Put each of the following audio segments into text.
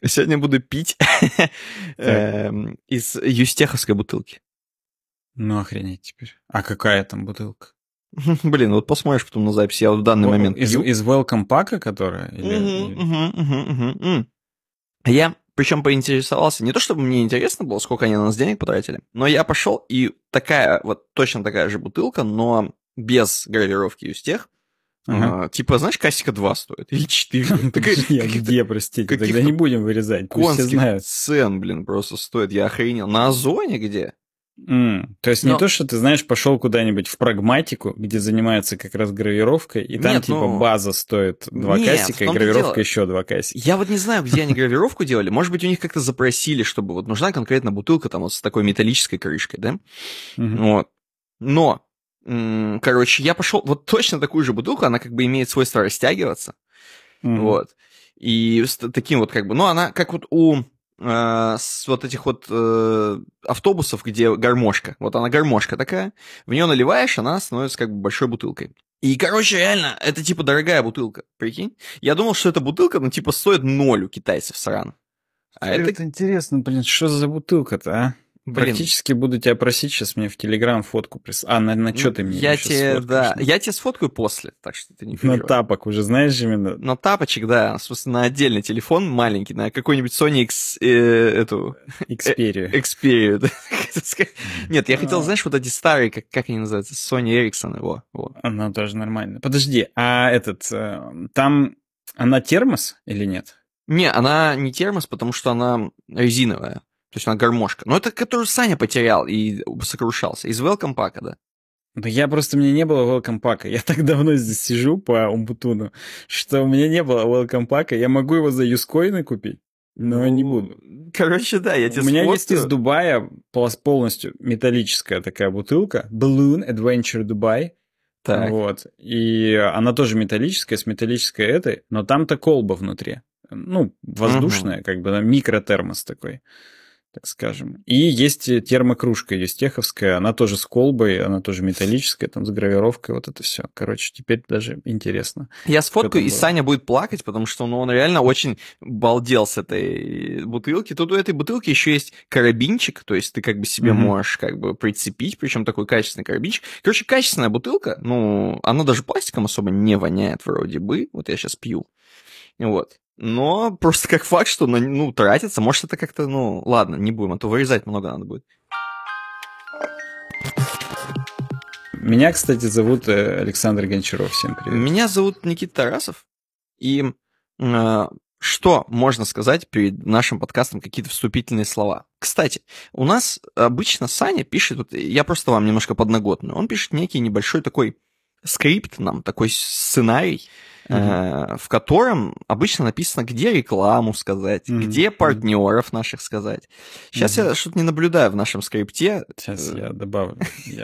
Сегодня буду пить из юстеховской бутылки. Ну, охренеть теперь. А какая там бутылка? Блин, вот посмотришь потом на запись. Я вот в данный момент пью. Из Welcome Pack, которая? Я, причем, поинтересовался, не то чтобы мне интересно было, сколько они на нас денег потратили, но я пошел, и такая, вот точно такая же бутылка, но без гравировки юстех. Типа, знаешь, кассика 2 стоит, или 4. Где, простите, тогда не будем вырезать, пусть все знают. Цен, блин, просто стоит, я охренел. На Озоне где? То есть не то, что ты, знаешь, пошел куда-нибудь в прагматику, где занимаются как раз гравировкой, и там типа база стоит 2 кассика, и гравировка еще 2 кассика. Я вот не знаю, где они гравировку делали. Может быть, у них как-то запросили, чтобы вот нужна конкретно бутылка там вот с такой металлической крышкой, да? Вот. Но, короче, я пошел вот точно такую же бутылку, она как бы имеет свойство растягиваться. Вот. И с таким вот как бы, ну, она как вот у с вот этих вот автобусов, где гармошка. Вот она гармошка такая. В нее наливаешь, она становится как бы большой бутылкой. И, короче, реально, это типа дорогая бутылка, прикинь. Я думал, что эта бутылка, ну, типа, стоит 0 у китайцев срано. А это интересно, блин, что за бутылка-то, а? Блин. Практически буду тебя просить сейчас мне в Телеграм фотку прислать. На что ты мне я тебе, да, я тебе сфоткаю после, так что ты не переживай. На тапок уже, знаешь же именно. На тапочек, да, в смысле, на отдельный телефон маленький, на какой-нибудь Sony Xperia. Нет, я хотел, знаешь, вот эти старые, как они называются, Sony Ericsson, его. Она тоже нормально. Подожди, а там она термос или нет? Не, она не термос, потому что она резиновая. То есть она гармошка. Но это которую Саня потерял и сокрушался. Из Welcome Pack, да. Да мне не было Welcome Pack. Я так давно здесь сижу по Умбутуну, что у меня не было Welcome Pack. Я могу его за юскоины купить, но не буду. Короче, да, я тебе У меня есть из Дубая полностью металлическая такая бутылка. Balloon Adventure Dubai. Так. Вот. И она тоже металлическая, с металлической этой, но там-то колба внутри. Ну, воздушная, как бы, микротермос такой, так скажем. И есть термокружка юстеховская, она тоже с колбой, она тоже металлическая, там с гравировкой, вот это все. Короче, теперь даже интересно. Я сфоткаю, и Саня будет плакать, потому что он реально очень балдел с этой бутылки. Тут у этой бутылки еще есть карабинчик, то есть ты как бы себе можешь как бы прицепить, причем такой качественный карабинчик. Короче, качественная бутылка, ну, она даже пластиком особо не воняет вроде бы. Вот я сейчас пью. Вот. Но просто как факт, что, ну, тратится. Может, это как-то, ну, ладно, не будем, а то вырезать много надо будет. Меня, кстати, зовут Александр Гончаров. Всем привет. Меня зовут Никита Тарасов. И что можно сказать перед нашим подкастом, какие-то вступительные слова? Кстати, у нас обычно Саня пишет, вот я просто вам немножко подноготную, он пишет некий небольшой такой скрипт нам, такой сценарий, в котором обычно написано, где рекламу сказать, где партнеров наших сказать. Сейчас я что-то не наблюдаю в нашем скрипте. Сейчас я добавлю.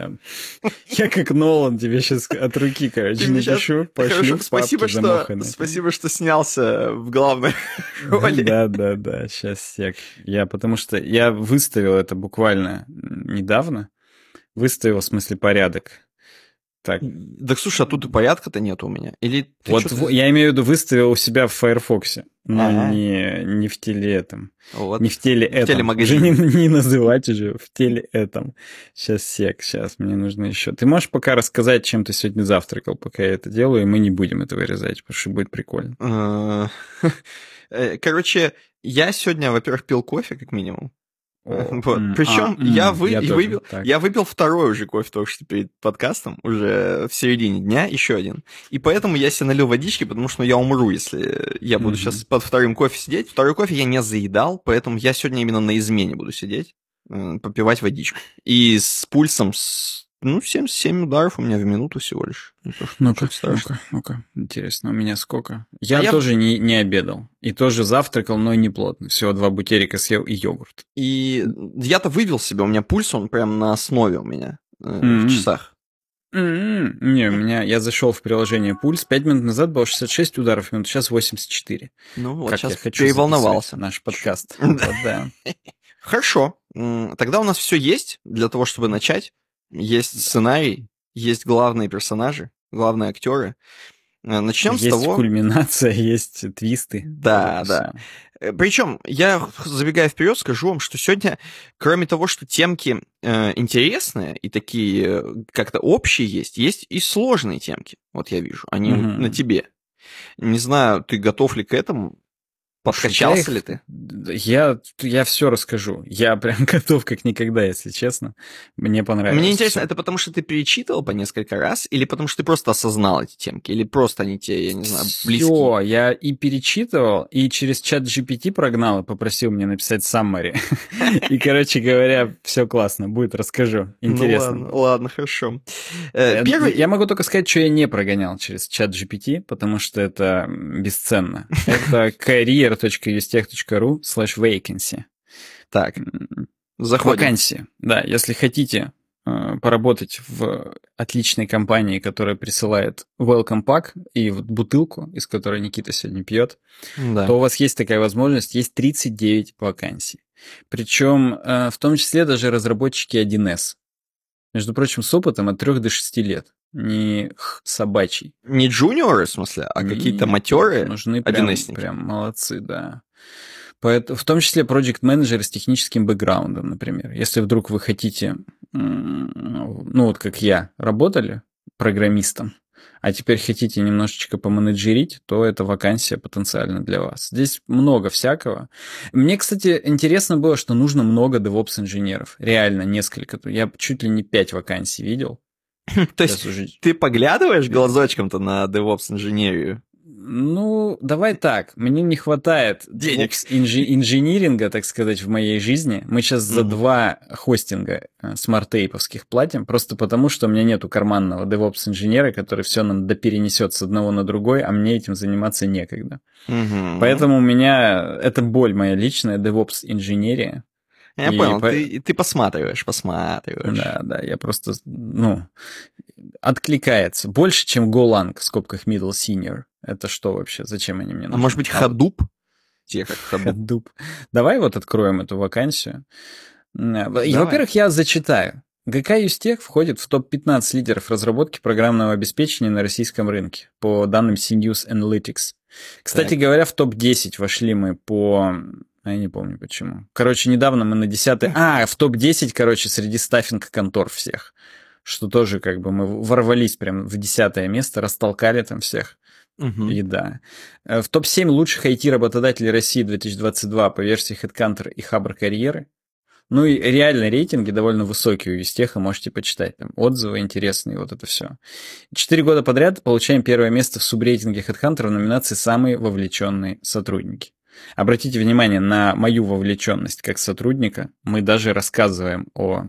Я как Нолан тебе сейчас от руки, короче, напишу, пошлю в папке замоханной. Спасибо, что снялся в главной роли. Да, сейчас сек. Потому что я выставил это буквально недавно. Выставил, в смысле, порядок. Так. Да, слушай, а тут и порядка-то нет у меня. Или вот я имею в виду, выставил у себя в Firefox, но не в теле этом. Вот. Не в теле этом. Уже не называть уже, в теле этом. Сейчас мне нужно еще. Ты можешь пока рассказать, чем ты сегодня завтракал, пока я это делаю, и мы не будем это вырезать, потому что будет прикольно. Короче, я сегодня, во-первых, пил кофе, как минимум. Вот. Причем я выпил второй уже кофе только что перед подкастом, уже в середине дня, еще один. И поэтому я себе налил водички, потому что я умру, если я буду сейчас под вторым кофе сидеть. Второй кофе я не заедал, поэтому я сегодня именно на измене буду сидеть, попивать водичку. И с пульсом 77 ударов у меня в минуту всего лишь. Ну-ка, интересно, у меня сколько? Я тоже не обедал. И тоже завтракал, но не плотно. Всего 2 бутерика съел и йогурт. И я-то вывел себя, у меня пульс, он прям на основе у меня в часах. Не, у меня, я зашел в приложение Пульс, 5 минут назад было 66 ударов в минуту, сейчас 84. Ну вот, как сейчас я хочу переволновался. Наш подкаст. Вот, да. Хорошо, тогда у нас все есть для того, чтобы начать. Есть сценарий, есть главные персонажи, главные актеры. Начнем с того... Есть кульминация, есть твисты. Да. Причем, я, забегая вперед, скажу вам, что сегодня, кроме того, что темки интересные и такие как-то общие есть и сложные темки. Вот я вижу, они на тебе. Не знаю, ты готов ли к этому? Подкачался ли ты? Я все расскажу. Я прям готов как никогда, если честно. Мне понравилось. Мне интересно, всё. это потому что ты перечитывал по несколько раз, или потому что ты просто осознал эти темки, или просто они тебе, я не знаю, близки? Всё, я и перечитывал, и через чат GPT прогнал и попросил мне написать summary. И, короче говоря, все классно, будет, расскажу. Интересно. Ну ладно, хорошо. Я могу только сказать, что я не прогонял через чат GPT, потому что это бесценно. Это career.ustech.ru/vacancy. Так, заходим. Вакансии. Да, если хотите поработать в отличной компании, которая присылает welcome pack и вот бутылку, из которой Никита сегодня пьет, то у вас есть такая возможность, есть 39 вакансий. Причем в том числе даже разработчики 1С. Между прочим, с опытом от 3 до 6 лет. Не собачий. Не джуниоры, в смысле, а какие-то матеры? Нужны прям молодцы, да. В том числе проект-менеджеры с техническим бэкграундом, например. Если вдруг вы хотите, ну вот как я, работали программистом, а теперь хотите немножечко поменеджерить, то это вакансия потенциально для вас. Здесь много всякого. Мне, кстати, интересно было, что нужно много DevOps-инженеров. Реально, несколько. Я чуть ли не 5 вакансий видел. То есть ты поглядываешь глазочком-то на DevOps-инженерию? Ну, давай так, мне не хватает денег, инжиниринга, так сказать, в моей жизни. Мы сейчас за 2 хостинга смарт-тейповских платим, просто потому, что у меня нету карманного DevOps-инженера, который все нам доперенесет с одного на другой, а мне этим заниматься некогда. Поэтому у меня, это боль моя личная, DevOps-инженерия. Я понял, ты посматриваешь. Да, я просто, откликается. Больше, чем Golang, в скобках middle senior. Это что вообще? Зачем они мне нужны? А может быть, Hadoop? Те как Hadoop. Давай вот откроем эту вакансию. Во-первых, я зачитаю. ГК Юстех входит в топ-15 лидеров разработки программного обеспечения на российском рынке, по данным CNews Analytics. Кстати говоря, в топ-10 вошли мы по... Я не помню почему. Короче, недавно мы на 10-й... в топ-10, короче, среди стаффинг-контор всех. Что тоже как бы мы ворвались прям в 10-е место, растолкали там всех. И да. В топ-7 лучших IT-работодателей России 2022 по версии HeadHunter и Хабр Карьеры. Ну и реально рейтинги довольно высокие у Юстеха, можете почитать. Там отзывы интересные, вот это все. 4 года подряд получаем первое место в субрейтинге HeadHunter в номинации «Самые вовлеченные сотрудники». Обратите внимание на мою вовлеченность как сотрудника. Мы даже рассказываем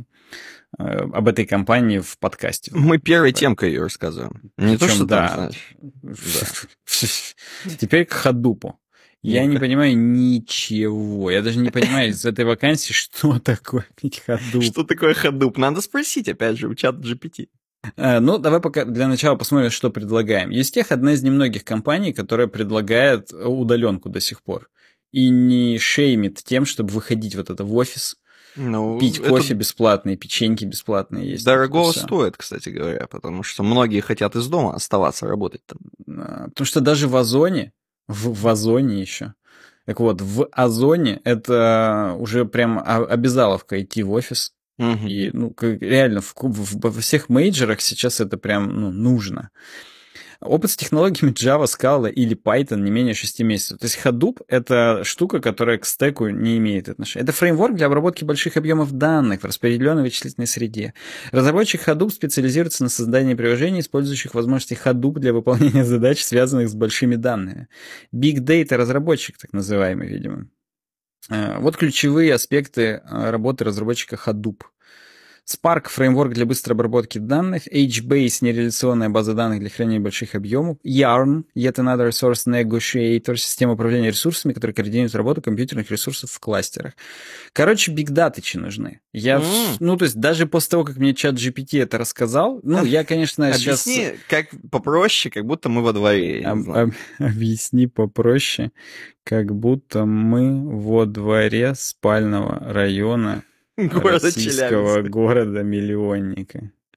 об этой компании в подкасте. Мы первой темкой ее рассказываем. Не то, что там, знаешь. Теперь к Hadoop. Я не понимаю ничего. Я даже не понимаю из этой вакансии, что такое Hadoop. Что такое Hadoop? Надо спросить, опять же, у чата GPT. Ну, давай пока для начала посмотрим, что предлагаем. Юстех — одна из немногих компаний, которая предлагает удаленку до сих пор. И не шеймит тем, чтобы выходить вот это в офис, пить кофе бесплатный, печеньки бесплатные есть. Дорого стоит, кстати говоря, потому что многие хотят из дома оставаться работать там. Потому что даже в Озоне, в Озоне еще, так вот, в Озоне это уже прям обязаловка идти в офис. И, реально, во всех мейджорах сейчас это прям, нужно. Опыт с технологиями Java, Scala или Python не менее 6 месяцев. То есть Hadoop — это штука, которая к стеку не имеет отношения. Это фреймворк для обработки больших объемов данных в распределенной вычислительной среде. Разработчик Hadoop специализируется на создании приложений, использующих возможности Hadoop для выполнения задач, связанных с большими данными. Big Data разработчик, так называемый, видимо. Вот ключевые аспекты работы разработчика Hadoop. Spark — фреймворк для быстрой обработки данных, HBase — нереляционная база данных для хранения больших объемов, Yarn — Yet Another Resource Negotiator — система управления ресурсами, которая координирует работу компьютерных ресурсов в кластерах. Короче, бигдатычи нужны. То есть даже после того, как мне чат GPT это рассказал, я, конечно, сейчас... Объясни как попроще, как будто мы во дворе. Объясни попроще, как будто мы во дворе спального района российского города-миллионника.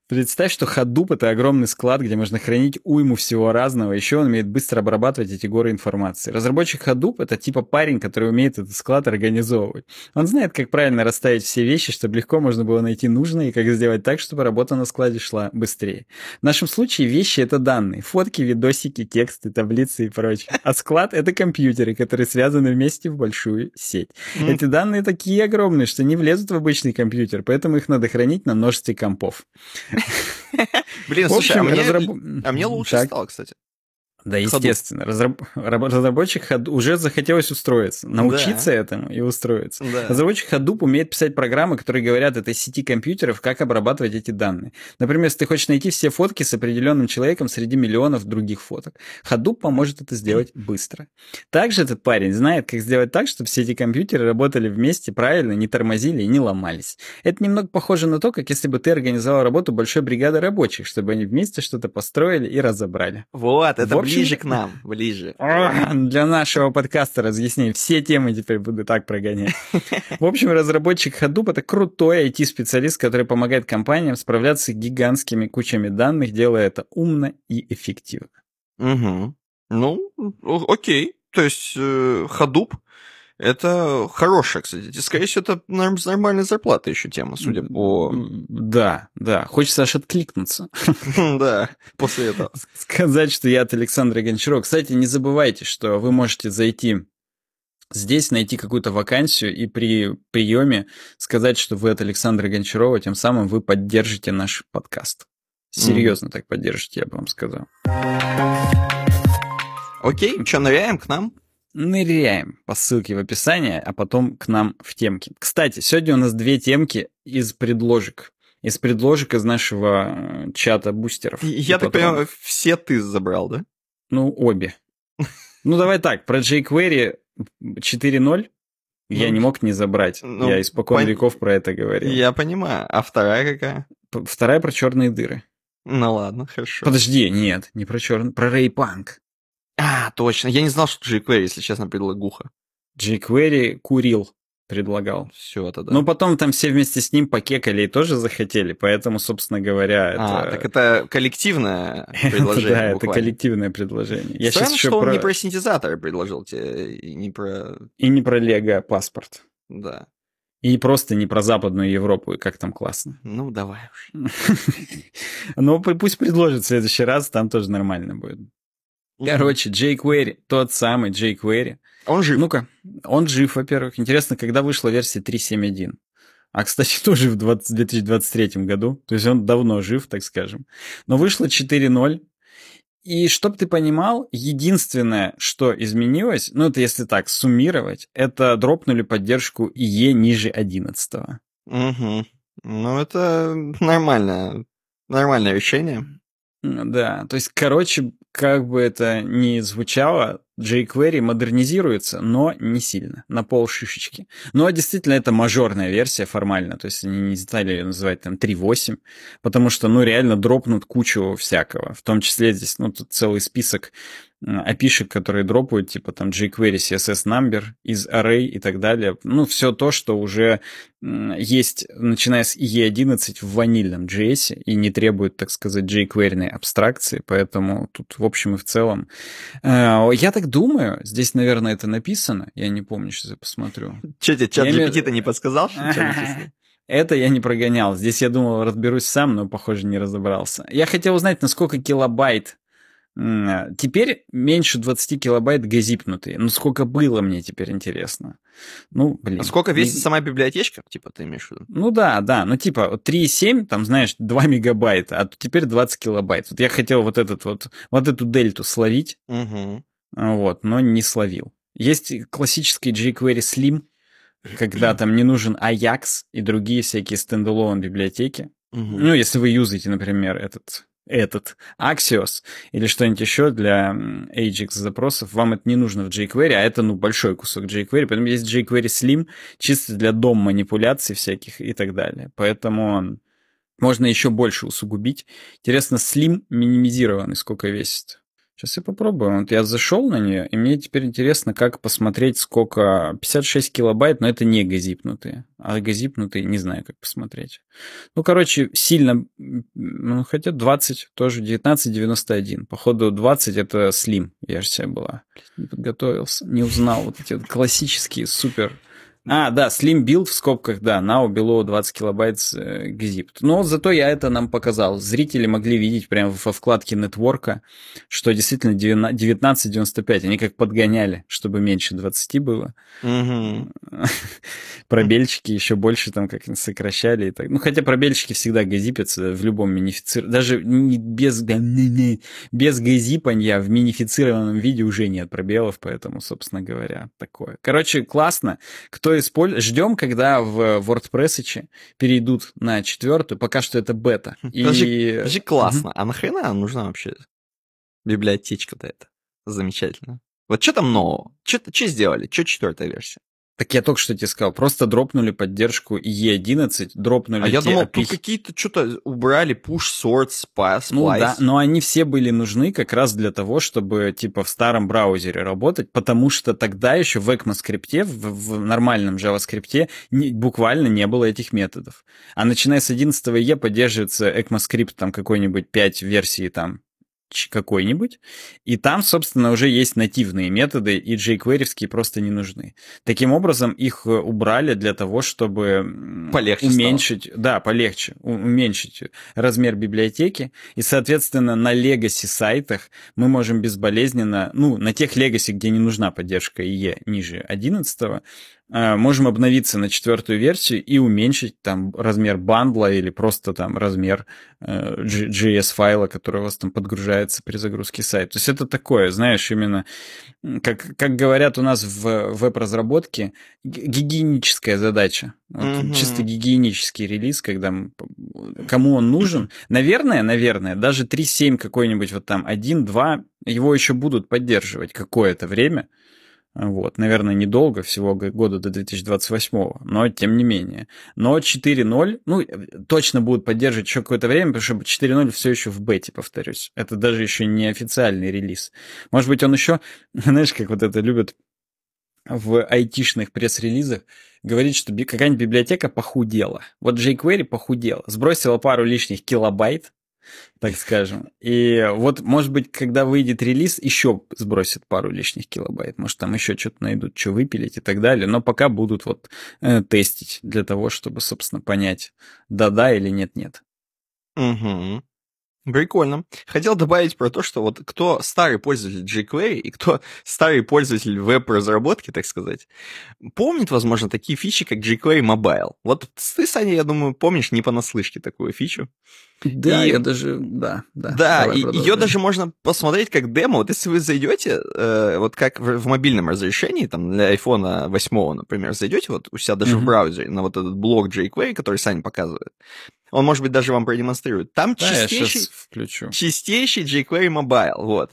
Представь, что Hadoop — это огромный склад, где можно хранить уйму всего разного. Еще он умеет быстро обрабатывать эти горы информации. Разработчик Hadoop — это типа парень, который умеет этот склад организовывать. Он знает, как правильно расставить все вещи, чтобы легко можно было найти нужное, и как сделать так, чтобы работа на складе шла быстрее. В нашем случае вещи — это данные. Фотки, видосики, тексты, таблицы и прочее. А склад — это компьютеры, которые связаны вместе в большую сеть. Эти данные такие огромные, что не влезут в обычный компьютер, поэтому их надо хранить на множестве компов. Блин, слушай, а мне лучше стало, кстати. Да, естественно. Разработчик Hadoop уже захотелось устроиться, научиться этому и устроиться. Да. Разработчик Hadoop умеет писать программы, которые говорят этой сети компьютеров, как обрабатывать эти данные. Например, если ты хочешь найти все фотки с определенным человеком среди миллионов других фоток, Hadoop поможет это сделать быстро. Также этот парень знает, как сделать так, чтобы все эти компьютеры работали вместе правильно, не тормозили и не ломались. Это немного похоже на то, как если бы ты организовал работу большой бригады рабочих, чтобы они вместе что-то построили и разобрали. Вот, это ближе к нам, ближе. Для нашего подкаста разъяснений. Все темы теперь буду так прогонять. В общем, разработчик Hadoop — это крутой IT-специалист, который помогает компаниям справляться с гигантскими кучами данных, делая это умно и эффективно. Угу. Ну, окей. То есть Hadoop — это хорошая, кстати. Скорее всего, это с нормальной зарплатой еще тема, судя по... Да. Хочется аж откликнуться. Да, после этого. Сказать, что я от Александра Гончарова. Кстати, не забывайте, что вы можете зайти здесь, найти какую-то вакансию и при приеме сказать, что вы от Александра Гончарова, тем самым вы поддержите наш подкаст. Серьезно так поддержите, я бы вам сказал. Окей, что, ныряем к нам? Ныряем по ссылке в описании, а потом к нам в темки. Кстати, сегодня у нас 2 темки из предложек. Из предложек из нашего чата бустеров. Я так понимаю, все ты забрал, да? Ну, обе. Ну, давай так, про jQuery 4.0 я не мог не забрать. Я испокон веков про это говорил. Я понимаю. А вторая какая? Вторая про черные дыры. Ну ладно, хорошо. Подожди, нет, не про черные, про Ray-Punk. А, точно. Я не знал, что jQuery, если честно, предлагуха. jQuery курил, предлагал. Все это, да. Но потом там все вместе с ним покекали и тоже захотели, поэтому, собственно говоря, это... так это коллективное предложение. Да, это коллективное предложение. Странно, что он не про синтезаторы предложил тебе, и не про... И не про Lego паспорт. Да. И просто не про Западную Европу, и как там классно. Ну, давай уж. Ну, пусть предложит в следующий раз, там тоже нормально будет. Короче, jQuery, тот самый jQuery. Он жив. Ну-ка, он жив, во-первых. Интересно, когда вышла версия 3.7.1? А, кстати, тоже в 2023 году. То есть он давно жив, так скажем. Но вышло 4.0. И чтоб ты понимал, единственное, что изменилось, ну это если так суммировать, это дропнули поддержку IE ниже 11. Угу. Ну это нормальное решение. Да, то есть, короче, как бы это ни звучало, jQuery модернизируется, но не сильно, на полшишечки. Но действительно, это мажорная версия формально, то есть они не стали ее называть там 3.8, потому что, ну, реально дропнут кучу всякого, в том числе здесь, ну, тут целый список API-шек, которые дропают, типа там jQuery CSS Number, из Array и так далее. Ну, все то, что уже есть, начиная с IE11 в ванильном JS и не требует, так сказать, jQuery-ной абстракции, поэтому тут в общем и в целом. Я так думаю, здесь, наверное, это написано, я не помню, сейчас я посмотрю. Че тебе, чат GPT-то не подсказал, что написано? Это я не прогонял. Здесь я думал, разберусь сам, но, похоже, не разобрался. Я хотел узнать, насколько килобайт. Теперь меньше 20 килобайт газипнутые. Ну, сколько было, мне теперь интересно. Ну, блин. А сколько весит сама библиотечка? Типа, ты имеешь в виду? Ну да. Ну, типа, 3,7, там, знаешь, 2 мегабайта, а теперь 20 килобайт. Вот я хотел вот эту дельту словить, вот, но не словил. Есть классический jQuery Slim, когда там не нужен Ajax и другие всякие стендалон библиотеки. Ну, если вы юзаете, например, этот Axios или что-нибудь еще для Ajax запросов, вам это не нужно в jQuery, а это, ну, большой кусок jQuery, поэтому есть jQuery Slim чисто для дом манипуляций всяких и так далее. Поэтому можно еще больше усугубить. Интересно, Slim минимизированный сколько весит? Сейчас я попробую. Вот я зашел на нее, и мне теперь интересно, как посмотреть, сколько... 56 килобайт, но это не газипнутые. А газипнутые не знаю, как посмотреть. Ну, короче, сильно... Ну, хотя 20 тоже, 1991. Походу, 20 это Slim версия была. Не подготовился, не узнал вот эти вот классические супер... А, да, Slim Build в скобках, да, Now below 20 килобайт GZIP. Но зато я это нам показал. Зрители могли видеть прямо во вкладке нетворка, что действительно 1995. Они как подгоняли, чтобы меньше 20 было. Пробельчики еще больше там как сокращали. И так. Ну, хотя пробельчики всегда газипятся в любом минифицированном. Даже без газипания в минифицированном виде уже нет пробелов, поэтому, собственно говоря, такое. Короче, классно. Кто ждем, когда в WordPress перейдут на 4, пока что это бета. Подожди, классно. А нахрена нужна вообще библиотечка-то эта? Замечательно. Вот что там нового? Что сделали? Что 4-я версия? Так я только что тебе сказал, просто дропнули поддержку E11, дропнули... А я думал, тут какие-то что-то убрали, push, sort, splice. Ну да, но они все были нужны как раз для того, чтобы типа в старом браузере работать, потому что тогда еще в ECMAScript, в нормальном JavaScript буквально не было этих методов. А начиная с 11 E поддерживается ECMAScript там какой-нибудь 5 версии там, какой-нибудь, и там, собственно, уже есть нативные методы, и jQuery-вские просто не нужны. Таким образом, их убрали для того, чтобы полегче уменьшить, да, полегче, уменьшить размер библиотеки, и, соответственно, на legacy сайтах мы можем безболезненно, ну, на тех legacy, где не нужна поддержка IE ниже 11, можем обновиться на 4-ю версию и уменьшить там размер бандла или просто там размер JS-файла, который у вас там подгружается при загрузке сайта. То есть это такое, знаешь, именно, как говорят у нас в веб-разработке, гигиеническая задача. Вот, чисто гигиенический релиз, когда кому он нужен. Наверное, даже 3.7 какой-нибудь вот там 1.2, его еще будут поддерживать какое-то время. Вот, наверное, недолго, всего года до 2028, но тем не менее. Но 4.0, ну, точно будут поддерживать еще какое-то время, потому что 4.0 все еще в бете, повторюсь. Это даже еще не официальный релиз. Может быть, он еще, знаешь, как вот это любят в айтишных пресс-релизах, говорит, что какая-нибудь библиотека похудела. Вот jQuery похудела, сбросила пару лишних килобайт, так скажем. И вот, может быть, когда выйдет релиз, еще сбросят пару лишних килобайт. Может, там еще что-то найдут, что выпилить и так далее. Но пока будут вот тестить для того, чтобы, собственно, понять, да-да или нет-нет. Угу. Прикольно. Хотел добавить про то, что вот кто старый пользователь jQuery и кто старый пользователь веб-разработки, так сказать, помнит, возможно, такие фичи, как jQuery Mobile. Вот ты, Саня, я думаю, помнишь не понаслышке такую фичу. Да, я даже, да. Да, и ее даже можно посмотреть как демо. Вот если вы зайдете, вот как в мобильном разрешении, там, для iPhone 8, например, зайдете вот у себя даже в браузере на вот этот блок jQuery, который Саня показывает, он, может быть, даже вам продемонстрирует. Там чистейший jQuery Mobile, вот.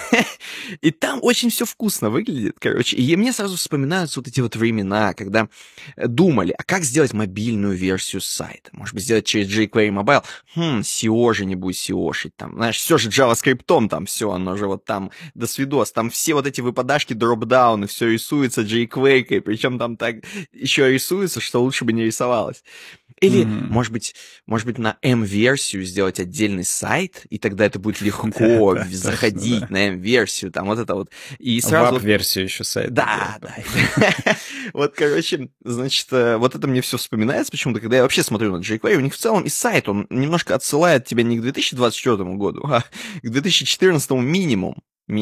И там очень все вкусно выглядит, короче. И мне сразу вспоминаются вот эти вот времена, когда думали, а как сделать мобильную версию сайта? Может быть, сделать через jQuery Mobile? SEO же не будет SEO-шить там. Знаешь, все же JavaScript там, все, оно же вот там, до свидос. Там все вот эти выпадашки, дропдауны, все рисуется jQuery, причем там так еще рисуется, что лучше бы не рисовалось. Или, может быть, на M-версию сделать отдельный сайт, и тогда это будет легко заходить на M-версию, там вот это вот. И сразу... Веб-версию еще сайта. Да. Вот, короче, значит, вот это мне все вспоминается почему-то, когда я вообще смотрю на jQuery, у них в целом и сайт, он немножко отсылает тебя не к 2024 году, а к 2014 минимум.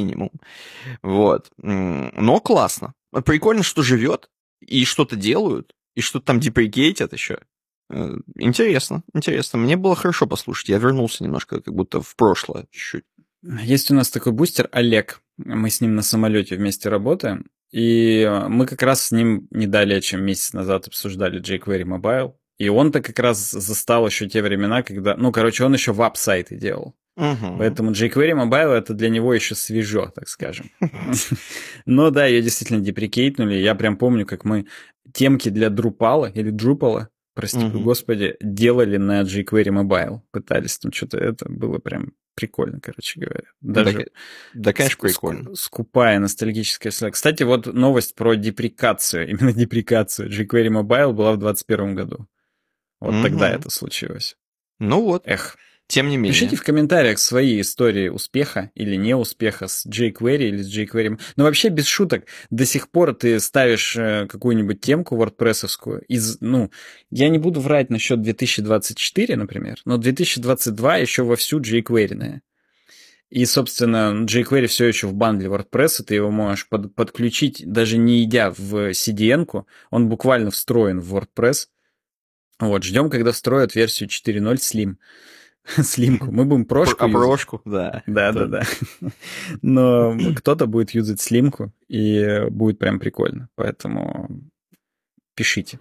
Вот. Но классно. Прикольно, что живет, и что-то делают, и что-то там деприкейтят еще. Интересно. Мне было хорошо послушать. Я вернулся немножко как будто в прошлое чуть-чуть. Есть у нас такой бустер Олег. Мы с ним на самолете вместе работаем. И мы как раз с ним не далее, чем месяц назад обсуждали jQuery Mobile. И он-то как раз застал еще те времена, когда... Ну, короче, он еще веб-сайты делал. Поэтому jQuery Mobile это для него еще свежо, так скажем. Но да, ее действительно деприкейтнули. Я прям помню, как мы темки для Drupal или Drupal, прости господи, делали на jQuery Mobile. Пытались там что-то, это было прям прикольно, короче говоря. Даже да, конечно, прикольно. Скупая ностальгическая сила. Кстати, вот новость про деприкацию, именно деприкацию. jQuery Mobile была в 2021 году. Вот тогда это случилось. Ну вот. Эх. Тем не менее. Пишите в комментариях свои истории успеха или неуспеха с jQuery или с jQuery. Но вообще, без шуток, до сих пор ты ставишь какую-нибудь темку WordPress-овскую я не буду врать насчет 2024, например, но 2022 еще вовсю jQuery-ная. И, собственно, jQuery все еще в бандле WordPress, ты его можешь подключить, даже не идя в CDN-ку, он буквально встроен в WordPress. Вот, ждем, когда встроят версию 4.0 Slim. Слимку. Мы будем прошку юзать. Прошку, да. Да. Но кто-то будет юзать слимку, и будет прям прикольно. Поэтому пишите.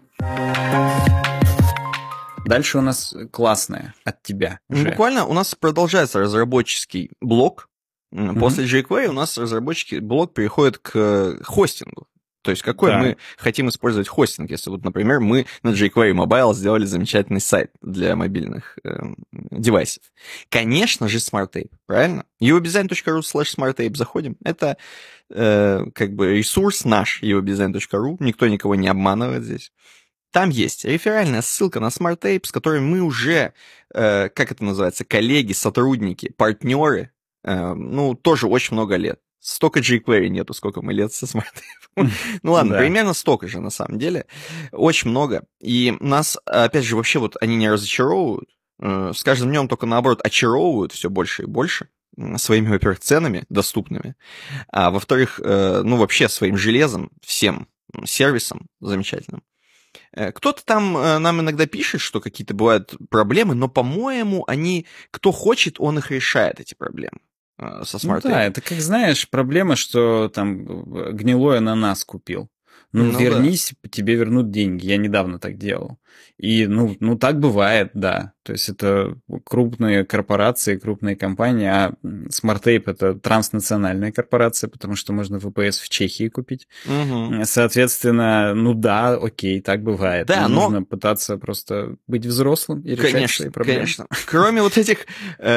Дальше у нас классное от тебя. Буквально у нас продолжается разработческий блок. После jQuery у нас разработческий блок переходит к хостингу. То есть какой мы хотим использовать хостинг, если вот, например, мы на jQuery Mobile сделали замечательный сайт для мобильных девайсов. Конечно же, SmartTape, правильно? uwebdesign.ru/SmartTape заходим. Это как бы ресурс наш, uwebdesign.ru. Никто никого не обманывает здесь. Там есть реферальная ссылка на SmartTape, с которой мы уже, как это называется, коллеги, сотрудники, партнеры, тоже очень много лет. Столько jQuery нету, сколько мы лет со SmartTape. Ну ладно, примерно столько же, на самом деле. Очень много. И нас, опять же, вообще вот они не разочаровывают. С каждым днем только, наоборот, очаровывают все больше и больше своими, во-первых, ценами доступными, а во-вторых, вообще своим железом, всем сервисом замечательным. Кто-то там нам иногда пишет, что какие-то бывают проблемы, но, по-моему, кто хочет, он их решает, эти проблемы. Со SmartTape. Да, это как, знаешь, проблема, что там гнилой ананас купил. Вернись, тебе вернут деньги. Я недавно так делал. И, так бывает, да. То есть это крупные корпорации, крупные компании, а SmartTape — это транснациональная корпорация, потому что можно VPS в Чехии купить. Угу. Соответственно, окей, так бывает. Да, но нужно пытаться просто быть взрослым и решать свои проблемы. Конечно. Кроме вот этих,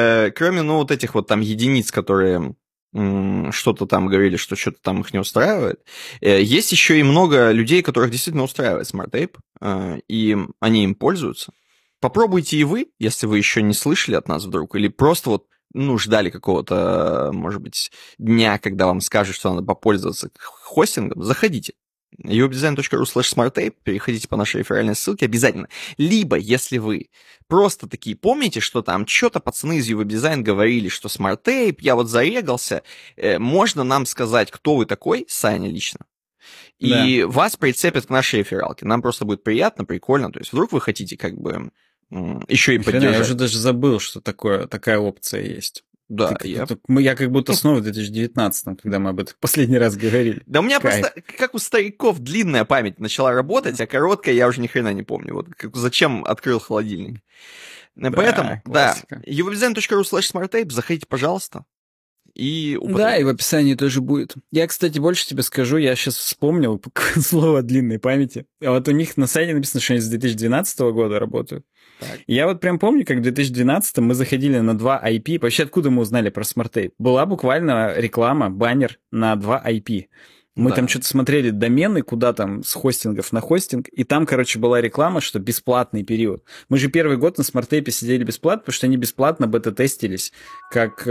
там единиц, которые что-то там говорили, что что-то там их не устраивает. Есть еще и много людей, которых действительно устраивает SmartTape, и они им пользуются. Попробуйте и вы, если вы еще не слышали от нас вдруг, или просто ждали какого-то, может быть, дня, когда вам скажут, что надо попользоваться хостингом, заходите. uwebdesign.ru/SmartTape, переходите по нашей реферальной ссылке обязательно. Либо, если вы просто такие помните, что там что-то пацаны из uwebdesign говорили, что SmartTape, я вот зарегался, можно нам сказать, кто вы такой, Саня лично, и вас прицепят к нашей рефералке. Нам просто будет приятно, прикольно. То есть вдруг вы хотите еще и поддержать. Я уже даже забыл, что такая опция есть. Да, я как будто снова в 2019-м, когда мы об этом последний раз говорили. Да у меня просто, как у стариков, длинная память начала работать, а короткая я уже ни хрена не помню. Вот зачем открыл холодильник. Поэтому, uwebdesign.ru/SmartTape, заходите, пожалуйста. И да, и в описании тоже будет. Я, кстати, больше тебе скажу, я сейчас вспомнил слово длинной памяти. А вот у них на сайте написано, что они с 2012 года работают. Так. Я вот прям помню, как в 2012 мы заходили на 2 IP. Вообще, откуда мы узнали про SmartTape? Была буквально реклама, баннер на 2 IP. Мы там что-то смотрели домены, куда там с хостингов на хостинг, и там, была реклама, что бесплатный период. Мы же первый год на SmartTape сидели бесплатно, потому что они бесплатно бета-тестились, как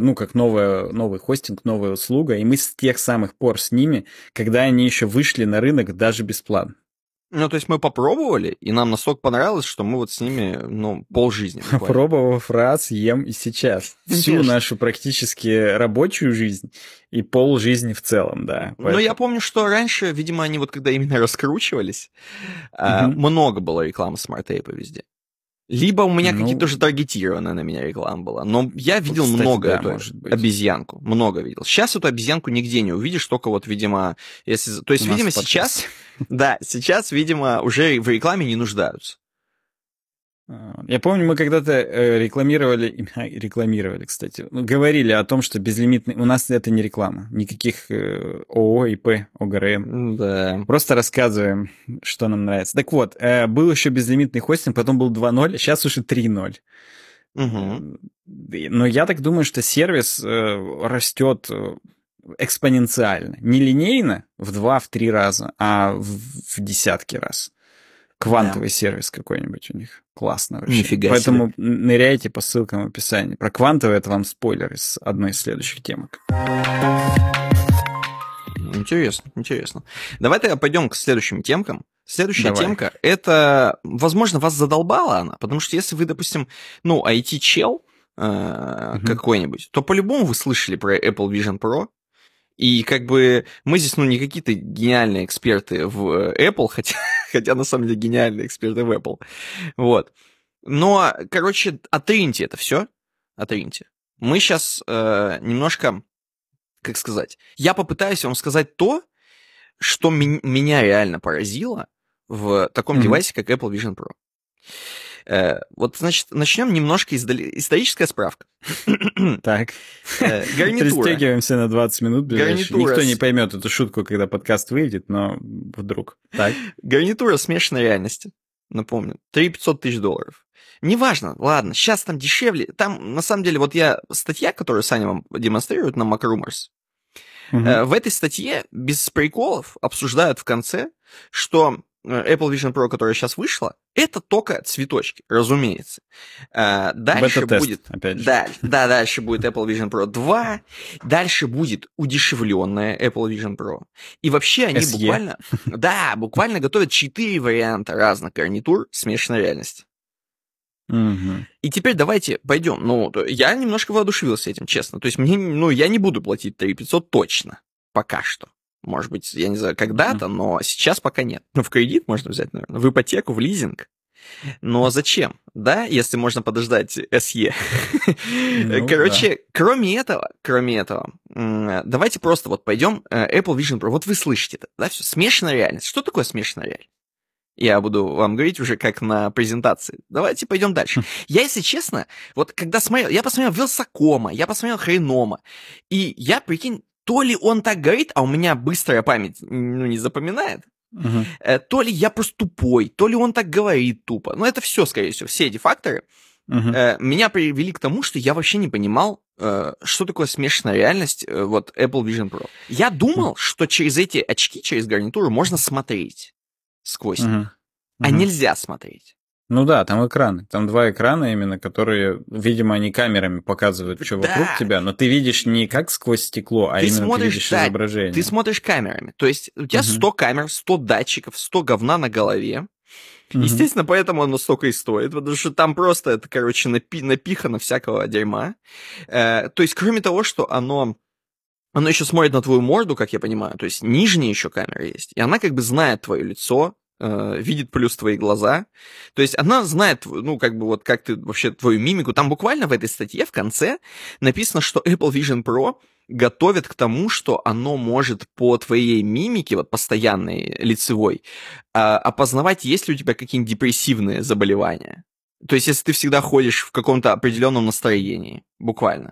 новый хостинг, новая услуга, и мы с тех самых пор с ними, когда они еще вышли на рынок даже бесплатно. То есть мы попробовали, и нам настолько понравилось, что мы вот с ними, полжизни. Попробовав раз, ем и сейчас. Всю нашу практически рабочую жизнь и полжизни в целом, да. Но я помню, что раньше, видимо, они когда именно раскручивались, много было рекламы SmartTape везде. Либо у меня какие-то уже таргетированная на меня реклама была. Но я видел много эту обезьянку. Много видел. Сейчас эту обезьянку нигде не увидишь, только видимо, если... То есть, видимо, сейчас... Да, сейчас, видимо, уже в рекламе не нуждаются. Я помню, мы когда-то рекламировали, кстати, говорили о том, что безлимитный... У нас это не реклама. Никаких ООО, ИП, ОГРН. Да. Просто рассказываем, что нам нравится. Так вот, был еще безлимитный хостинг, потом был 2.0, сейчас уже 3.0. Но я так думаю, что сервис растет экспоненциально. Не линейно в 2-3 раза, а в десятки раз. Квантовый сервис какой-нибудь у них. Классно вообще. Нифига Поэтому себе. ныряйте по ссылкам в описании. Про квантовый это вам спойлер из одной из следующих темок. Интересно, интересно. Давай тогда пойдем к следующим темкам. Следующая Давай. темка, это, возможно, вас задолбала она, потому что если вы, допустим, IT-чел какой-нибудь, то по-любому вы слышали про Apple Vision Pro, и как бы мы здесь, не какие-то гениальные эксперты в Apple, хотя на самом деле гениальные эксперты в Apple, вот. Но, короче, отриньте это все, отриньте. Мы сейчас немножко, как сказать, я попытаюсь вам сказать то, что меня реально поразило в таком девайсе, как Apple Vision Pro. Вот, значит, начнем немножко историческая справка. Так. Гарнитура. Пристегиваемся на 20 минут ближайшие. Гарнитура Никто не поймет эту шутку, когда подкаст выйдет, но вдруг. Так. Гарнитура смешанной реальности. Напомню, $300 500 тысяч. Неважно, ладно, сейчас там дешевле. Там, на самом деле, вот статья, которую Саня вам демонстрирует на MacRumors, в этой статье без приколов обсуждают в конце, что Apple Vision Pro, которая сейчас вышла, это только цветочки, разумеется. Дальше будет... опять же. Да, дальше будет Apple Vision Pro 2, дальше будет удешевленная Apple Vision Pro. И вообще они буквально готовят 4 варианта разных гарнитур смешанной реальности. И теперь давайте пойдем. Я немножко воодушевился этим, честно. То есть я не буду платить 3 500 точно. Пока что. Может быть, я не знаю, когда-то, но сейчас пока нет. В кредит можно взять, наверное, в ипотеку, в лизинг. Но зачем? Да, если можно подождать SE. Короче, кроме этого, давайте просто пойдем Apple Vision Pro. Вот вы слышите это, да, все. Смешанная реальность. Что такое смешанная реальность? Я буду вам говорить уже как на презентации. Давайте пойдем дальше. Я, если честно, когда смотрел, я посмотрел Вилсакома, я посмотрел Хренома, и я, прикинь, то ли он так говорит, а у меня быстрая память не запоминает, то ли я просто тупой, то ли он так говорит тупо. Это все, скорее всего, все эти факторы меня привели к тому, что я вообще не понимал, что такое смешанная реальность Apple Vision Pro. Я думал, что через эти очки, через гарнитуру можно смотреть сквозь них, а нельзя смотреть. Ну да, там экраны. Там 2 экрана именно, которые, видимо, они камерами показывают, что вокруг тебя, но ты видишь не как сквозь стекло, а именно ты видишь изображение. Ты смотришь камерами. То есть у тебя 100 камер, 100 датчиков, 100 говна на голове. Естественно, поэтому оно столько и стоит, потому что там просто это, напихано всякого дерьма. То есть, кроме того, что оно еще смотрит на твою морду, как я понимаю, то есть нижняя еще камера есть, и она как бы знает твое лицо, видит плюс твои глаза. То есть она знает, как ты вообще твою мимику. Там буквально в этой статье в конце написано, что Apple Vision Pro готовит к тому, что оно может по твоей мимике, постоянной лицевой, опознавать, есть ли у тебя какие-нибудь депрессивные заболевания. То есть если ты всегда ходишь в каком-то определенном настроении, буквально.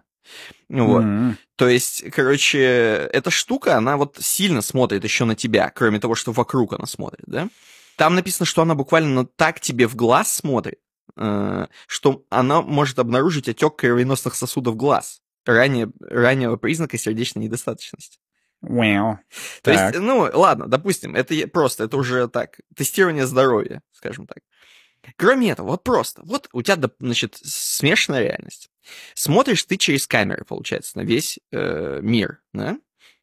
То есть, короче, эта штука, она сильно смотрит еще на тебя, кроме того, что вокруг она смотрит, да? Там написано, что она буквально так тебе в глаз смотрит, что она может обнаружить отек кровеносных сосудов глаз, раннего признака сердечной недостаточности. Wow. То есть, ладно, допустим, это уже так, тестирование здоровья, скажем так. Кроме этого, просто, у тебя, значит, смешанная реальность. Смотришь ты через камеры, получается, на весь мир, да?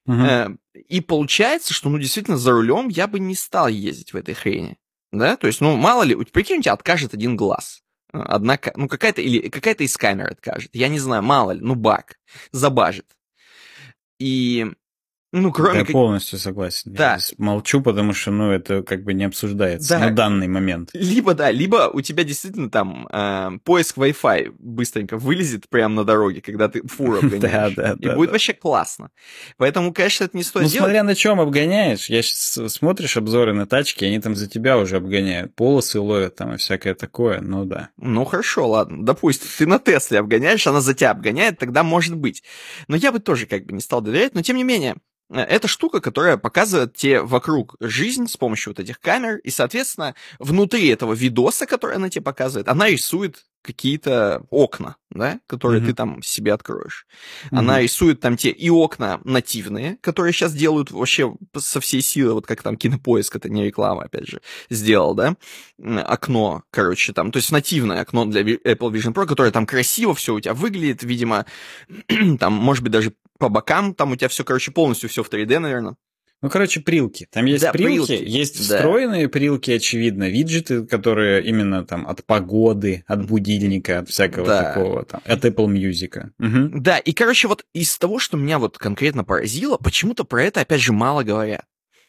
И получается, что, действительно, за рулем я бы не стал ездить в этой хрени, да? То есть, мало ли, прикинь, у тебя откажет один глаз. Какая-то из камер откажет. Я не знаю, мало ли, баг, забажит. И... Я полностью согласен. Да. Я молчу, потому что, это как бы не обсуждается на данный момент. Либо у тебя действительно там поиск Wi-Fi быстренько вылезет прямо на дороге, когда ты фуру обгоняешь. И будет вообще классно. Поэтому, конечно, это не стоит делать. Смотря на чем обгоняешь. Я сейчас смотришь обзоры на тачки, они там за тебя уже обгоняют. Полосы ловят там и всякое такое, да. Хорошо, ладно. Допустим, ты на Тесле обгоняешь, она за тебя обгоняет, тогда может быть. Но я бы тоже как бы не стал доверять, но тем не менее... это штука, которая показывает тебе вокруг жизнь с помощью вот этих камер, и, соответственно, внутри этого видоса, который она тебе показывает, она рисует какие-то окна, да, которые ты там себе откроешь. Она рисует там те и окна нативные, которые сейчас делают вообще со всей силы, вот как там Кинопоиск, это не реклама, опять же, сделал, да, окно, короче, там, то есть нативное окно для Apple Vision Pro, которое там красиво все у тебя выглядит, видимо, там, может быть, даже по бокам, там у тебя все, короче, полностью все в 3D, наверное. Ну, короче, прилки. Там есть прилки, есть встроенные прилки, очевидно, виджеты, которые именно там от погоды, от будильника, от всякого такого, там, от Apple Music. Да, и, короче, вот из того, что меня вот конкретно поразило, почему-то про это, опять же, мало говорят.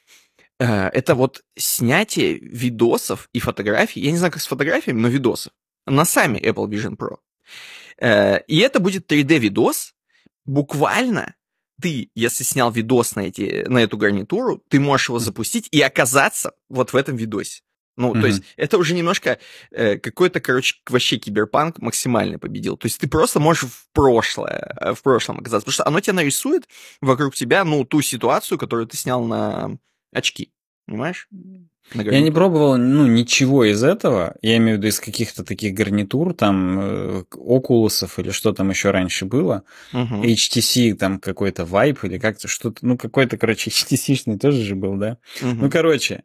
Это вот снятие видосов и фотографий, я не знаю, как с фотографиями, но видосов, на сами Apple Vision Pro. И это будет 3D-видос, буквально ты, если снял видос на эту гарнитуру, ты можешь его запустить и оказаться вот в этом видосе. Ну, то есть это уже немножко какой-то, короче, вообще киберпанк максимально победил. То есть ты просто можешь в прошлом оказаться, потому что оно тебя нарисует вокруг тебя, ну, ту ситуацию, которую ты снял на очки. Понимаешь? Я не пробовал, ну, ничего из этого, я имею в виду из каких-то таких гарнитур, там, окулусов или что там еще раньше было, HTC, там, какой-то Vibe или как-то что-то, ну, какой-то, короче, HTC-шный тоже же был, да? Ну, короче,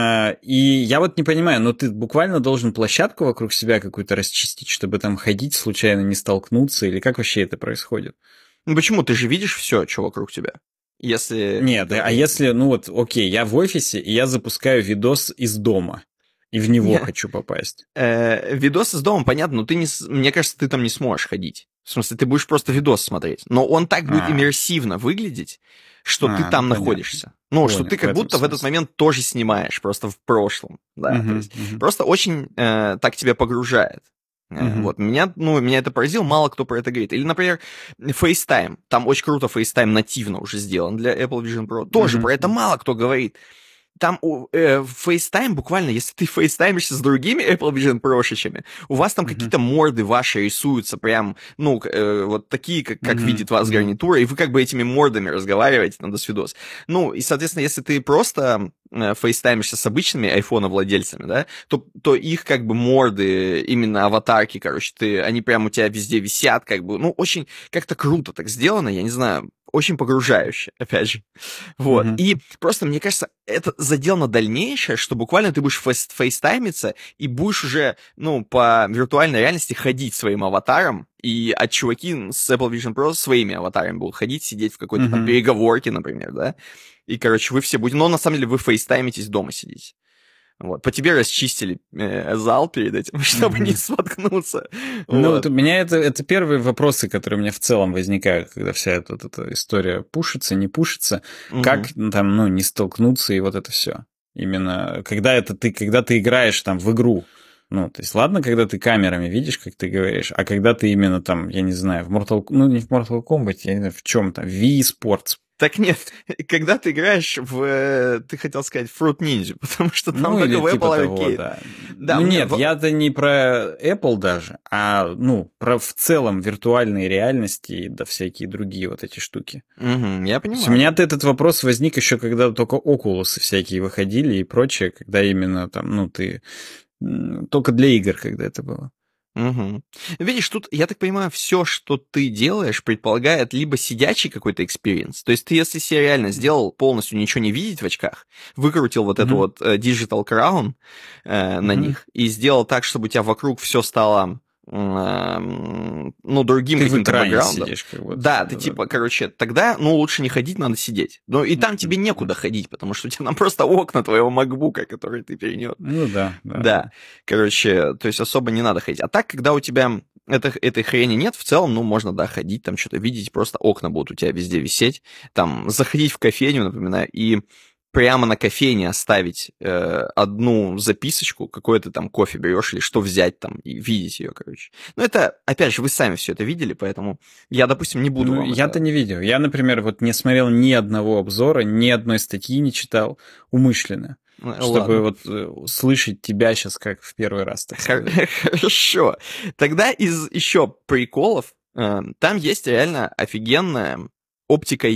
и я вот не понимаю, но ты буквально должен площадку вокруг себя какую-то расчистить, чтобы там ходить случайно не столкнуться, или как вообще это происходит? Ну, почему? Ты же видишь все, что вокруг тебя. Если... Нет, а если, ну вот, окей, я в офисе, и я запускаю видос из дома, и в него хочу попасть. Видос из дома, понятно, но ты не, мне кажется, ты там не сможешь ходить. В смысле, ты будешь просто видос смотреть. Но он так будет иммерсивно выглядеть, что ты там находишься. Ну, что ты как будто в этот момент тоже снимаешь, просто в прошлом. Да, то есть просто очень так тебя погружает. Вот, меня это поразило, мало кто про это говорит. Или, например, FaceTime. Там очень круто FaceTime нативно уже сделан для Apple Vision Pro. Тоже про это мало кто говорит. Там FaceTime буквально, если ты фейстаймишься с другими Apple Vision Pro-шечами, у вас там какие-то морды ваши рисуются прям, ну, вот такие, как видит вас гарнитура, и вы как бы этими мордами разговариваете на досвидос. Ну, и, соответственно, если ты просто фейстаймишься с обычными айфона-владельцами, да, то их как бы морды, именно аватарки, короче, они прям у тебя везде висят, как бы, ну, очень как-то круто так сделано, я не знаю, очень погружающе, опять же. Вот. И просто, мне кажется, это задел на дальнейшее, что буквально ты будешь фейстаймиться и будешь уже, ну, по виртуальной реальности ходить своим аватаром, и чуваки с Apple Vision Pro своими аватарами будут ходить, сидеть в какой-то там переговорке, например, да. И, короче, вы все будете... Но, на самом деле, вы фейстаймитесь, дома сидите. Вот. По тебе расчистили зал перед этим, чтобы не споткнуться. Ну, вот у меня это первые вопросы, которые у меня в целом возникают, когда вся эта история пушится, не пушится. Как там, ну, не столкнуться и вот это все. Именно когда ты играешь там в игру. Ну, то есть, ладно, когда ты камерами видишь, как ты говоришь, а когда ты именно там, я не знаю, не в Mortal Kombat, я не знаю, в чем там, в Wii Sports. Так нет, когда ты играешь ты хотел сказать Fruit Ninja, потому что там только в Apple Arcade. Да, ну нет, я-то не про Apple даже, а, ну, про в целом виртуальные реальности, да всякие другие вот эти штуки. Я понимаю. У меня-то этот вопрос возник еще, когда только Oculus всякие выходили и прочее, когда именно там, ну, ты... Только для игр, когда это было. Видишь, тут, я так понимаю, все, что ты делаешь, предполагает либо сидячий какой-то экспириенс. То есть ты, если себе реально сделал полностью ничего не видеть в очках, выкрутил вот эту вот Digital Crown на них и сделал так, чтобы у тебя вокруг все стало... ну, другим ты каким-то бэкграундом. Сидишь, как будто, да, ты типа, короче, тогда, ну, лучше не ходить, надо сидеть. Ну, и там тебе некуда ходить, потому что у тебя там просто окна твоего макбука, который ты перенес. Ну, да. Да, короче, то есть особо не надо ходить. А так, когда у тебя этой хрени нет, в целом, ну, можно, да, ходить, там что-то видеть, просто окна будут у тебя везде висеть, там, заходить в кофейню, например, и прямо на кофейне оставить одну записочку, какой ты там кофе берешь или что взять там, и видеть ее, короче. Ну, это, опять же, вы сами все это видели, поэтому я, допустим, не буду вам я-то не видел. Я, например, вот не смотрел ни одного обзора, ни одной статьи не читал умышленно. Чтобы вот слышать тебя сейчас как в первый раз. Так сказать. Хорошо. Тогда из еще приколов, там есть реально офигенная Optic ID.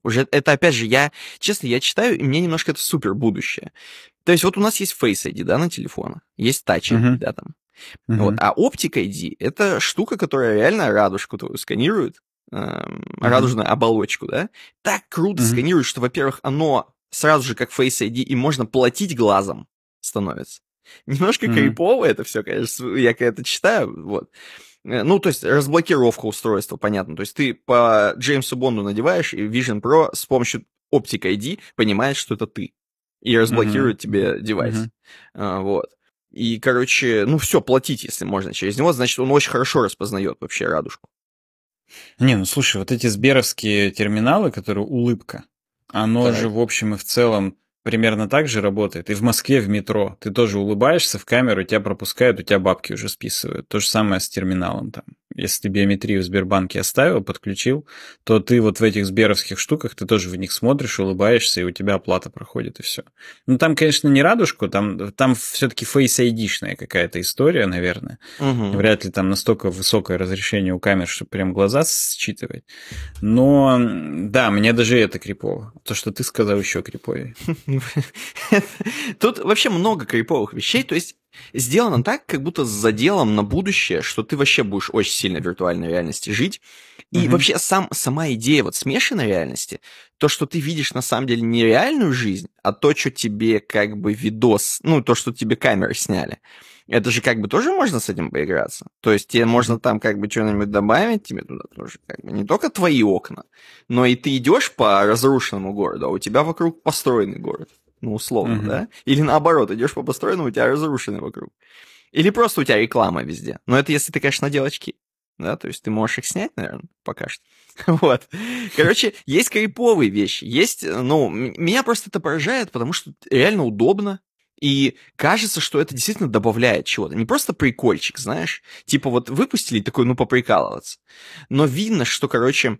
Уже это, опять же, честно, я читаю, и мне немножко это супер будущее. То есть вот у нас есть Face ID, да, на телефонах, есть Touch ID, да, там. Вот. А Optic ID — это штука, которая реально радужку твою сканирует, радужную оболочку, да, так круто сканирует, что, во-первых, оно сразу же как Face ID, и можно платить глазом становится. Немножко крипово это все, конечно, я когда-то читаю, вот. Ну, то есть разблокировка устройства, понятно. То есть ты по Джеймсу Бонду надеваешь, и Vision Pro с помощью Optic ID понимает, что это ты, и разблокирует тебе девайс. Вот. И, короче, ну все, платить, если можно через него, значит, он очень хорошо распознает вообще радужку. Не, ну слушай, вот эти сберовские терминалы, которые улыбка, оно же в общем и в целом примерно так же работает. И в Москве в метро ты тоже улыбаешься в камеру, тебя пропускают, у тебя бабки уже списывают. То же самое с терминалом там. Если ты биометрию в Сбербанке оставил, подключил, то ты вот в этих сберовских штуках, ты тоже в них смотришь, улыбаешься, и у тебя оплата проходит, и все. Ну, там, конечно, не радужку, там все-таки Face ID-шная какая-то история, наверное. Вряд ли там настолько высокое разрешение у камер, чтобы прям глаза считывать. Но, да, мне даже это крипово. То, что ты сказал, еще криповее. Тут вообще много криповых вещей, то есть сделано так, как будто с заделом на будущее, что ты вообще будешь очень сильно в виртуальной реальности жить. И вообще сама идея вот смешанной реальности, то, что ты видишь на самом деле не реальную жизнь, а то, что тебе как бы видос, ну, то, что тебе камеры сняли, это же как бы тоже можно с этим поиграться. То есть тебе можно там как бы что-нибудь добавить, тебе туда тоже как бы не только твои окна, но и ты идешь по разрушенному городу, а у тебя вокруг построенный город. Ну, условно, да? Или наоборот, идешь по построенному, у тебя разрушенный вокруг. Или просто у тебя реклама везде. Но это если ты, конечно, надел очки. Да, то есть ты можешь их снять, наверное, пока что. Вот. Короче, есть криповые вещи. Есть, ну, меня просто это поражает, потому что реально удобно. И кажется, что это действительно добавляет чего-то. Не просто прикольчик, знаешь. Типа вот выпустили такой, ну, поприкалываться. Но видно, что, короче,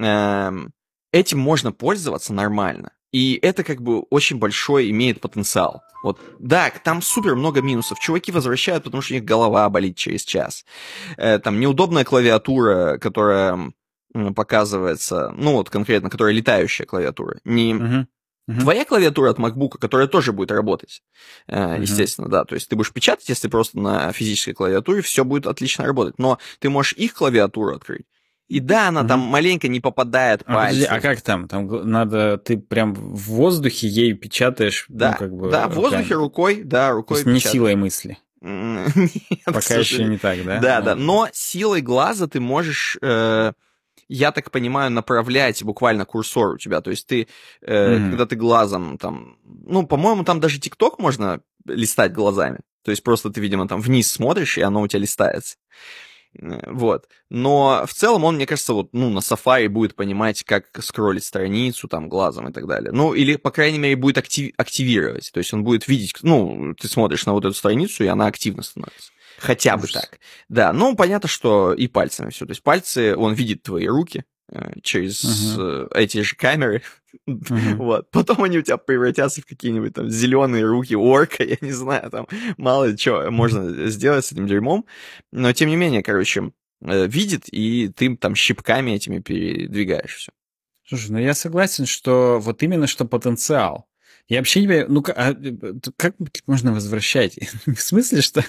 этим можно пользоваться нормально. И это как бы очень большой имеет потенциал. Вот, да, там супер много минусов. Чуваки возвращают, потому что у них голова болит через час. Там неудобная клавиатура, которая показывается, ну вот конкретно, которая летающая клавиатура. Не твоя клавиатура от MacBook, которая тоже будет работать, естественно, да. То есть ты будешь печатать, если просто на физической клавиатуре, все будет отлично работать. Но ты можешь их клавиатуру открыть. И да, она там маленько не попадает пальцем. А как там? Там надо, ты прям в воздухе ей печатаешь, да, ну, как бы... Да, в воздухе рукой, да, рукой печатаешь. Не силой мысли. Нет, пока еще не так, да? Да, да, но силой глаза ты можешь, я так понимаю, направлять буквально курсор у тебя. То есть ты, когда ты глазом там... Ну, по-моему, там даже TikTok можно листать глазами. То есть просто ты, видимо, там вниз смотришь, и оно у тебя листается. Вот. Но в целом он, мне кажется, вот, ну, на Safari будет понимать, как скроллить страницу, там, глазом и так далее. Ну, или, по крайней мере, будет активировать. То есть он будет видеть, ну, ты смотришь на вот эту страницу, и она активно становится. Хотя бы так. Да, ну, понятно, что и пальцами все. То есть пальцы, он видит твои руки через эти же камеры. Вот. Потом они у тебя превратятся в какие-нибудь там зеленые руки орка, я не знаю, там мало ли что можно сделать с этим дерьмом. Но, тем не менее, короче, видит, и ты там щипками этими передвигаешь все. Слушай, ну я согласен, что вот именно что потенциал. Я вообще не понимаю, ну как можно возвращать? В смысле, что...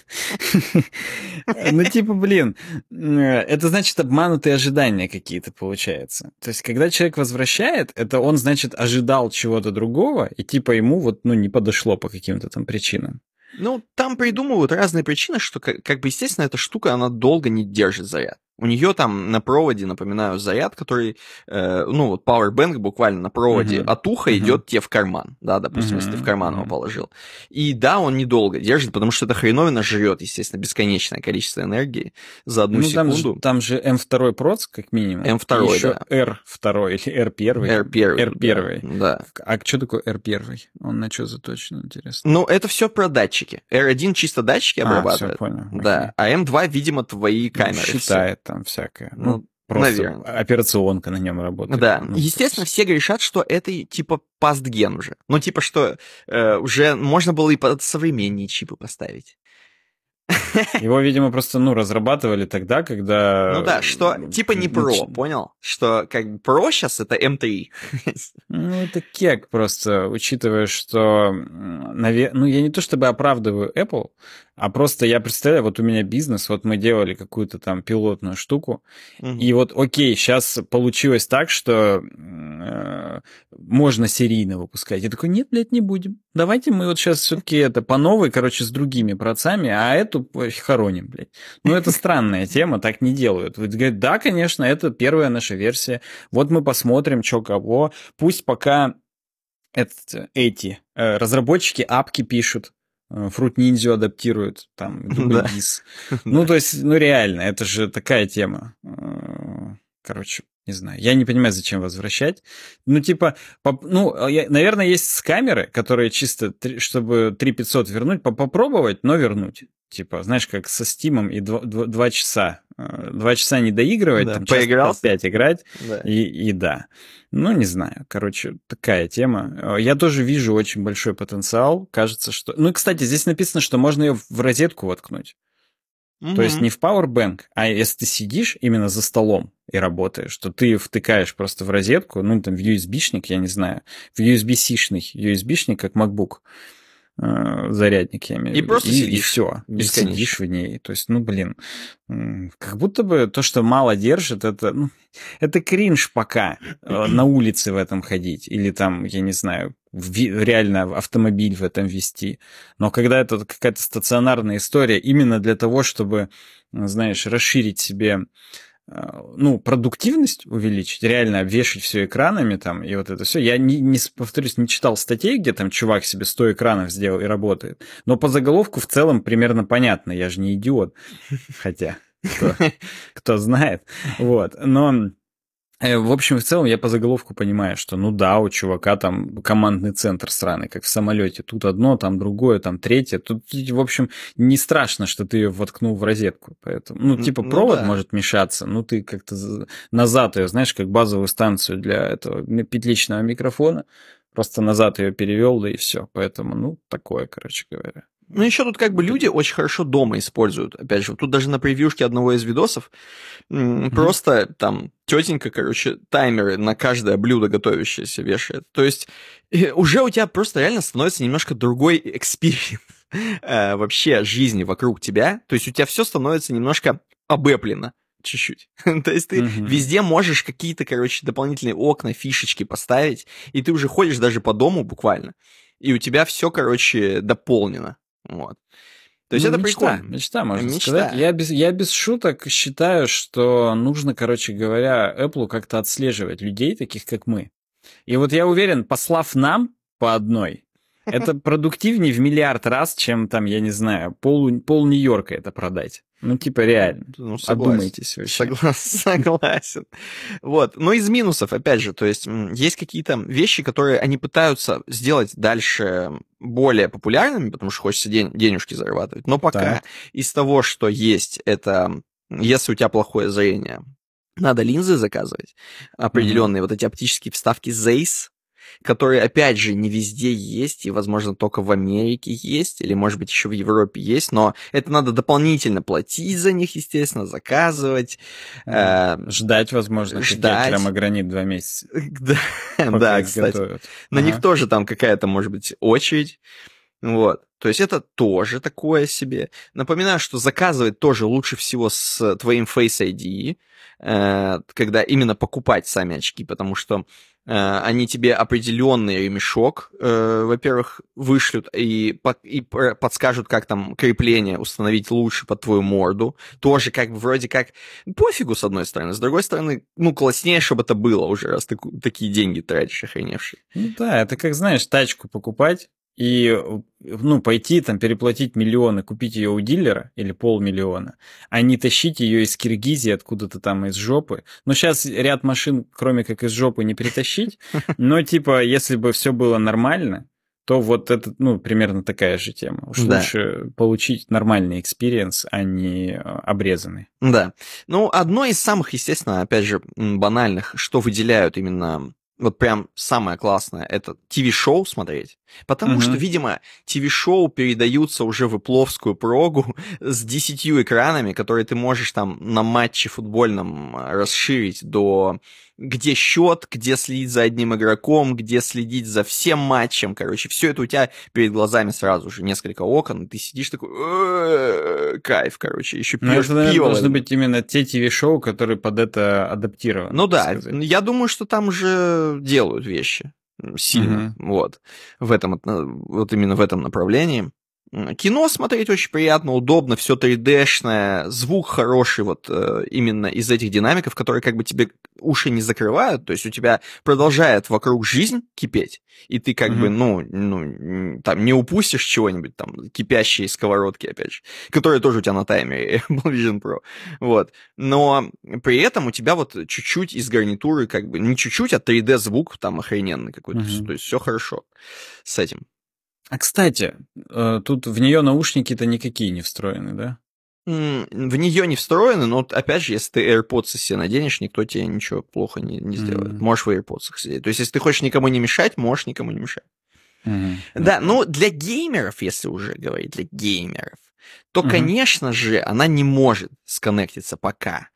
Ну, типа, блин, это значит обманутые ожидания какие-то получается. То есть, когда человек возвращает, это он, значит, ожидал чего-то другого, и типа ему вот, ну, не подошло по каким-то там причинам. Ну, там придумывают разные причины, что, как бы, естественно, эта штука, она долго не держит заряд. У нее там на проводе, напоминаю, заряд, который, ну, вот Powerbank буквально на проводе от уха идет тебе в карман, да, допустим, если ты в карман его положил. И да, он недолго держит, потому что эта хреновина жрет, естественно, бесконечное количество энергии за одну секунду. Там же M2 проц, как минимум. M2, и еще да. R2 или R1. R1. Да. А что такое R1? Он на что заточен, интересно? Ну, это все про датчики. R1 чисто датчики обрабатывает. Все, понял. Да. А M2, видимо, твои камеры. Считает там всякое. Ну, просто наверное. Операционка на нем работает. Да. Естественно, все грешат, что это типа пастген уже. Ну, типа, что уже можно было и под современнее чипы поставить. Его, видимо, просто, разрабатывали тогда, когда... Ну да, что типа не Pro, понял? Что как бы Pro сейчас это M3. Это кек просто, учитывая, что... я не то чтобы оправдываю Apple, а просто я представляю, вот у меня бизнес, вот мы делали какую-то там пилотную штуку, и вот, окей, сейчас получилось так, что можно серийно выпускать. Я такой, нет, блядь, не будем. Давайте мы вот сейчас все-таки это по новой, с другими процами, а эту хороним, блядь. Это странная тема, так не делают. Вы говорите, да, конечно, это первая наша версия. Вот мы посмотрим, что кого. Пусть пока эти разработчики апки пишут, Fruit Ninja адаптируют, там, Double-Diz. То есть, реально, это же такая тема. Не знаю, я не понимаю, зачем возвращать. Наверное, есть скамеры, которые чисто, чтобы 3500 вернуть, попробовать, но вернуть. Типа, знаешь, как со Стимом и 2 часа. 2 часа не доигрывать, да, там час 5 играть, да. И да. Не знаю, такая тема. Я тоже вижу очень большой потенциал. Кажется, что... кстати, здесь написано, что можно ее в розетку воткнуть. То есть не в Powerbank, а если ты сидишь именно за столом и работаешь, то ты втыкаешь просто в розетку, в USB-шник, я не знаю, в USB-C-шный USB-шник, как MacBook, зарядник, я имею в виду. И просто сидишь. И все. И сидишь в ней. То есть, как будто бы то, что мало держит, это кринж пока на улице в этом ходить. Или там, я не знаю, реально автомобиль в этом вести. Но когда это какая-то стационарная история, именно для того, чтобы, знаешь, расширить себе продуктивность увеличить, реально обвешать все экранами там, и вот это все. Я, повторюсь, не читал статей, где там чувак себе 100 экранов сделал и работает. Но по заголовку в целом примерно понятно. Я же не идиот. Хотя, кто знает. Вот. Но... В общем, в целом, я по заголовку понимаю, что, у чувака там командный центр сраный, как в самолете. Тут одно, там другое, там третье. Тут, в общем, не страшно, что ты ее воткнул в розетку. Поэтому, провод может мешаться, ты как-то назад ее, знаешь, как базовую станцию для этого петличного микрофона, просто назад ее перевел, да и все. Поэтому, такое, говоря. Еще тут люди очень хорошо дома используют. Опять же, тут даже на превьюшке одного из видосов просто там тетенька, таймеры на каждое блюдо готовящееся вешает. То есть уже у тебя просто реально становится немножко другой экспириенс вообще жизни вокруг тебя. То есть у тебя все становится немножко обэплено. Чуть-чуть. То есть ты везде можешь какие-то, дополнительные окна, фишечки поставить, и ты уже ходишь даже по дому буквально, и у тебя все, дополнено. Вот. То есть это прикольно. Мечта, можно сказать. Я без шуток считаю, что нужно, говоря, Apple как-то отслеживать людей, таких как мы. И вот я уверен, послав нам по одной, это продуктивнее в миллиард раз, чем там, я не знаю, пол Нью-Йорка это продать. Реально. Одумайтесь вообще. Согласен. Вот. Но из минусов, опять же, то есть какие-то вещи, которые они пытаются сделать дальше более популярными, потому что хочется денежки зарабатывать. Но пока из того, что есть, это если у тебя плохое зрение, надо линзы заказывать. Определенные вот эти оптические вставки Zeiss, которые, опять же, не везде есть, и, возможно, только в Америке есть, или, может быть, еще в Европе есть, но это надо дополнительно платить за них, естественно, заказывать. Ждать, возможно, как керамогранит 2 месяца. Да, кстати. На них тоже там какая-то, может быть, очередь. Вот. То есть это тоже такое себе. Напоминаю, что заказывать тоже лучше всего с твоим Face ID, когда именно покупать сами очки, потому что они тебе определенный ремешок, во-первых, вышлют и подскажут, как там крепление установить лучше под твою морду. Тоже вроде как пофигу, с одной стороны. С другой стороны, класснее, чтобы это было уже, раз ты такие деньги тратишь охреневшие. Да, это как, знаешь, тачку покупать и, пойти там переплатить миллионы, купить ее у дилера или 500 000, а не тащить ее из Киргизии откуда-то там из жопы. Но сейчас ряд машин, кроме как из жопы, не перетащить. Но если бы все было нормально, то вот это, примерно такая же тема. Уж лучше получить нормальный экспириенс, а не обрезанный. Да. Одно из самых, естественно, опять же, банальных, что выделяют именно вот прям самое классное, это ТВ-шоу смотреть. Потому что, видимо, ТВ-шоу передаются уже в эпловскую прогу с 10 экранами, которые ты можешь там на матче футбольном расширить до... где счет, где следить за одним игроком, где следить за всем матчем, короче, все это у тебя перед глазами сразу же, несколько окон, и ты сидишь такой, кайф, короче, еще пьешь пиво. Это должны быть именно те ТВ-шоу, которые под это адаптированы. Ну да, я думаю, что там уже делают вещи сильно, вот именно в этом направлении. Кино смотреть очень приятно, удобно, все 3D-шное, звук хороший вот именно из этих динамиков, которые как бы тебе уши не закрывают, то есть у тебя продолжает вокруг жизнь кипеть, и ты как бы, там не упустишь чего-нибудь, там, кипящие сковородки, опять же, которые тоже у тебя на таймере Apple Vision Pro, вот. Но при этом у тебя вот чуть-чуть из гарнитуры, как бы, не чуть-чуть, а 3D-звук там охрененный какой-то, то есть все хорошо с этим. А, кстати, тут в нее наушники-то никакие не встроены, да? В нее не встроены, но, опять же, если ты AirPods себе наденешь, никто тебе ничего плохо не сделает. Можешь в AirPods сидеть. То есть, если ты хочешь никому не мешать, можешь никому не мешать. Да, ну, для геймеров, если уже говорить, для геймеров, то, конечно же, она не может сконнектиться пока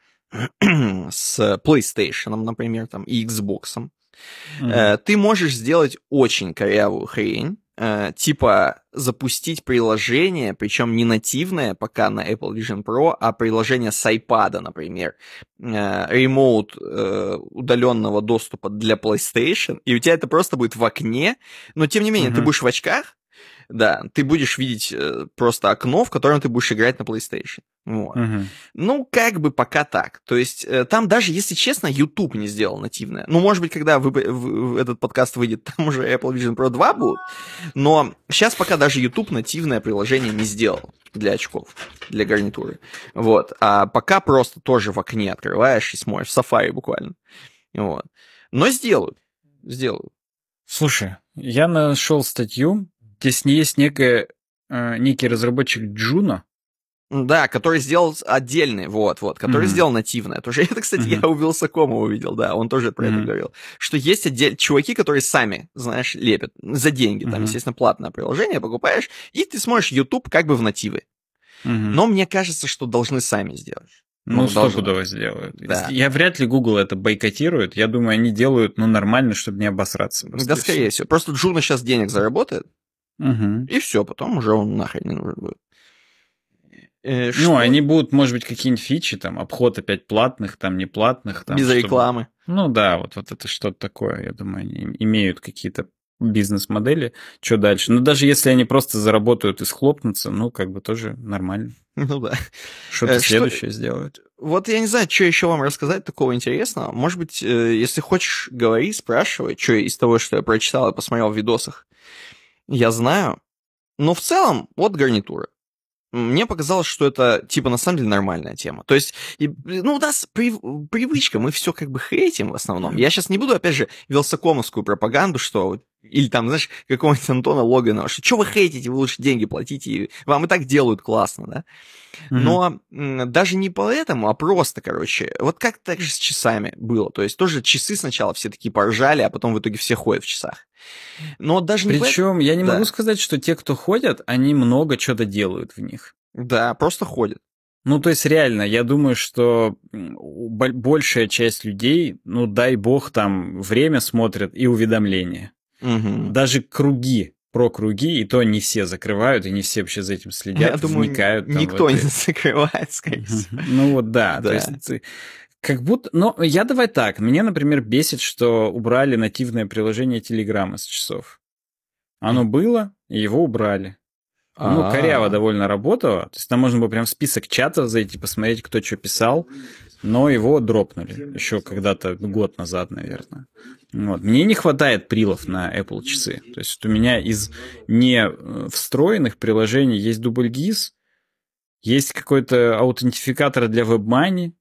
с PlayStation, например, там, и Xbox. Ты можешь сделать очень корявую хрень, типа запустить приложение, причем не нативное пока на Apple Vision Pro, а приложение с iPad, например, ремоут удаленного доступа для PlayStation, и у тебя это просто будет в окне, но тем не менее ты будешь в очках, да, ты будешь видеть просто окно, в котором ты будешь играть на PlayStation. Вот. Ну, как бы пока так. То есть там даже, если честно, YouTube не сделал нативное. Ну, может быть, когда этот подкаст выйдет, там уже Apple Vision Pro 2 будут. Но сейчас пока даже YouTube нативное приложение не сделал для очков, для гарнитуры. Вот. А пока просто тоже в окне открываешь и смотришь, в Safari буквально. Вот. Но сделают. Слушай, я нашел статью. Здесь есть некий разработчик Juno. Да, который сделал отдельный, который сделал нативное. Тоже это, кстати, я у Вилсакома увидел, да, он тоже про это говорил. Что есть чуваки, которые сами, знаешь, лепят за деньги. Там, естественно, платное приложение покупаешь, и ты смотришь YouTube как бы в нативы. Но мне кажется, что должны сами сделать. Ну, стопудово сделают. Да. Я вряд ли Google это бойкотирует. Я думаю, они делают, нормально, чтобы не обосраться. Да, скорее всего. Просто Juno сейчас денег заработает, и все, потом уже он нахрен не нужен будет. Они будут, может быть, какие-нибудь фичи, там, обход опять платных, там, неплатных. Там, без рекламы. Ну да, вот это что-то такое, я думаю, они имеют какие-то бизнес-модели. Что дальше? Ну, даже если они просто заработают и схлопнутся, как бы тоже нормально. Ну да. Что-то следующее сделают. Вот я не знаю, что еще вам рассказать такого интересного. Может быть, если хочешь, говори, спрашивай, что из того, что я прочитал и посмотрел в видосах, я знаю. Но в целом, вот гарнитура. Мне показалось, что это, типа, на самом деле нормальная тема. То есть, у нас привычка, мы все как бы хейтим в основном. Я сейчас не буду, опять же, вилсакомовскую пропаганду, что... Или там, знаешь, какого-нибудь Антона Логанова, что вы хейтите, вы лучше деньги платите, вам и так делают классно, да? Но даже не поэтому, а просто, короче, вот как так же с часами было. То есть тоже часы сначала все такие поржали, а потом в итоге все ходят в часах. Но даже не Причем я не могу сказать, что те, кто ходят, они много чего-то делают в них. Да, просто ходят. Ну, то есть, реально, я думаю, что большая часть людей, дай бог, там время смотрят и уведомления. Даже про круги, и то не все закрывают, и не все вообще за этим следят, вникают. Думаю, никто не закрывает, скорее всего. Ну вот да, то есть как будто... Но я давай так, меня, например, бесит, что убрали нативное приложение Телеграма с часов. Оно было, и его убрали. Коряво довольно работало, то есть там можно было прям в список чатов зайти, посмотреть, кто что писал, но его дропнули еще когда-то, год назад, наверное. Мне не хватает прилов на Apple часы. То есть у меня из не встроенных приложений есть DoubleGIS, есть какой-то аутентификатор для WebMoney,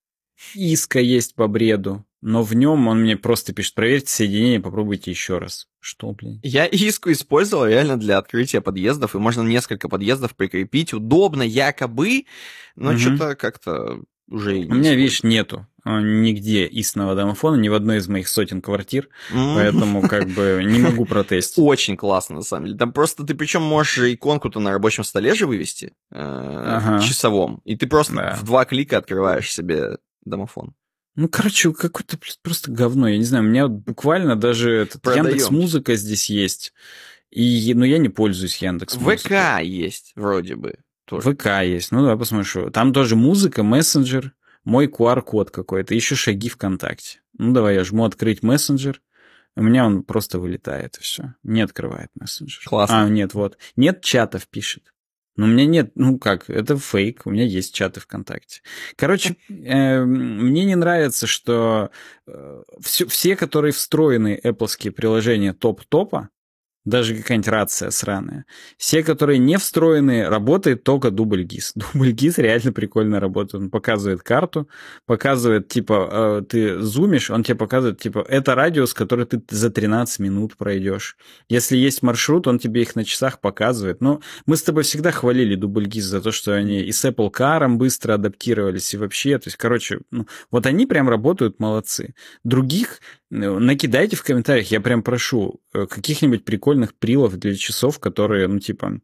Иска есть по бреду, но в нем он мне просто пишет: проверьте соединение, попробуйте еще раз. Что, блин? Я Иску использовал реально для открытия подъездов, и можно несколько подъездов прикрепить. Удобно, якобы, но что-то как-то уже и не У меня, использую. видишь, нету нигде истинного домофона, ни в одной из моих сотен квартир, поэтому как бы не могу протестить. Очень классно, на самом деле. Там просто ты причем можешь иконку-то на рабочем столе же вывести, часовом, и ты просто в 2 клика открываешь себе домофон. Ну, короче, какое-то просто говно, я не знаю, у меня буквально даже Яндекс.Музыка здесь есть, но я не пользуюсь Яндекс.Музыкой. ВК есть вроде бы. Тоже. ВК есть, ну давай посмотрим. Там тоже музыка, мессенджер, мой QR-код какой-то, еще шаги ВКонтакте. Ну давай я жму открыть мессенджер, у меня он просто вылетает и все, не открывает мессенджер. Классно. Нет, вот, нет чатов пишет. Но у меня нет, ну как, это фейк, у меня есть чаты ВКонтакте. Короче, мне не нравится, что все, которые встроены Apple-ские приложения топ-топа, даже какая-нибудь рация сраная. Все, которые не встроены, работает только дубль ГИС. Дубль ГИС реально прикольно работает. Он показывает карту, показывает, типа, ты зумишь, он тебе показывает, типа, это радиус, который ты за 13 минут пройдешь. Если есть маршрут, он тебе их на часах показывает. Но мы с тобой всегда хвалили дубль ГИС за то, что они и с Apple Car быстро адаптировались, и вообще, то есть, короче, вот они прям работают молодцы. Других накидайте в комментариях, я прям прошу, каких-нибудь прикольных прилов для часов, которые, ну, типа,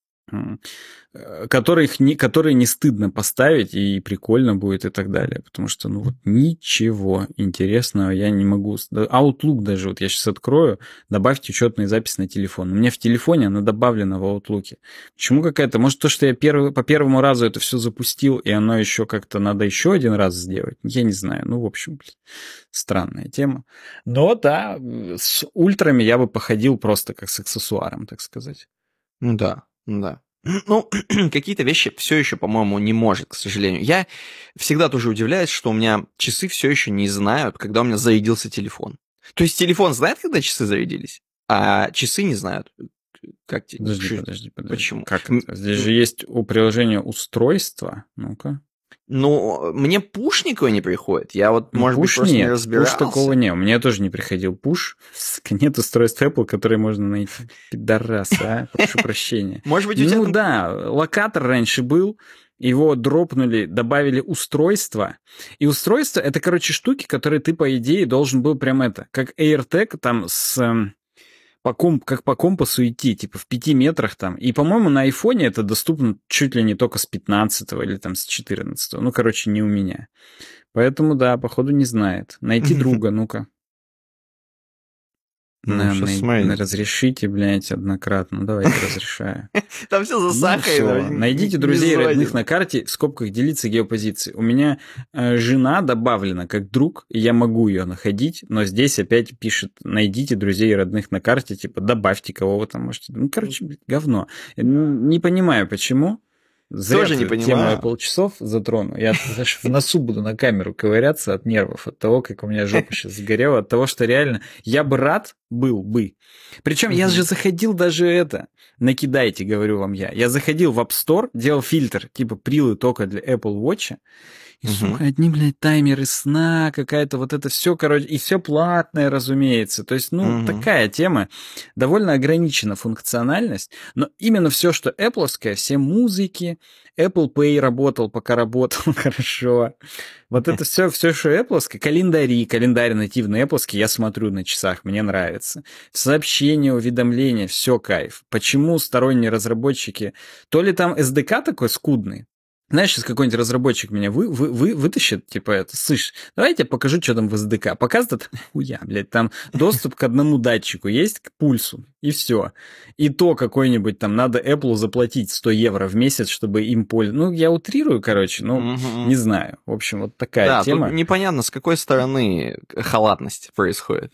которые не стыдно поставить, и прикольно будет, и так далее. Потому что, ну, вот ничего интересного я не могу. Outlook даже, вот я сейчас открою, добавьте учетную запись на телефон. У меня в телефоне она добавлена в Outlook. Почему какая-то? Может, то, что я по первому разу это все запустил, и оно еще как-то надо еще один раз сделать? Я не знаю. Ну, в общем, странная тема. Но да, с ультрами я бы походил просто как с аксессуаром, так сказать. Ну да, да. Ну, какие-то вещи все еще, по-моему, не может, к сожалению. Я всегда тоже удивляюсь, что у меня часы все еще не знают, когда у меня зарядился телефон. То есть телефон знает, когда часы зарядились, а часы не знают. Как тебе? Подожди. Почему? Как это? Здесь же есть у приложения устройства. Ну-ка. Ну, мне пуш никакой не приходит. Я вот, может быть, просто не разбирался. Пуш такого нет. У меня тоже не приходил пуш. Нет устройств Apple, которые можно найти. Пидорас, а? Прошу прощения. Может быть, у тебя... Ну да, локатор раньше был. Его дропнули, добавили устройство. И устройство — это, короче, штуки, которые ты, по идее, должен был прям это... Как AirTag там как по компасу идти, типа в 5 метрах там. И, по-моему, на айфоне это доступно чуть ли не только с 15 или там с 14. Ну, короче, не у меня. Поэтому, да, походу не знает. Найти друга, ну-ка. Разрешите, блядь, однократно. Давайте разрешаю. Там все засахарено. Найдите друзей и родных на карте, в скобках делиться геопозицией. У меня жена добавлена как друг, и я могу ее находить, но здесь опять пишет: найдите друзей и родных на карте, типа добавьте кого вы там можете. Ну, короче, блядь, говно. Не понимаю, почему. Зря тоже не понимаю. Тему Apple часов затрону. Я даже в носу буду на камеру ковыряться от нервов, от того, как у меня жопа сейчас сгорела, от того, что реально я бы рад был бы. Причем я же заходил даже накидайте, говорю вам я. Я заходил в App Store, делал фильтр, типа прилы только для Apple Watch. И, сука, одни, блядь, таймеры сна, какая-то вот это все, короче, и все платное, разумеется. То есть, такая тема, довольно ограничена функциональность, но именно все, что Apple-овское, все музыки, Apple Pay работал, пока работал хорошо. Вот это все, что Apple-овское, календарь нативный Apple-овский, я смотрю на часах, мне нравится. Сообщения, уведомления, все кайф. Почему сторонние разработчики, то ли там SDK такой скудный, знаешь, сейчас какой-нибудь разработчик меня вытащит, типа, слышь, давай я тебе покажу, что там в SDK. Показывает, хуя, блядь, там доступ к одному датчику есть, к пульсу, и все. И то какой-нибудь там надо Apple заплатить 100 евро в месяц, чтобы им пользоваться. Ну, я утрирую, короче, не знаю. В общем, вот такая тема. Тут непонятно, с какой стороны халатность происходит.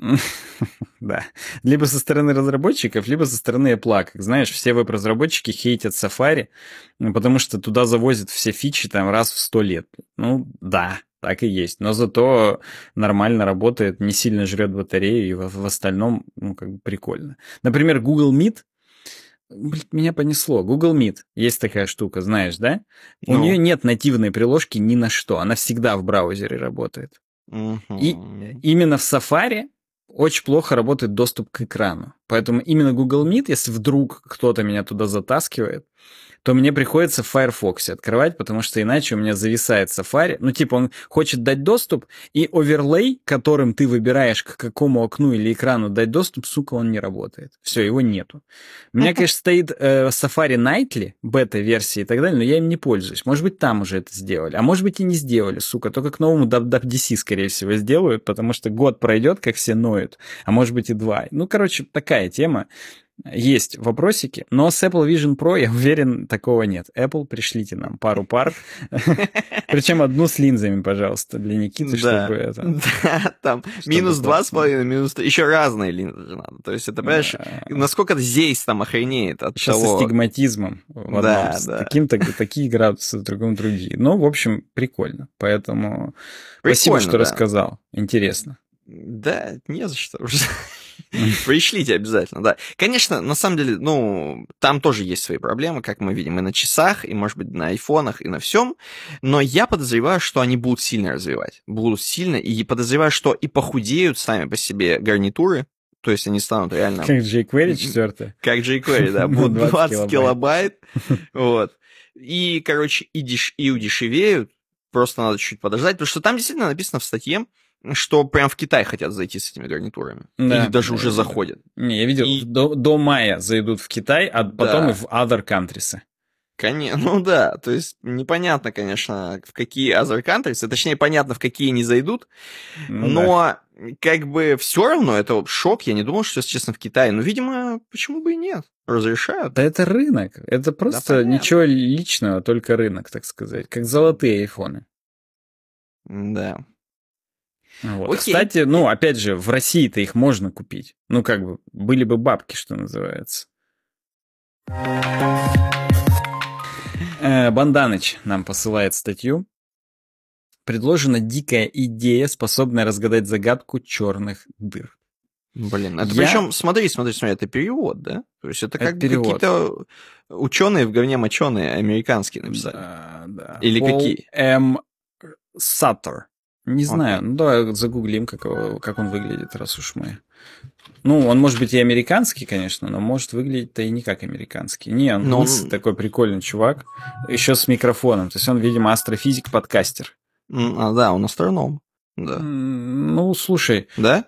Да. Либо со стороны разработчиков, либо со стороны Apple. Как знаешь, все веб-разработчики хейтят Safari, потому что туда завозят все фичи там раз в 100 лет. Ну, да, так и есть. Но зато нормально работает, не сильно жрет батарею, и в остальном, как бы прикольно. Например, Google Meet. Блин, меня понесло. Google Meet. Есть такая штука, знаешь, да? У нее нет нативной приложки ни на что. Она всегда в браузере работает. И именно в Safari очень плохо работает доступ к экрану. Поэтому именно Google Meet, если вдруг кто-то меня туда затаскивает, то мне приходится в Firefox открывать, потому что иначе у меня зависает Safari. Ну, типа, он хочет дать доступ, и оверлей, которым ты выбираешь, к какому окну или экрану дать доступ, сука, он не работает. Все, его нету. У меня, конечно, стоит Safari Nightly, бета-версии и так далее, но я им не пользуюсь. Может быть, там уже это сделали, а может быть и не сделали, сука. Только к новому WWDC, скорее всего, сделают, потому что год пройдет, как все ноют, а может быть и 2. Ну, короче, такая тема. Есть вопросики, но с Apple Vision Pro, я уверен, такого нет. Apple, пришлите нам пару пар, причем одну с линзами, пожалуйста, для Никиты, чтобы это... Да, там минус 2,5, минус 3, еще разные линзы же надо. То есть это, понимаешь, насколько Zeiss там охренеет от сейчас того... Сейчас с астигматизмом в одном, с таким-то, такие градусы, в другом другие. Ну, в общем, прикольно. Поэтому спасибо, что рассказал. Интересно. Да, не за что уже. Пришлите обязательно, да. Конечно, на самом деле, ну, там тоже есть свои проблемы, как мы видим, и на часах, и, может быть, на айфонах, и на всем. Но я подозреваю, что они будут сильно развивать. Будут сильно, и подозреваю, что и похудеют сами по себе гарнитуры. То есть они станут реально... Как jQuery 4. Как jQuery, да. Будут 20 килобайт. Вот. И, короче, и удешевеют. Просто надо чуть подождать, потому что там действительно написано в статье, что прям в Китай хотят зайти с этими гарнитурами. Да, или даже уже заходят. Не, я видел, до мая зайдут в Китай, а потом и в other countries. Конечно, ну да, то есть непонятно, конечно, в какие other countries, точнее, понятно, в какие не зайдут, но как бы все равно это шок, я не думал, что, если честно, в Китае, но, видимо, почему бы и нет, разрешают. Да это рынок, это просто ничего личного, только рынок, так сказать, как золотые айфоны. Да. Вот. Кстати, ну, опять же, в России-то их можно купить. Ну, как бы, были бы бабки, что называется. Банданыч нам посылает статью. Предложена дикая идея, способная разгадать загадку черных дыр. Блин, это причем, смотри, это перевод, да? То есть это как бы какие-то ученые в говне моченые американские написали. Да. Или Пол какие? М. Саттер. Не знаю, ну давай загуглим, как он выглядит, раз уж мы... Ну, он может быть и американский, конечно, но может выглядеть-то и не как американский. Не, он такой прикольный чувак, еще с микрофоном. То есть он, видимо, астрофизик-подкастер. Да, он астроном. Да. Ну, слушай. Да?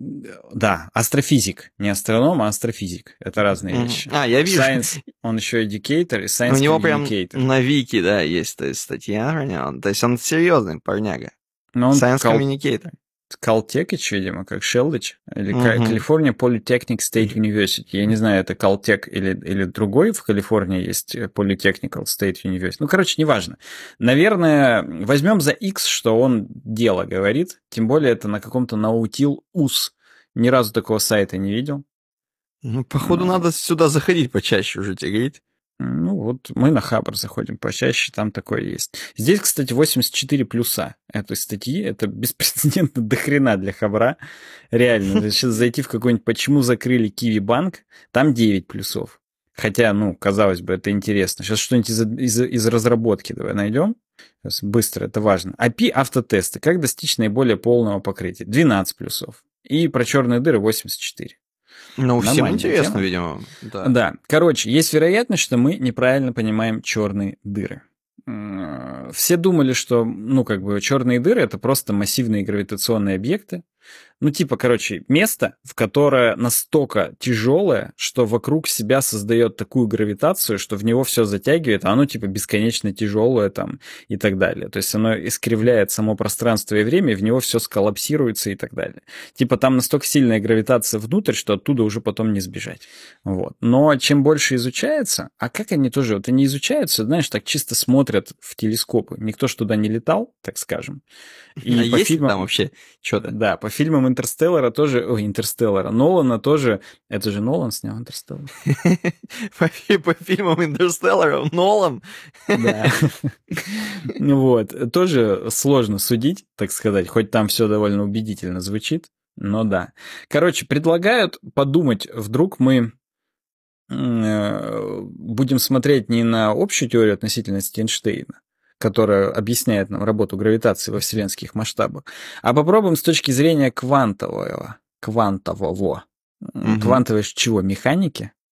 Да, астрофизик. Не астроном, а астрофизик. Это разные вещи. Я вижу. Science, он еще educator и science communicator. У него прям на Вики, да, есть статья про него. То есть он серьезный парняга. Но он Science communicator. Калтекич, видимо, как Шелдич, или California Polytechnic State University. Я не знаю, это Калтек или другой в Калифорнии есть Polytechnical State University. Ну, короче, неважно. Наверное, возьмем за X, что он дело говорит, тем более это на каком-то Nautil.us. Ни разу такого сайта не видел. Ну, походу, надо сюда заходить почаще уже, тебе говорить. Ну, вот мы на Хабр заходим почаще, там такое есть. Здесь, кстати, 84 плюса этой статьи. Это беспрецедентно дохрена для Хабра. Реально. Сейчас зайти в какой-нибудь «Почему закрыли Киви банк», там 9 плюсов. Хотя, ну, казалось бы, это интересно. Сейчас что-нибудь из разработки давай найдем. Сейчас быстро, это важно. API автотесты. Как достичь наиболее полного покрытия? 12 плюсов. И про черные дыры 84. Ну, всем интересно, тема. Видимо. Да. Короче, есть вероятность, что мы неправильно понимаем черные дыры. Все думали, что, ну, как бы, черные дыры — это просто массивные гравитационные объекты. Ну, типа, короче, место, в которое настолько тяжелое, что вокруг себя создает такую гравитацию, что в него все затягивает, а оно, типа, бесконечно тяжелое там и так далее. То есть оно искривляет само пространство и время, и в него все сколлапсируется и так далее. Типа, там настолько сильная гравитация внутрь, что оттуда уже потом не сбежать. Вот. Но чем больше изучается, а как они тоже, вот они изучаются, знаешь, так чисто смотрят в телескопы. Никто ж туда не летал, так скажем. И по фильмам там вообще что-то? Да, по фильмам Интерстеллара тоже... Ой, Интерстеллара. Нолана тоже... Это же Нолан снял Интерстеллар. По фильмам Интерстеллара Нолан? Да. Вот. Тоже сложно судить, так сказать. Хоть там все довольно убедительно звучит. Но да. Короче, предлагают подумать, вдруг мы будем смотреть не на общую теорию относительности Эйнштейна, которая объясняет нам работу гравитации во вселенских масштабах, а попробуем с точки зрения квантового. Квантовой чего? Механики?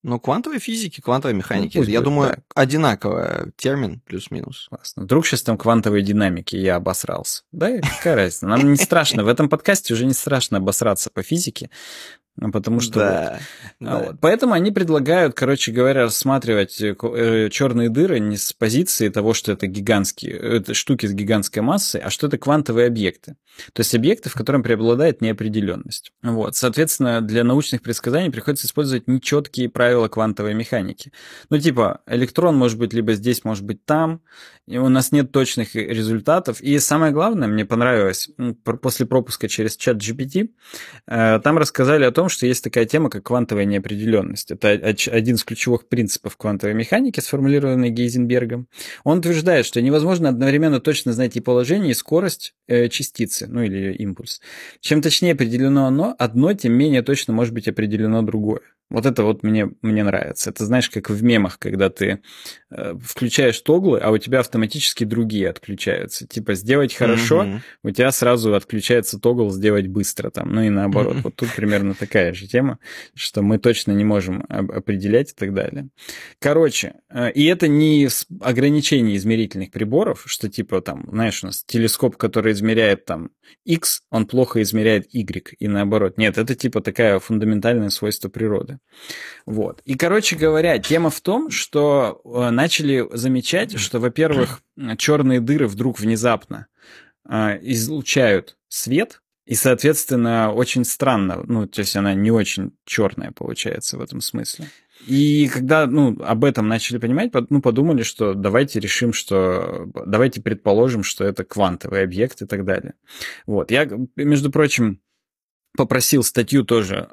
Ну, квантовой физики, квантовой механики. Ну, я думаю, так. одинаковый термин, плюс-минус. Классно. Вдруг сейчас там квантовой динамики, я обосрался. Да, какая разница? Нам не страшно. В этом подкасте уже не страшно обосраться по физике. Потому что да, вот. да. Вот. Поэтому они предлагают, короче говоря, рассматривать черные дыры не с позиции того, что это это штуки с гигантской массой, а что это квантовые объекты. То есть объекты, в котором преобладает неопределенность. Вот. Соответственно, для научных предсказаний приходится использовать нечеткие правила квантовой механики. Ну, типа, электрон может быть либо здесь, может быть там, и у нас нет точных результатов. И самое главное, мне понравилось, после пропуска через чат GPT, там рассказали о том, что есть такая тема, как квантовая неопределенность. Это один из ключевых принципов квантовой механики, сформулированный Гейзенбергом. Он утверждает, что невозможно одновременно точно знать и положение, и скорость частицы, ну или импульс. Чем точнее определено одно, тем менее точно может быть определено другое. Вот это вот мне нравится. Это знаешь, как в мемах, когда ты включаешь тоглы, а у тебя автоматически другие отключаются. Типа сделать хорошо, у тебя сразу отключается тогл сделать быстро там. Ну и наоборот. Вот тут примерно такая же тема, что мы точно не можем определять и так далее. Короче, и это не ограничение измерительных приборов, что типа там, знаешь, у нас телескоп, который измеряет там X, он плохо измеряет Y, и наоборот. Нет, это типа такое фундаментальное свойство природы. Вот. И, короче говоря, тема в том, что начали замечать, что, во-первых, черные дыры вдруг внезапно излучают свет, и, соответственно, очень странно, ну, то есть она не очень черная получается в этом смысле. И когда, об этом начали понимать, подумали, что давайте предположим, что это квантовый объект и так далее. Вот. Я, между прочим, попросил статью тоже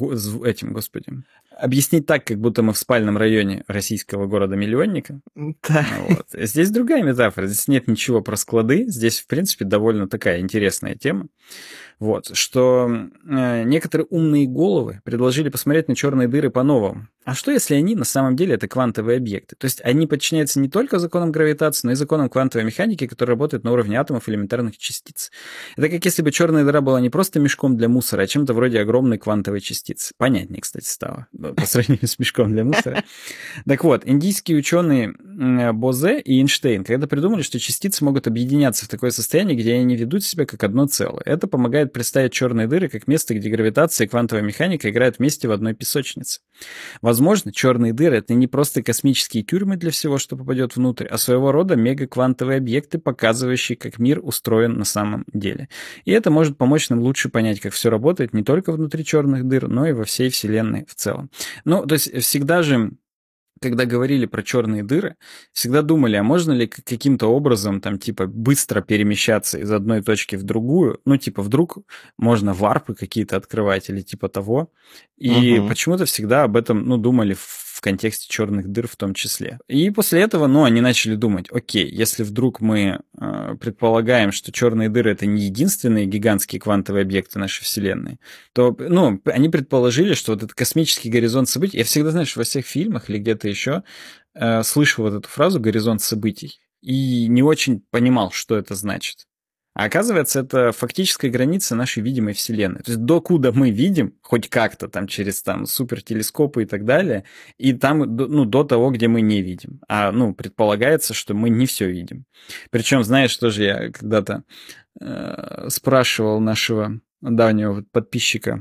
объяснить так, как будто мы в спальном районе российского города-миллионника. Да. Вот. Здесь другая метафора, здесь нет ничего про склады, здесь, в принципе, довольно такая интересная тема. Вот, что некоторые умные головы предложили посмотреть на черные дыры по-новому. А что, если они на самом деле это квантовые объекты? То есть они подчиняются не только законам гравитации, но и законам квантовой механики, которые работают на уровне атомов элементарных частиц. Это как если бы черная дыра была не просто мешком для мусора, а чем-то вроде огромной квантовой частицы. Понятнее, кстати, стало по сравнению с мешком для мусора. Так вот, индийские ученые Бозе и Эйнштейн когда придумали, что частицы могут объединяться в такое состояние, где они ведут себя как одно целое. Это помогает представить черные дыры как место, где гравитация и квантовая механика играют вместе в одной песочнице. Возможно, черные дыры — это не просто космические тюрьмы для всего, что попадет внутрь, а своего рода мегаквантовые объекты, показывающие, как мир устроен на самом деле. И это может помочь нам лучше понять, как все работает не только внутри черных дыр, но и во всей Вселенной в целом. Ну, то есть всегда же, когда говорили про черные дыры, всегда думали, а можно ли каким-то образом там типа быстро перемещаться из одной точки в другую, ну типа вдруг можно варпы какие-то открывать или типа того. И почему-то всегда об этом, думали в контексте черных дыр в том числе. И после этого, они начали думать, окей, если вдруг мы предполагаем, что черные дыры — это не единственные гигантские квантовые объекты нашей Вселенной, то, они предположили, что вот этот космический горизонт событий, я всегда, знаешь, во всех фильмах или где-то еще слышу вот эту фразу «горизонт событий» и не очень понимал, что это значит. А оказывается, это фактическая граница нашей видимой Вселенной. То есть докуда мы видим, хоть как-то там через супертелескопы и так далее, и там до того, где мы не видим. А предполагается, что мы не все видим. Причем, знаешь, тоже я когда-то спрашивал нашего давнего подписчика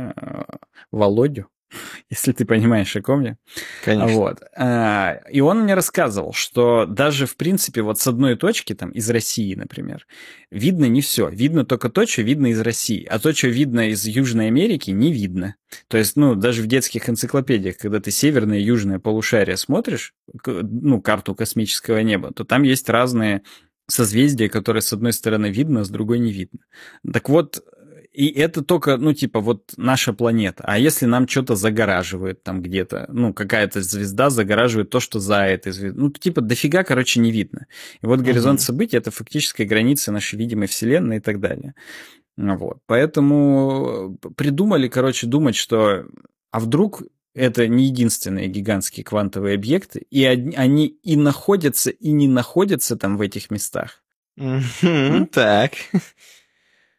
Володю, если ты понимаешь, о ком я. Конечно. Вот. И он мне рассказывал, что даже, в принципе, вот с одной точки, там, из России, например, видно не все. Видно только то, что видно из России. А то, что видно из Южной Америки, не видно. То есть, даже в детских энциклопедиях, когда ты северное и южное полушарие смотришь, карту космического неба, то там есть разные созвездия, которые с одной стороны видно, а с другой не видно. Так вот, и это только, вот наша планета. А если нам что-то загораживает там где-то, какая-то звезда загораживает то, что за этой звездой, дофига, не видно. И вот горизонт событий — это фактическая граница нашей видимой Вселенной и так далее. Вот. Поэтому придумали, думать, что а вдруг это не единственные гигантские квантовые объекты, и они и находятся, и не находятся там в этих местах. Так.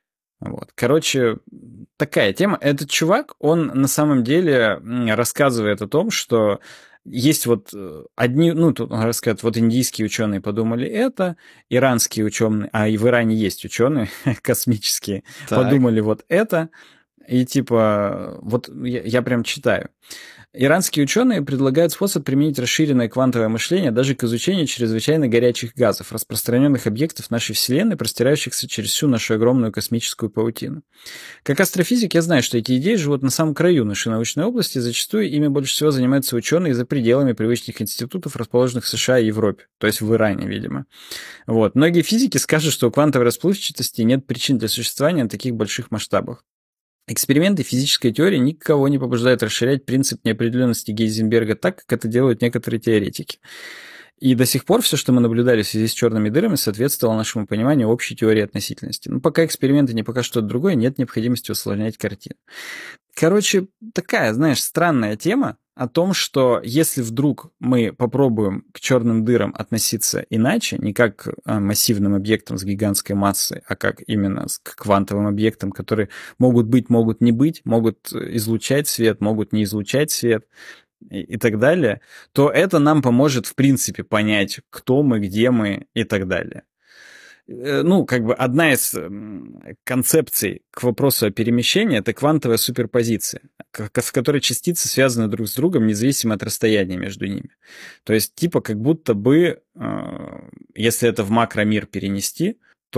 Вот. Короче, такая тема. Этот чувак, он на самом деле рассказывает о том, что есть вот одни, ну, тут он рассказывает, вот индийские ученые подумали это, иранские ученые, а и в Иране есть ученые космические, подумали вот это, и типа, вот я прям читаю. Иранские ученые предлагают способ применить расширенное квантовое мышление даже к изучению чрезвычайно горячих газов, распространенных объектов нашей Вселенной, простирающихся через всю нашу огромную космическую паутину. Как астрофизик, я знаю, что эти идеи живут на самом краю нашей научной области, и зачастую ими больше всего занимаются ученые за пределами привычных институтов, расположенных в США и Европе, то есть в Иране, видимо. Вот. Многие физики скажут, что у квантовой расплывчатости нет причин для существования на таких больших масштабах. Эксперименты физической теории никого не побуждают расширять принцип неопределенности Гейзенберга так, как это делают некоторые теоретики. И до сих пор все, что мы наблюдали в связи с черными дырами, соответствовало нашему пониманию общей теории относительности. Но пока эксперименты не покажут что-то другое, нет необходимости усложнять картину. Короче, такая, знаешь, странная тема о том, что если вдруг мы попробуем к черным дырам относиться иначе, не как к массивным объектам с гигантской массой, а как именно к квантовым объектам, которые могут быть, могут не быть, могут излучать свет, могут не излучать свет и так далее, то это нам поможет, в принципе, понять, кто мы, где мы и так далее. Ну, как бы одна из концепций к вопросу о перемещении — это квантовая суперпозиция, в которой частицы связаны друг с другом независимо от расстояния между ними. То есть, типа, как будто бы, если это в макромир перенести,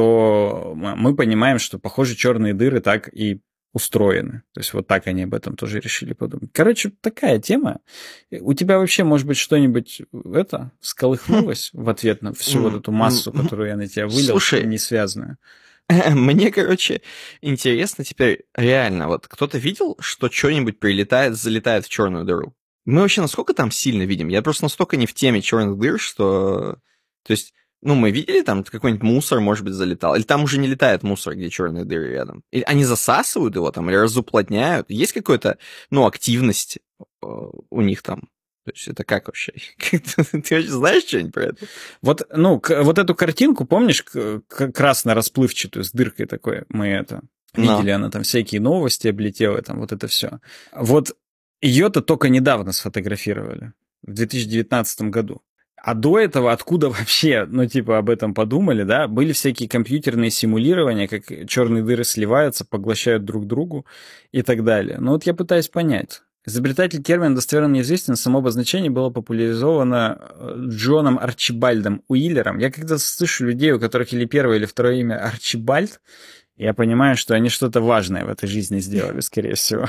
то мы понимаем, что, похоже, черные дыры так и устроены. То есть вот так они об этом тоже решили подумать. Короче, такая тема. У тебя вообще, может быть, что-нибудь всколыхнулось в ответ на всю вот эту массу, которую я на тебя вылил, не связанную? Мне, короче, интересно теперь реально, вот кто-то видел, что что-нибудь прилетает, залетает в черную дыру? Мы вообще насколько там сильно видим? Я просто настолько не в теме черных дыр, что... То есть... Ну, мы видели, там какой-нибудь мусор, может быть, залетал. Или там уже не летает мусор, где черные дыры рядом. Или они засасывают его там, или разуплотняют. Есть какая-то, ну, активность у них там? То есть это как вообще? Ты вообще знаешь что-нибудь про это? Вот, ну, вот эту картинку, помнишь, красно-расплывчатую, с дыркой такой, мы это видели, она там всякие новости облетела, там вот это все. Вот ее-то только недавно сфотографировали, в 2019 году. А до этого откуда вообще, ну, типа, об этом подумали, да? Были всякие компьютерные симулирования, как черные дыры сливаются, поглощают друг другу и так далее. Но вот я пытаюсь понять. Изобретатель термина достоверно неизвестен, само обозначение было популяризовано Джоном Арчибальдом Уиллером. Я когда слышу людей, у которых или первое, или второе имя Арчибальд, я понимаю, что они что-то важное в этой жизни сделали, скорее всего.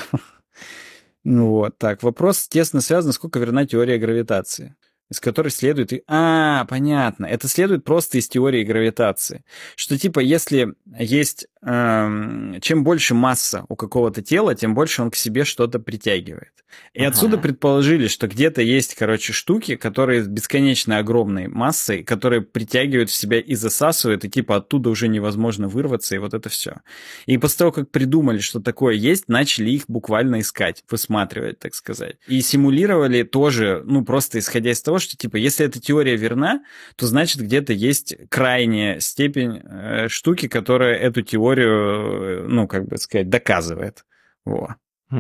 Ну вот, так. Вопрос тесно связан, насколько верна теория гравитации, из которой следует... понятно. Это следует просто из теории гравитации. Что типа, если есть... чем больше масса у какого-то тела, тем больше он к себе что-то притягивает. И отсюда предположили, что где-то есть, короче, штуки, которые с бесконечно огромной массой, которые притягивают в себя и засасывают, и типа оттуда уже невозможно вырваться, и вот это все. И после того, как придумали, что такое есть, начали их буквально искать, высматривать, так сказать. И симулировали тоже, ну, просто исходя из того, что, типа, если эта теория верна, то значит где-то есть крайняя степень штуки, которая эту теорию, ну, как бы сказать, доказывает. Во.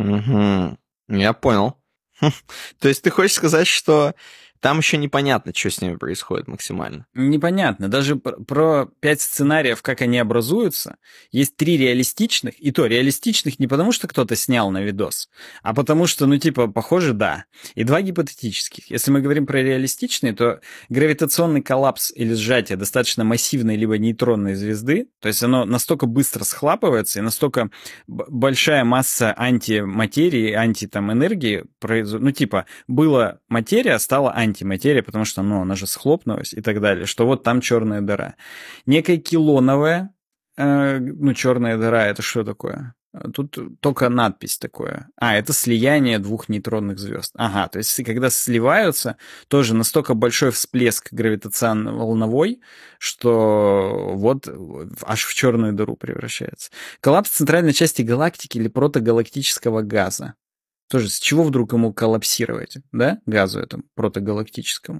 Я понял. То есть ты хочешь сказать, что там еще непонятно, что с ними происходит максимально? Непонятно. Даже про 5 сценариев, как они образуются, есть 3 реалистичных, и то реалистичных не потому, что кто-то снял на видос, а потому что, ну, типа, похоже, да. И 2 гипотетических. Если мы говорим про реалистичные, то гравитационный коллапс или сжатие достаточно массивной либо нейтронной звезды, то есть оно настолько быстро схлапывается, и настолько большая масса антиматерии, энергии, ну, типа, была материя, стала антиматерия, потому что, ну, она же схлопнулась и так далее, что вот там черная дыра. Некая килоновая, черная дыра, это что такое? Тут только надпись такое. Это слияние 2 нейтронных звезд. Ага, то есть когда сливаются, тоже настолько большой всплеск гравитационно-волновой, что вот аж в черную дыру превращается. Коллапс центральной части галактики или протогалактического газа. Тоже с чего вдруг ему коллапсировать, да, газу этому протогалактическому?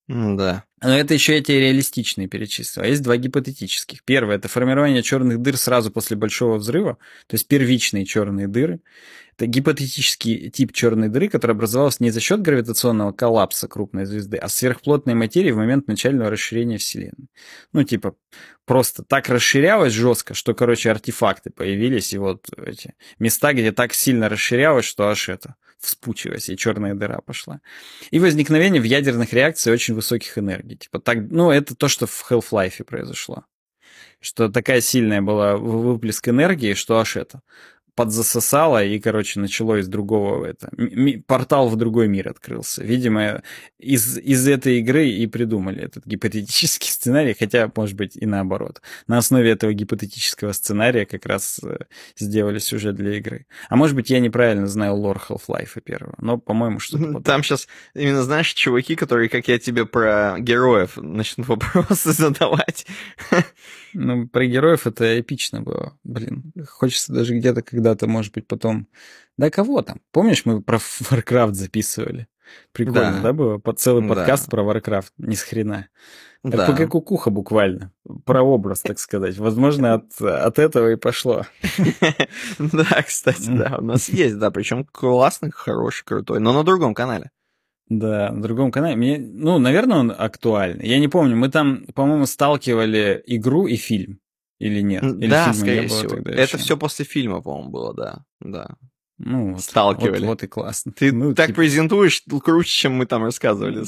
Да. Но это еще эти реалистичные перечислил. А есть два гипотетических. Первое — это формирование черных дыр сразу после Большого взрыва, то есть первичные черные дыры. Это гипотетический тип черной дыры, который образовался не за счет гравитационного коллапса крупной звезды, а сверхплотной материи в момент начального расширения Вселенной. Ну, типа, просто так расширялось жестко, что, короче, артефакты появились, и вот эти места, где так сильно расширялось, что аж это вспучилась, и черная дыра пошла. И возникновение в ядерных реакциях очень высоких энергий. Типа так, ну, это то, что в Half-Life произошло. Что такая сильная была выплеск энергии, что аж это подзасосало, и, короче, начало из другого это. Портал в другой мир открылся. Видимо, из этой игры и придумали этот гипотетический сценарий, хотя, может быть, и наоборот. На основе этого гипотетического сценария как раз сделали сюжет для игры. А может быть, я неправильно знаю лор Half-Life первого, но, по-моему, что-то подобное. Там сейчас, именно, знаешь, чуваки, которые, как я тебе про героев, начнут вопросы задавать. Ну, про героев это эпично было. Блин, хочется даже где-то когда-то, может быть, потом... Да кого там? Помнишь, мы про Warcraft записывали? Прикольно, да было? Целый подкаст про Warcraft. Ни с хрена. Да. РПГ кукуха буквально. Про образ, так сказать. Возможно, от этого и пошло. Да, кстати, да. У нас есть, да. Причем классный, хороший, крутой. Но на другом канале. Да, на другом канале. Ну, наверное, он актуальный. Я не помню, мы там, по-моему, сталкивали игру и фильм. Или нет? Или да, скорее всего. Это еще. все после фильма, по-моему, было, да. Да. Ну, вот, сталкивали. Вот и классно. Ты так презентуешь круче, чем мы там рассказывали.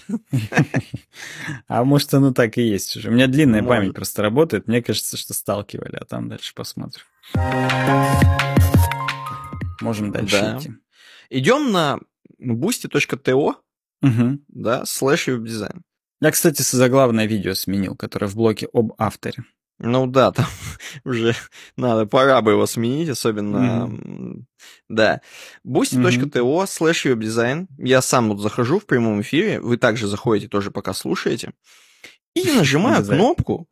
А может, оно так и есть уже. У меня длинная память просто работает. Мне кажется, что сталкивали, а там дальше посмотрим. Можем дальше идти. Идем на boosty.to, да, /webdesign. Я, кстати, заглавное видео сменил, которое в блоке об авторе. Ну да, там уже пора бы его сменить, особенно, да. boosty.to /webdesign. Я сам вот захожу в прямом эфире, вы также заходите тоже, пока слушаете, и нажимаю кнопку,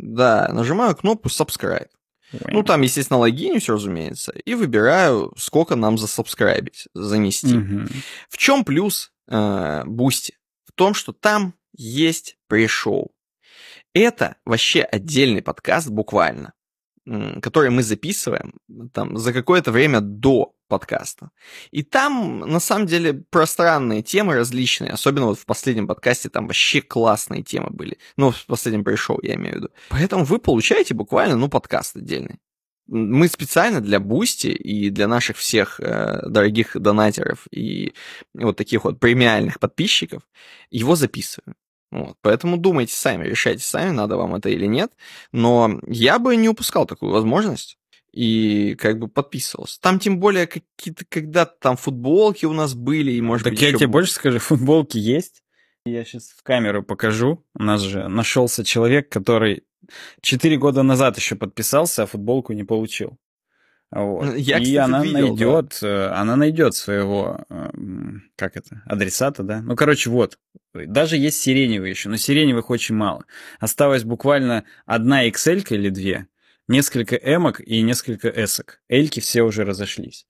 subscribe. Ну, там, естественно, логинюсь, разумеется, и выбираю, сколько нам засабскрайбить, занести. В чем плюс Boosty? В том, что там есть пришоу. Это вообще отдельный подкаст буквально, который мы записываем там за какое-то время до подкаста. И там, на самом деле, пространные темы различные, особенно вот в последнем подкасте там вообще классные темы были. Ну, в последнем пришоу, я имею в виду. Поэтому вы получаете буквально, подкаст отдельный. Мы специально для Boosty и для наших всех дорогих донатеров и вот таких вот премиальных подписчиков его записываем. Вот, поэтому думайте сами, решайте сами, надо вам это или нет. Но я бы не упускал такую возможность и как бы подписывался. Там тем более какие-то когда-то там футболки у нас были, и может быть так я тебе больше скажу, футболки есть. Я сейчас в камеру покажу. У нас же нашелся человек, который 4 года назад еще подписался, а футболку не получил. Вот. Я, кстати, она видел, она найдет своего, адресата, да? Ну, короче, вот. Даже есть сиреневые еще, но сиреневых очень мало. Осталось буквально одна XL или две, несколько M-ок и несколько S-ок. L-ки все уже разошлись.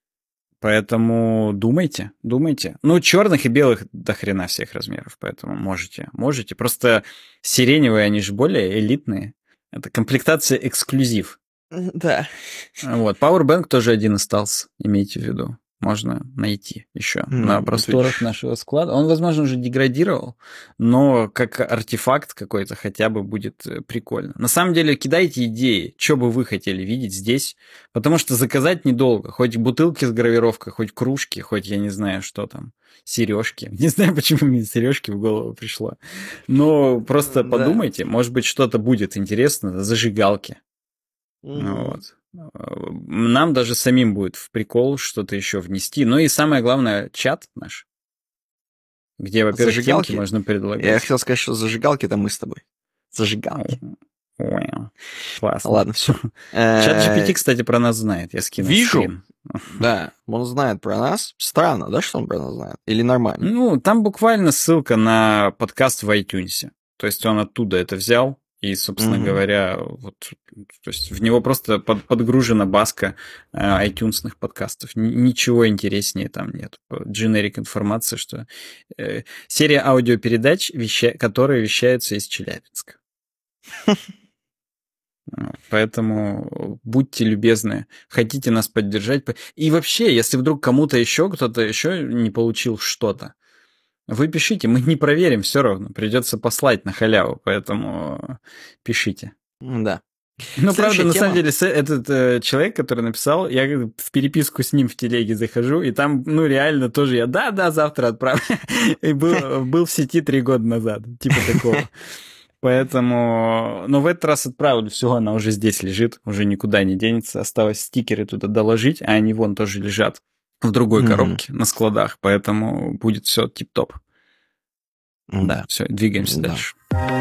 Поэтому думайте. Ну, черных и белых до хрена всех размеров, поэтому можете. Просто сиреневые, они же более элитные. Это комплектация эксклюзив. Да. Вот, Powerbank тоже один остался, имейте в виду. Можно найти еще на просторах нашего склада. Он, возможно, уже деградировал, но как артефакт какой-то хотя бы будет прикольно. На самом деле, кидайте идеи, что бы вы хотели видеть здесь, потому что заказать недолго. Хоть бутылки с гравировкой, хоть кружки, хоть я не знаю, что там, сережки. Не знаю, почему мне сережки в голову пришло. Но просто подумайте, может быть, что-то будет интересно, зажигалки. Вот. Нам даже самим будет в прикол что-то еще внести. Ну и самое главное, чат наш, где, во-первых, зажигалки можно предлагать. Я хотел сказать, что зажигалки — это мы с тобой. Зажигалки. Классно. Ладно, все. Чат GPT, кстати, про нас знает. Я скину скрин. Да, он знает про нас. Странно, да, что он про нас знает? Или нормально? Ну, там буквально ссылка на подкаст в iTunes. То есть он оттуда это взял И, собственно говоря, вот, то есть в него просто подгружена базка iTunes-ных подкастов. Ничего интереснее там нет. Generic информация, что серия аудиопередач, которые вещаются из Челябинска. Поэтому будьте любезны, хотите нас поддержать. И вообще, если вдруг кто-то еще не получил что-то, вы пишите, мы не проверим все равно. Придется послать на халяву, поэтому пишите. Да. Ну, правда, на самом деле, этот человек, который написал, я в переписку с ним в телеге захожу, и там, ну, реально тоже я, да, завтра отправлю. И был в сети 3 года назад, типа такого. Поэтому, но в этот раз отправили, все, она уже здесь лежит, уже никуда не денется. Осталось стикеры туда доложить, а они вон тоже лежат в другой коробке на складах, поэтому будет все тип-топ. Да, все, двигаемся дальше.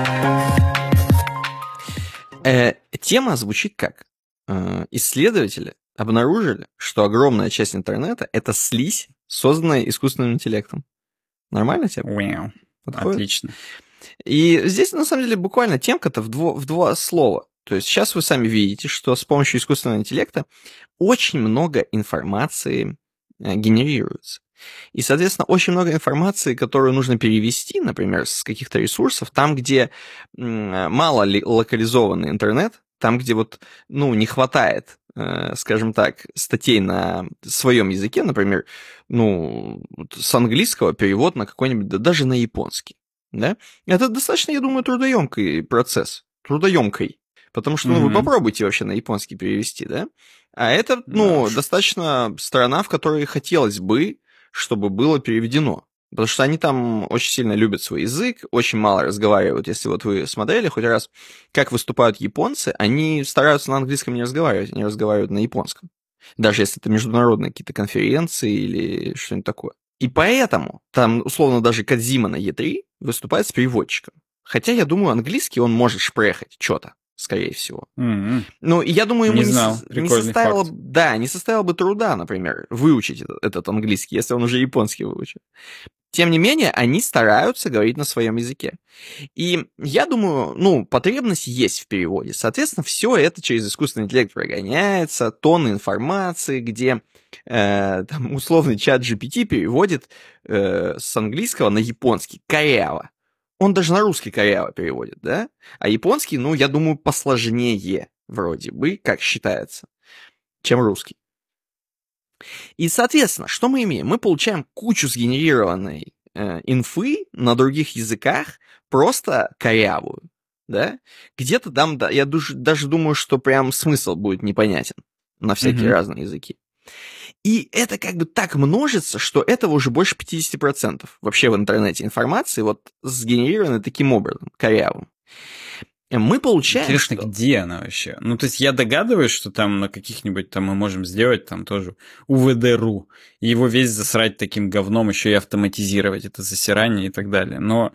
Тема звучит как? Исследователи обнаружили, что огромная часть интернета — это слизь, созданная искусственным интеллектом. Нормально тема? Отлично. И здесь, на самом деле, буквально темка-то в два слова. То есть сейчас вы сами видите, что с помощью искусственного интеллекта очень много информации генерируется. И, соответственно, очень много информации, которую нужно перевести, например, с каких-то ресурсов, там, где мало локализованный интернет, там, где вот, ну, не хватает, скажем так, статей на своем языке, например, ну, с английского перевод на какой-нибудь, да даже на японский. Да? Это достаточно, я думаю, трудоемкий процесс. Трудоемкий. Потому что, ну, вы попробуйте вообще на японский перевести, да? А это, ну, достаточно страна, в которой хотелось бы, чтобы было переведено. Потому что они там очень сильно любят свой язык, очень мало разговаривают. Если вот вы смотрели хоть раз, как выступают японцы, они стараются на английском не разговаривать, они разговаривают на японском. Даже если это международные какие-то конференции или что-нибудь такое. И поэтому там, условно, даже Кодзима на E3 выступает с переводчиком. Хотя, я думаю, английский он может шпрехать что-то, скорее всего. Ну, и я думаю, ему не составило бы труда, например, выучить этот английский, если он уже японский выучил. Тем не менее, они стараются говорить на своем языке. И я думаю, ну, потребность есть в переводе. Соответственно, все это через искусственный интеллект прогоняется, тонны информации, где там условный чат GPT переводит с английского на японский коряво. Он даже на русский коряво переводит, да? А японский, ну, я думаю, посложнее вроде бы, как считается, чем русский. И, соответственно, что мы имеем? Мы получаем кучу сгенерированной инфы на других языках, просто корявую, да? Где-то там, да, я даже думаю, что прям смысл будет непонятен на всякие разные языки. И это как бы так множится, что этого уже больше 50% вообще в интернете информации вот сгенерированы таким образом, корявым. Мы получаем... Интересно, где она вообще? Ну, то есть я догадываюсь, что там на каких-нибудь там мы можем сделать там тоже УВД.ру, и его весь засрать таким говном, еще и автоматизировать это засирание и так далее. Но,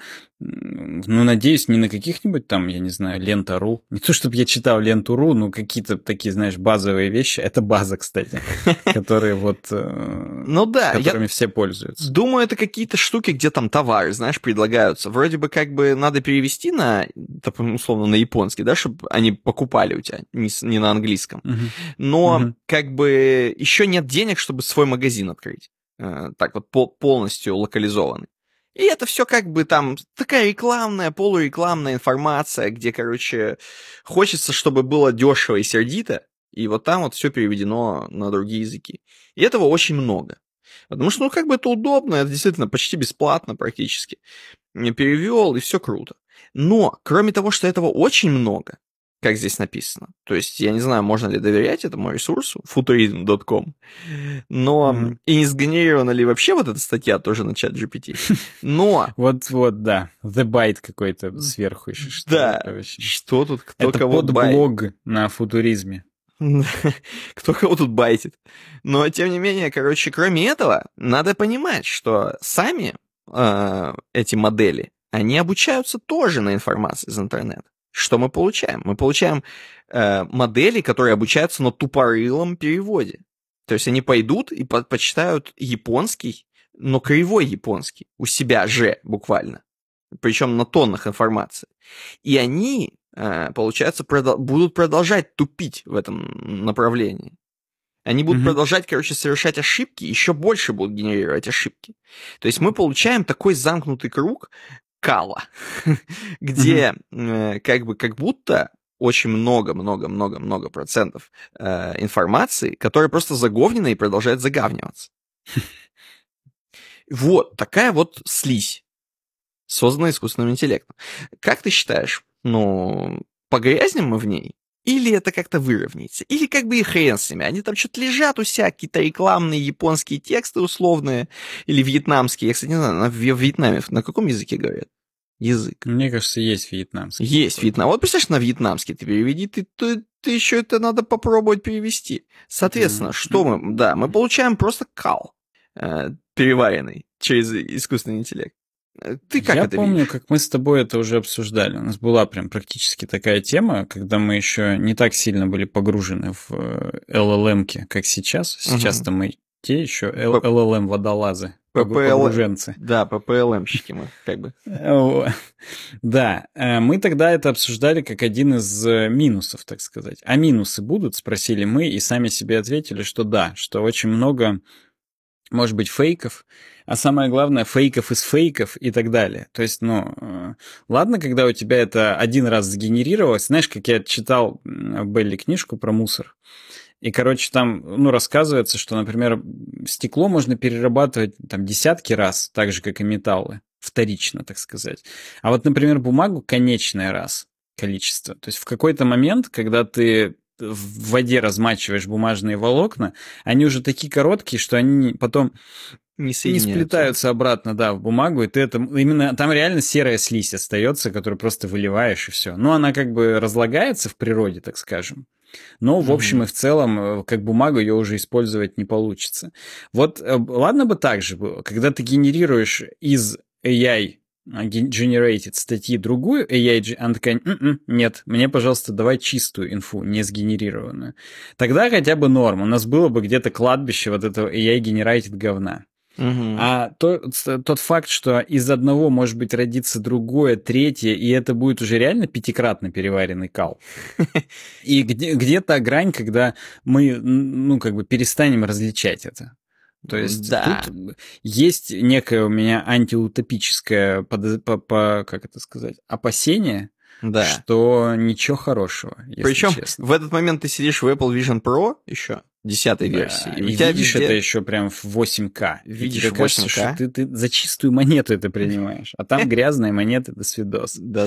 ну, надеюсь, не на каких-нибудь там, я не знаю, Лента.ру. Не то, чтобы я читал Ленту.ру, но какие-то такие, знаешь, базовые вещи. Это база, кстати, которые вот... Ну да. Которыми все пользуются. Думаю, это какие-то штуки, где там товары, знаешь, предлагаются. Вроде бы как бы надо перевести на, условно, на японский, да, чтобы они покупали у тебя, не на английском. Но как бы еще нет денег, чтобы свой магазин открыть. Так вот, полностью локализованный. И это все как бы там такая рекламная, полурекламная информация, где, короче, хочется, чтобы было дешево и сердито, и вот там вот все переведено на другие языки. И этого очень много. Потому что, ну, как бы это удобно, это действительно почти бесплатно практически. Перевел, и все круто. Но, кроме того, что этого очень много, как здесь написано, то есть, я не знаю, можно ли доверять этому ресурсу, futurism.com, но и не сгенерирована ли вообще вот эта статья тоже на чат GPT, но... Вот, да, The Byte какой-то сверху еще. Да, что тут, кто это кого байтит. Это подблог на футуризме. Кто кого тут байтит. Но, тем не менее, короче, кроме этого, надо понимать, что сами эти модели, они обучаются тоже на информации из интернета. Что мы получаем? Мы получаем модели, которые обучаются на тупорылом переводе. То есть они пойдут и почитают японский, но кривой японский, у себя же буквально. Причем на тоннах информации. И они получается, будут продолжать тупить в этом направлении. Они будут продолжать, совершать ошибки, еще больше будут генерировать ошибки. То есть мы получаем такой замкнутый круг кала, где как будто очень много процентов информации, которая просто заговнена и продолжает загавниваться. Вот такая вот слизь, созданная искусственным интеллектом. Как ты считаешь, погрязнем мы в ней? Или это как-то выровняется? Или как бы и хрен с ними? Они там что-то лежат у себя, какие-то рекламные японские тексты условные, или вьетнамские. Я, кстати, не знаю, в Вьетнаме на каком языке говорят? Язык. Мне кажется, есть вьетнамский. Есть вьетнам. Вот представляешь, на вьетнамский ты переведи, ты еще это надо попробовать перевести. Соответственно, что мы? Да, мы получаем просто кал, переваренный через искусственный интеллект. Ты как Я это помню, видишь? как мы с тобой это уже обсуждали. У нас была прям практически такая тема, когда мы еще не так сильно были погружены в LLM-ки, как сейчас. Сейчас-то мы те еще LLM-водолазы, погруженцы. Да, PPLM-щики мы как бы. Да, мы тогда это обсуждали как один из минусов, так сказать. А минусы будут, спросили мы, и сами себе ответили, что да, что очень много, может быть, фейков, а самое главное, фейков из фейков и так далее. То есть, ладно, когда у тебя это один раз сгенерировалось. Знаешь, как я читал в Белли книжку про мусор, и, короче, там, рассказывается, что, например, стекло можно перерабатывать там десятки раз, так же, как и металлы, вторично, так сказать. А вот, например, бумагу конечный раз количество. То есть в какой-то момент, когда ты в воде размачиваешь бумажные волокна, они уже такие короткие, что они потом не сплетаются обратно, да, в бумагу, и ты это именно там реально серая слизь остается, которую просто выливаешь, и все. Она как бы разлагается в природе, так скажем. Но, в общем и в целом, как бумагу ее уже использовать не получится. Вот, ладно бы так же было, когда ты генерируешь из AI generated статьи другую AI, она такая, нет, мне, пожалуйста, давай чистую инфу, не сгенерированную. Тогда хотя бы норм, у нас было бы где-то кладбище вот этого AI generated говна. А тот факт, что из одного, может быть, родится другое, третье, и это будет уже реально пятикратно переваренный кал. И где та грань, когда мы, как бы перестанем различать это? То есть тут есть некое у меня антиутопическое, как это сказать, опасение, что ничего хорошего, если Причем честно. в этот момент ты сидишь в Apple Vision Pro еще, 10-й версии. И видишь это еще прям в 8К. Видишь в 8К. Кажется, что ты за чистую монету это принимаешь. А там грязные монеты, до свидос. До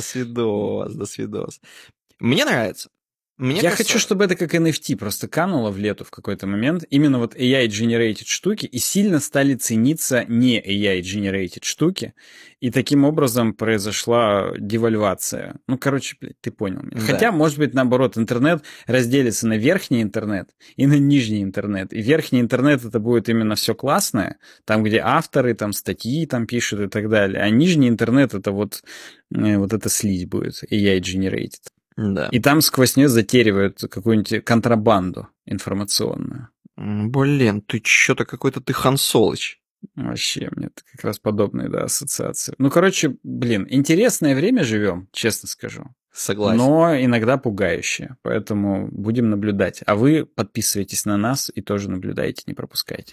свидос. Мне нравится. Я хочу, чтобы это как NFT просто кануло в лету в какой-то момент. Именно вот AI-generated штуки, и сильно стали цениться не AI-generated штуки, и таким образом произошла девальвация. Ты понял меня. Да. Хотя, может быть, наоборот, интернет разделится на верхний интернет и на нижний интернет. И верхний интернет — это будет именно все классное, там, где авторы, там, статьи там пишут и так далее. А нижний интернет — это вот эта слизь будет, AI-generated. Да. И там сквозь нее затеривают какую-нибудь контрабанду информационную. Блин, ты что-то какой-то ты Хан Солыч. Вообще, мне как раз подобные, ассоциации. Интересное время живем, честно скажу. Согласен. Но иногда пугающее, поэтому будем наблюдать. А вы подписывайтесь на нас и тоже наблюдайте, не пропускайте.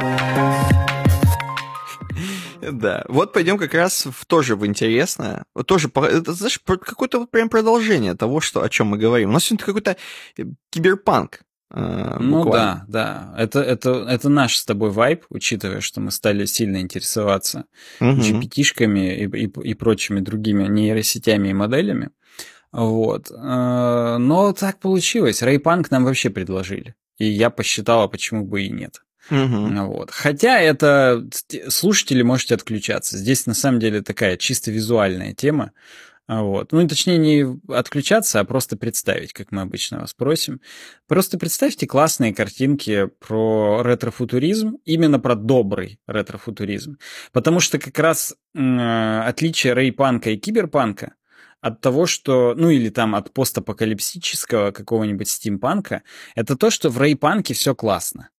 Да, вот пойдем как раз тоже в интересное. Тоже, это, знаешь, какое-то вот прям продолжение того, о чем мы говорим. У нас сегодня какой-то киберпанк. Буквально. Да. Это наш с тобой вайб, учитывая, что мы стали сильно интересоваться GPT-шками и прочими другими нейросетями и моделями. Вот. Но так получилось. Рейпанк нам вообще предложили. И я посчитала, почему бы и нет. Вот. Хотя это слушатели можете отключаться. Здесь на самом деле такая чисто визуальная тема. Вот. Точнее, не отключаться, а просто представить, как мы обычно вас просим. Просто представьте классные картинки про ретрофутуризм, именно про добрый ретрофутуризм. Потому что как раз отличие рейпанка и киберпанка от того, что, или там от постапокалипсического какого-нибудь стимпанка, это то, что в рейпанке все классно.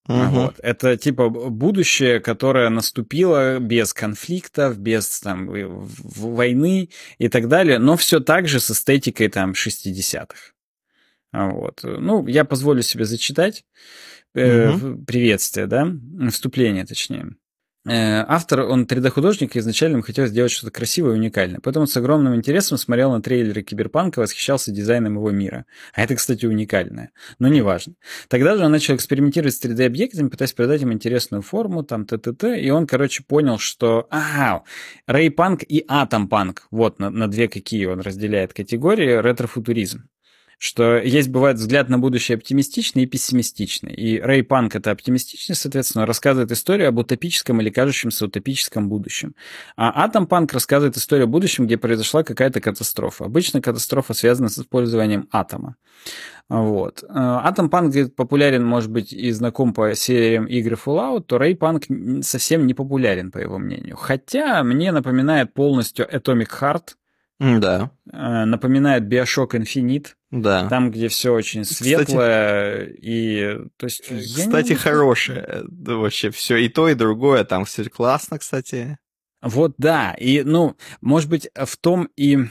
Вот. Это типа будущее, которое наступило без конфликтов, без там войны и так далее, но все так же с эстетикой там 60-х. Вот. Ну, я позволю себе зачитать приветствие, да, вступление, точнее. Автор, он 3D-художник, и изначально ему хотелось сделать что-то красивое и уникальное. Поэтому с огромным интересом смотрел на трейлеры Киберпанка, восхищался дизайном его мира. А это, кстати, уникальное. Но неважно. Тогда же он начал экспериментировать с 3D-объектами, пытаясь придать им интересную форму, там, т-т-т. И он, короче, понял, что... Рэй-панк и атом-панк. Вот на две какие он разделяет категории. Ретро-футуризм. Что есть, бывает, взгляд на будущее оптимистичный и пессимистичный. И Рэй Панк — это оптимистичный, соответственно, рассказывает историю об утопическом или кажущемся утопическом будущем. А Атом Панк рассказывает историю о будущем, где произошла какая-то катастрофа. Обычно катастрофа связана с использованием атома. Вот. Атом Панк популярен, может быть, и знаком по сериям игры Fallout, то Рэй Панк совсем не популярен, по его мнению. Хотя мне напоминает полностью Atomic Heart. Да. Напоминает Bioshock Infinite. Да. Там, где все очень светлое. Кстати, и, то есть, кстати, хорошее. Вообще все и то, и другое. Там все классно, кстати. Вот, да. И, ну, может быть, в том и...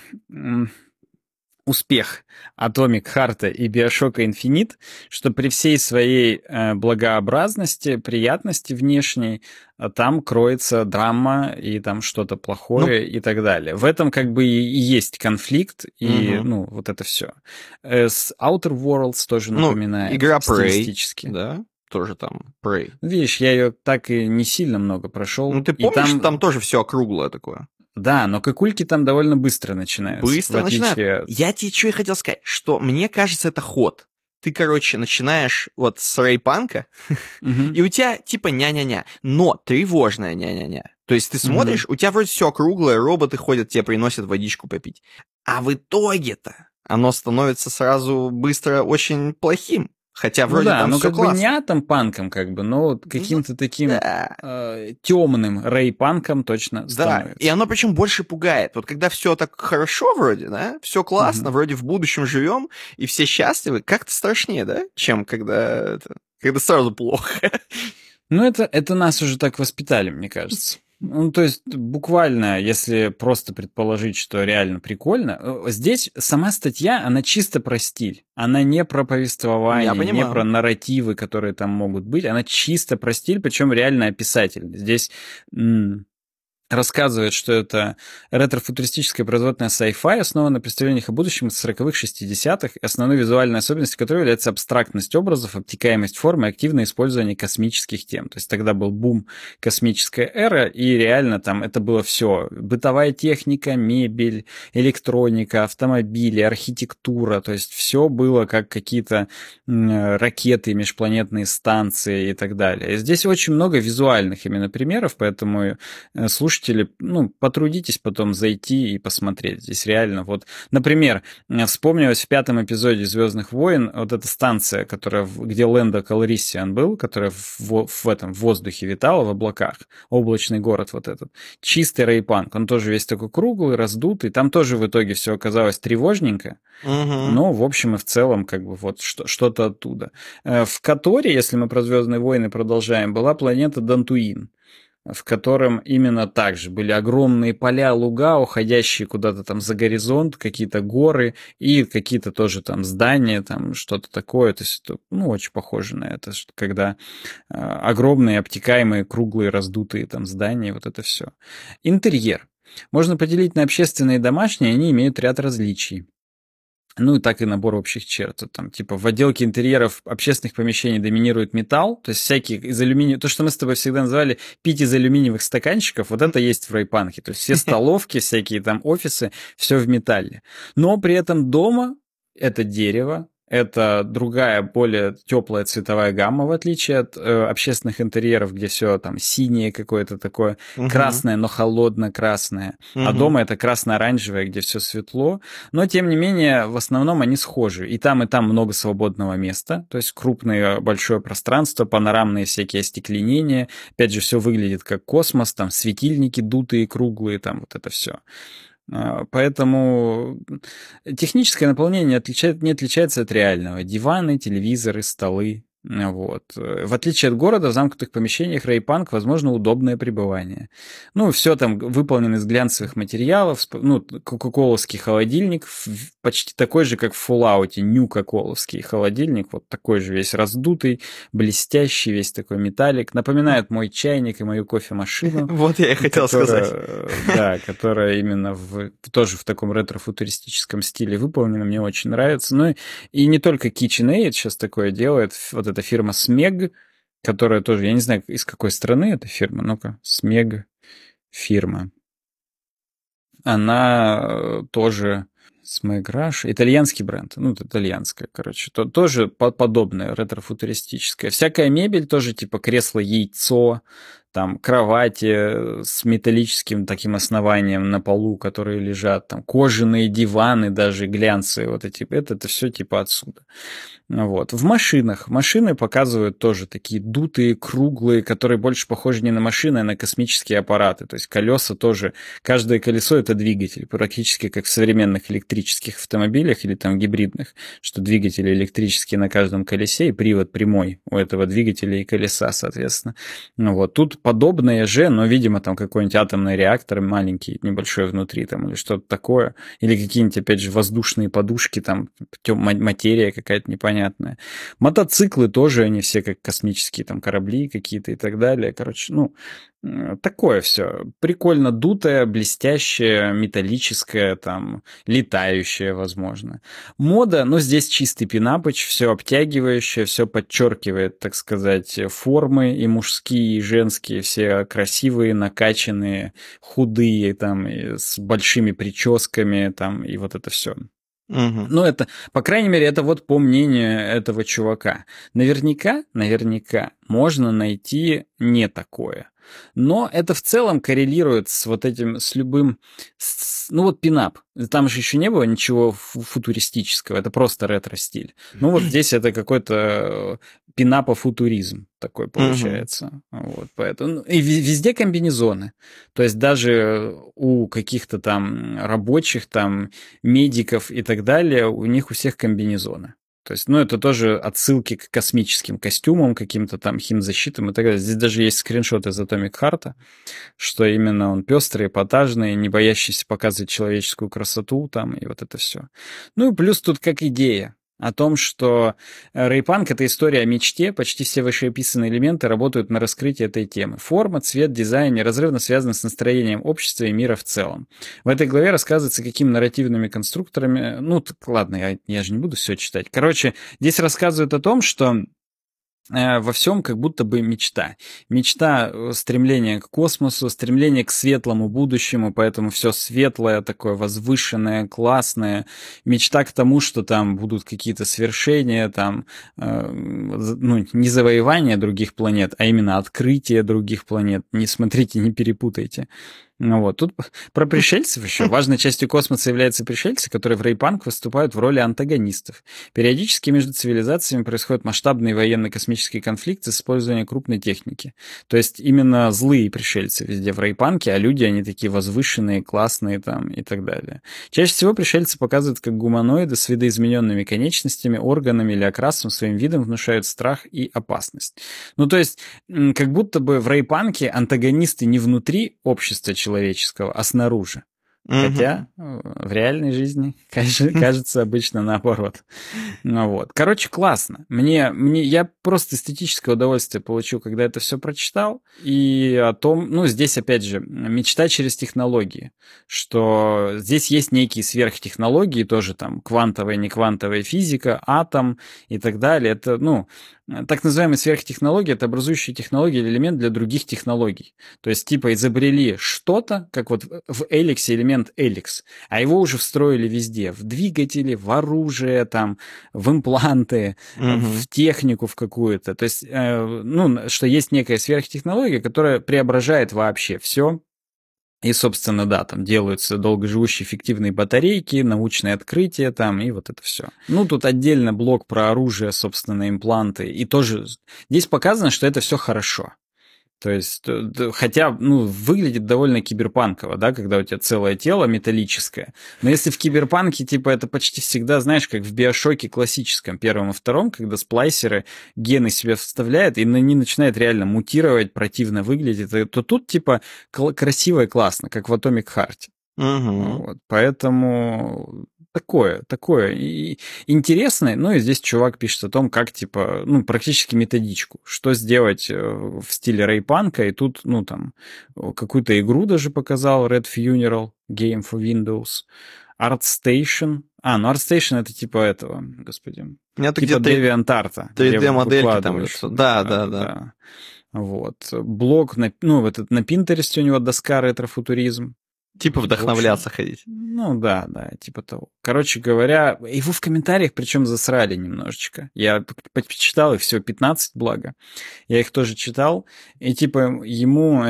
успех Atomic Heart и Bioshock Infinite, что при всей своей благообразности, приятности внешней, там кроется драма и там что-то плохое и так далее. В этом как бы и есть конфликт, и, ну, вот это все. С Outer Worlds тоже напоминает. Игра стилистически. Prey, да? Тоже там Prey. Видишь, я ее так и не сильно много прошел. Ну, ты помнишь, там тоже все округлое такое? Да, но кокульки там довольно быстро начинаются. Быстро начинают. Я тебе что и хотел сказать, что мне кажется, это ход. Ты, короче, начинаешь вот с Рэй-панка, и у тебя типа ня-ня-ня, но тревожная ня-ня-ня. То есть ты смотришь, у тебя вроде все округлое, роботы ходят, тебе приносят водичку попить. А в итоге-то оно становится сразу быстро очень плохим. Хотя вроде там все как классно. бы не атом-панком, как бы, но каким-то таким темным рэй-панком точно становится. Да, и оно причем больше пугает. Вот когда все так хорошо вроде, да, все классно, вроде в будущем живем, и все счастливы, как-то страшнее, да, чем когда сразу плохо. Ну, это нас уже так воспитали, мне кажется. Ну, то есть, буквально, если просто предположить, что реально прикольно, здесь сама статья, она чисто про стиль. Она не про повествование, не про нарративы, которые там могут быть. Она чисто про стиль, причем реально описательный. Здесь рассказывает, что это ретро-футуристическая производная sci-fi, основанная на представлениях о будущем из 40-х, 60-х, и основной визуальной особенностью которой является абстрактность образов, обтекаемость формы и активное использование космических тем. То есть тогда был бум космическая эра, и реально там это было все. Бытовая техника, мебель, электроника, автомобили, архитектура, то есть все было как какие-то ракеты, межпланетные станции и так далее. И здесь очень много визуальных именно примеров, поэтому слушайте, ну, потрудитесь потом зайти и посмотреть. Здесь реально вот... Например, вспомнилось в 5-м эпизоде «Звездных войн» вот эта станция, где Лэндо Калрисиан был, которая в этом воздухе витала, в облаках. Облачный город вот этот. Чистый рейпанк. Он тоже весь такой круглый, раздутый. Там тоже в итоге все оказалось тревожненько. Но, в общем и в целом, как бы вот что-то оттуда. В Которе, если мы про «Звездные войны» продолжаем, была планета Дантуин, в котором именно так же были огромные поля, луга, уходящие куда-то там за горизонт, какие-то горы и какие-то тоже там здания, там что-то такое. То есть, ну, очень похоже на это, когда огромные, обтекаемые, круглые, раздутые там здания, вот это все. Интерьер. Можно поделить на общественные и домашние, они имеют ряд различий. Ну и так и набор общих черт. Там, типа, в отделке интерьеров общественных помещений доминирует металл, то есть всякие из алюминия, то, что мы с тобой всегда называли пить из алюминиевых стаканчиков, вот это есть в рейпанке. То есть все столовки, всякие там офисы, все в металле. Но при этом дома это дерево, это другая, более теплая цветовая гамма, в отличие от общественных интерьеров, где все там синее какое-то такое, красное, но холодно-красное. А дома это красно-оранжевое, где все светло. Но, тем не менее, в основном они схожи. И там много свободного места, то есть крупное большое пространство, панорамные всякие остекленения. Опять же, все выглядит как космос, там светильники дутые, круглые, там вот это все. Поэтому техническое наполнение не отличается от реального. Диваны, телевизоры, столы. Вот. В отличие от города, в замкнутых помещениях Ray-Ban возможно удобное пребывание. Ну, все там выполнено из глянцевых материалов. Ну, кока-коловский холодильник почти такой же, как в Fallout, нью-кока-коловский холодильник. Вот такой же весь раздутый, блестящий, весь такой металлик. Напоминает мой чайник и мою кофемашину. Вот я и хотел сказать. Да, которая именно тоже в таком ретро-футуристическом стиле выполнена. Мне очень нравится. Ну, и не только KitchenAid сейчас такое делает. Вот эта фирма Smeg, которая тоже, я не знаю, из какой страны эта фирма. Ну-ка, Smeg фирма. Она тоже... Smeg Rush, итальянский бренд, ну, итальянская, короче, тоже подобное, ретро-футуристическое. Всякая мебель тоже, типа кресло-яйцо, там кровати с металлическим таким основанием на полу, которые лежат, там кожаные диваны даже глянцевые, вот эти, это все типа отсюда. Вот. В машинах. Машины показывают тоже такие дутые, круглые, которые больше похожи не на машины, а на космические аппараты. То есть колеса тоже, каждое колесо это двигатель, практически как в современных электрических автомобилях или там гибридных, что двигатели электрические на каждом колесе и привод прямой у этого двигателя и колеса, соответственно. Ну вот. Тут подобное же, но, видимо, там какой-нибудь атомный реактор маленький, небольшой внутри там или что-то такое. Или какие-нибудь, опять же, воздушные подушки, там материя какая-то непонятная. Мотоциклы тоже, они все как космические там корабли какие-то и так далее. Короче, ну, такое все. Прикольно дутое, блестящее, металлическое, там, летающее, возможно. Мода, ну, здесь чистый пинапыч, все обтягивающее, все подчеркивает, так сказать, формы и мужские, и женские, все красивые, накачанные, худые, там, и с большими прическами, там, и вот это все. Ну, это, по крайней мере, это вот по мнению этого чувака. Наверняка можно найти не такое. Но это в целом коррелирует с вот этим, с любым... ну вот пинап. Там же еще не было ничего футуристического, это просто ретро-стиль. Ну вот здесь это какой-то пинапо-футуризм такой получается. Вот, поэтому... И везде комбинезоны. То есть даже у каких-то там рабочих, там, медиков и так далее, у них у всех комбинезоны. То есть, ну, это тоже отсылки к космическим костюмам, каким-то там химзащитам и так далее. Здесь даже есть скриншот из Atomic Heart, что именно он пестрый, эпатажный, не боящийся показывать человеческую красоту там, и вот это все. Ну и плюс тут как идея о том, что Ray-Ban — это история о мечте, почти все вышеописанные элементы работают на раскрытие этой темы. Форма, цвет, дизайн неразрывно связаны с настроением общества и мира в целом. В этой главе рассказывается, какими нарративными конструкторами... Ну, так ладно, я же не буду все читать. Короче, здесь рассказывают о том, что во всем как будто бы мечта. Мечта, стремление к космосу, стремление к светлому будущему, поэтому все светлое, такое возвышенное, классное. Мечта к тому, что там будут какие-то свершения, там, ну, не завоевание других планет, а именно открытие других планет. Не смотрите, не перепутайте. Ну вот, тут про пришельцев еще. Важной частью космоса являются пришельцы, которые в Ray-Ban выступают в роли антагонистов. Периодически между цивилизациями происходят масштабные военно-космические конфликты с использованием крупной техники. То есть именно злые пришельцы везде в Ray-Ban, а люди, они такие возвышенные, классные там и так далее. Чаще всего пришельцы показывают как гуманоиды с видоизмененными конечностями, органами или окрасом, своим видом внушают страх и опасность. Ну, то есть, как будто бы в Ray-Ban антагонисты не внутри общества человеческого, а снаружи. Хотя в реальной жизни кажется обычно наоборот. Ну вот. Короче, классно. Я просто эстетическое удовольствие получил, когда это все прочитал. И о том, ну, здесь, опять же, мечта через технологии. Что здесь есть некие сверхтехнологии, тоже там квантовая, неквантовая физика, атом и так далее. Это, ну, так называемые сверхтехнологии — это образующие технологии или элемент для других технологий. То есть, типа, изобрели что-то, как вот в Эликсе элемент Эликс, а его уже встроили везде. В двигатели, в оружие, там, в импланты, в технику в какую-то. То есть, ну, что есть некая сверхтехнология, которая преображает вообще все. И, собственно, да, там делаются долгоживущие эффективные батарейки, научные открытия там, и вот это все. Ну, тут отдельно блок про оружие, собственно, импланты. И тоже здесь показано, что это все хорошо. То есть, хотя, выглядит довольно киберпанково, да, когда у тебя целое тело металлическое. Но если в киберпанке, типа, это почти всегда, знаешь, как в Биошоке классическом, первом и втором, когда сплайсеры гены себе вставляют, и они начинают реально мутировать, противно выглядеть, то тут, типа, красиво и классно, как в Atomic Heart. Вот, поэтому такое и интересное. Ну и здесь чувак пишет о том, как, типа, практически методичку, что сделать в стиле рейпанка, и тут, там, какую-то игру даже показал, Red Funeral, Game for Windows, ArtStation. ArtStation это типа этого, господи. Это типа DeviantArt. 3D-модельки там или что. Да. Вот. Блог, на Pinterest у него доска ретро-футуризм. Типа вдохновляться ходить. Да, типа того. Короче говоря, его в комментариях причем засрали немножечко. Я почитал их всего 15, благо. Я их тоже читал. И типа ему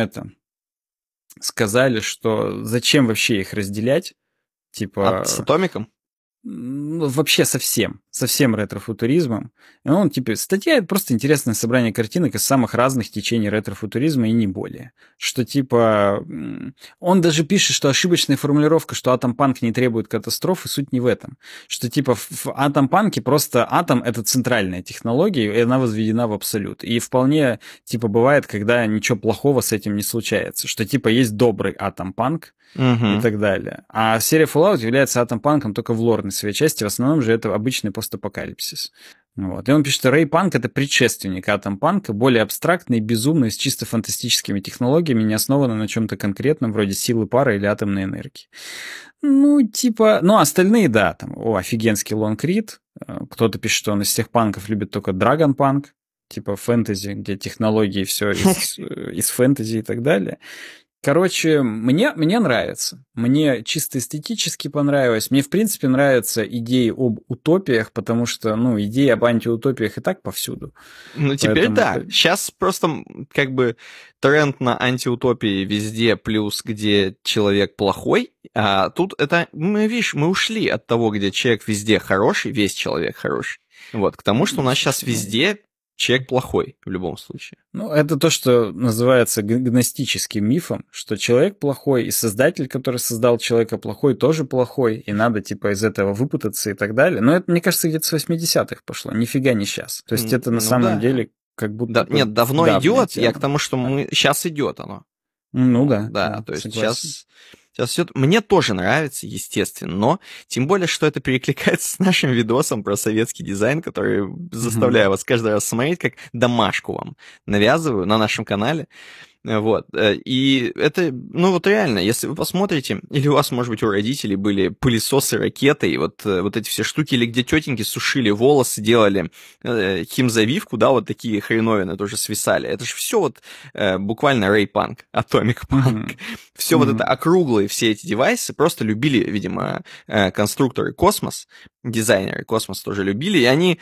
сказали, что зачем вообще их разделять. Типа... С Атомиком? Вообще совсем ретро-футуризмом. Типа, статья — это просто интересное собрание картинок из самых разных течений ретро-футуризма и не более. Что, типа, он даже пишет, что ошибочная формулировка, что атом-панк не требует катастрофы, суть не в этом. Что, типа, в атом-панке просто атом — это центральная технология, и она возведена в абсолют. И вполне, типа, бывает, когда ничего плохого с этим не случается. Что, типа, есть добрый атом-панк, и так далее. А серия Fallout является атом-панком только в лорной своей части, в основном же это обычный постапокалипсис. Вот. И он пишет, что рей-панк — это предшественник атом-панка, более абстрактный, безумный, с чисто фантастическими технологиями, не основанный на чем-то конкретном, вроде силы пара или атомной энергии. Остальные, да, там, офигенский Лонг Рид. Кто-то пишет, что он из всех панков любит только драгон-панк, типа фэнтези, где технологии все из фэнтези и так далее. Короче, мне нравится. Мне чисто эстетически понравилось. Мне, в принципе, нравятся идеи об утопиях, потому что, идеи об антиутопиях и так повсюду. Теперь да. Сейчас просто как бы тренд на антиутопии везде, плюс где человек плохой. А тут мы ушли от того, где человек везде хороший, весь человек хороший. Вот, к тому, что у нас сейчас везде человек плохой в любом случае. Это то, что называется гностическим мифом, что человек плохой, и создатель, который создал человека плохой, тоже плохой, и надо, типа, из этого выпутаться и так далее. Но это, мне кажется, где-то с 80-х пошло, нифига не сейчас. То есть это на самом деле как будто... Нет, давно идет, я к тому, что сейчас идет оно. Да, то есть сейчас все... Мне тоже нравится, естественно, но тем более, что это перекликается с нашим видосом про советский дизайн, который заставляю вас каждый раз смотреть, как домашку вам навязываю на нашем канале. Вот. И это, реально, если вы посмотрите, или у вас, может быть, у родителей были пылесосы ракеты, и вот эти все штуки, или где тетеньки сушили волосы, делали химзавивку, да, вот такие хреновины тоже свисали. Это же все буквально рей-панк, атомик-панк. Все вот это округлые, все эти девайсы просто любили, видимо, конструкторы Космос, дизайнеры Космос тоже любили, и они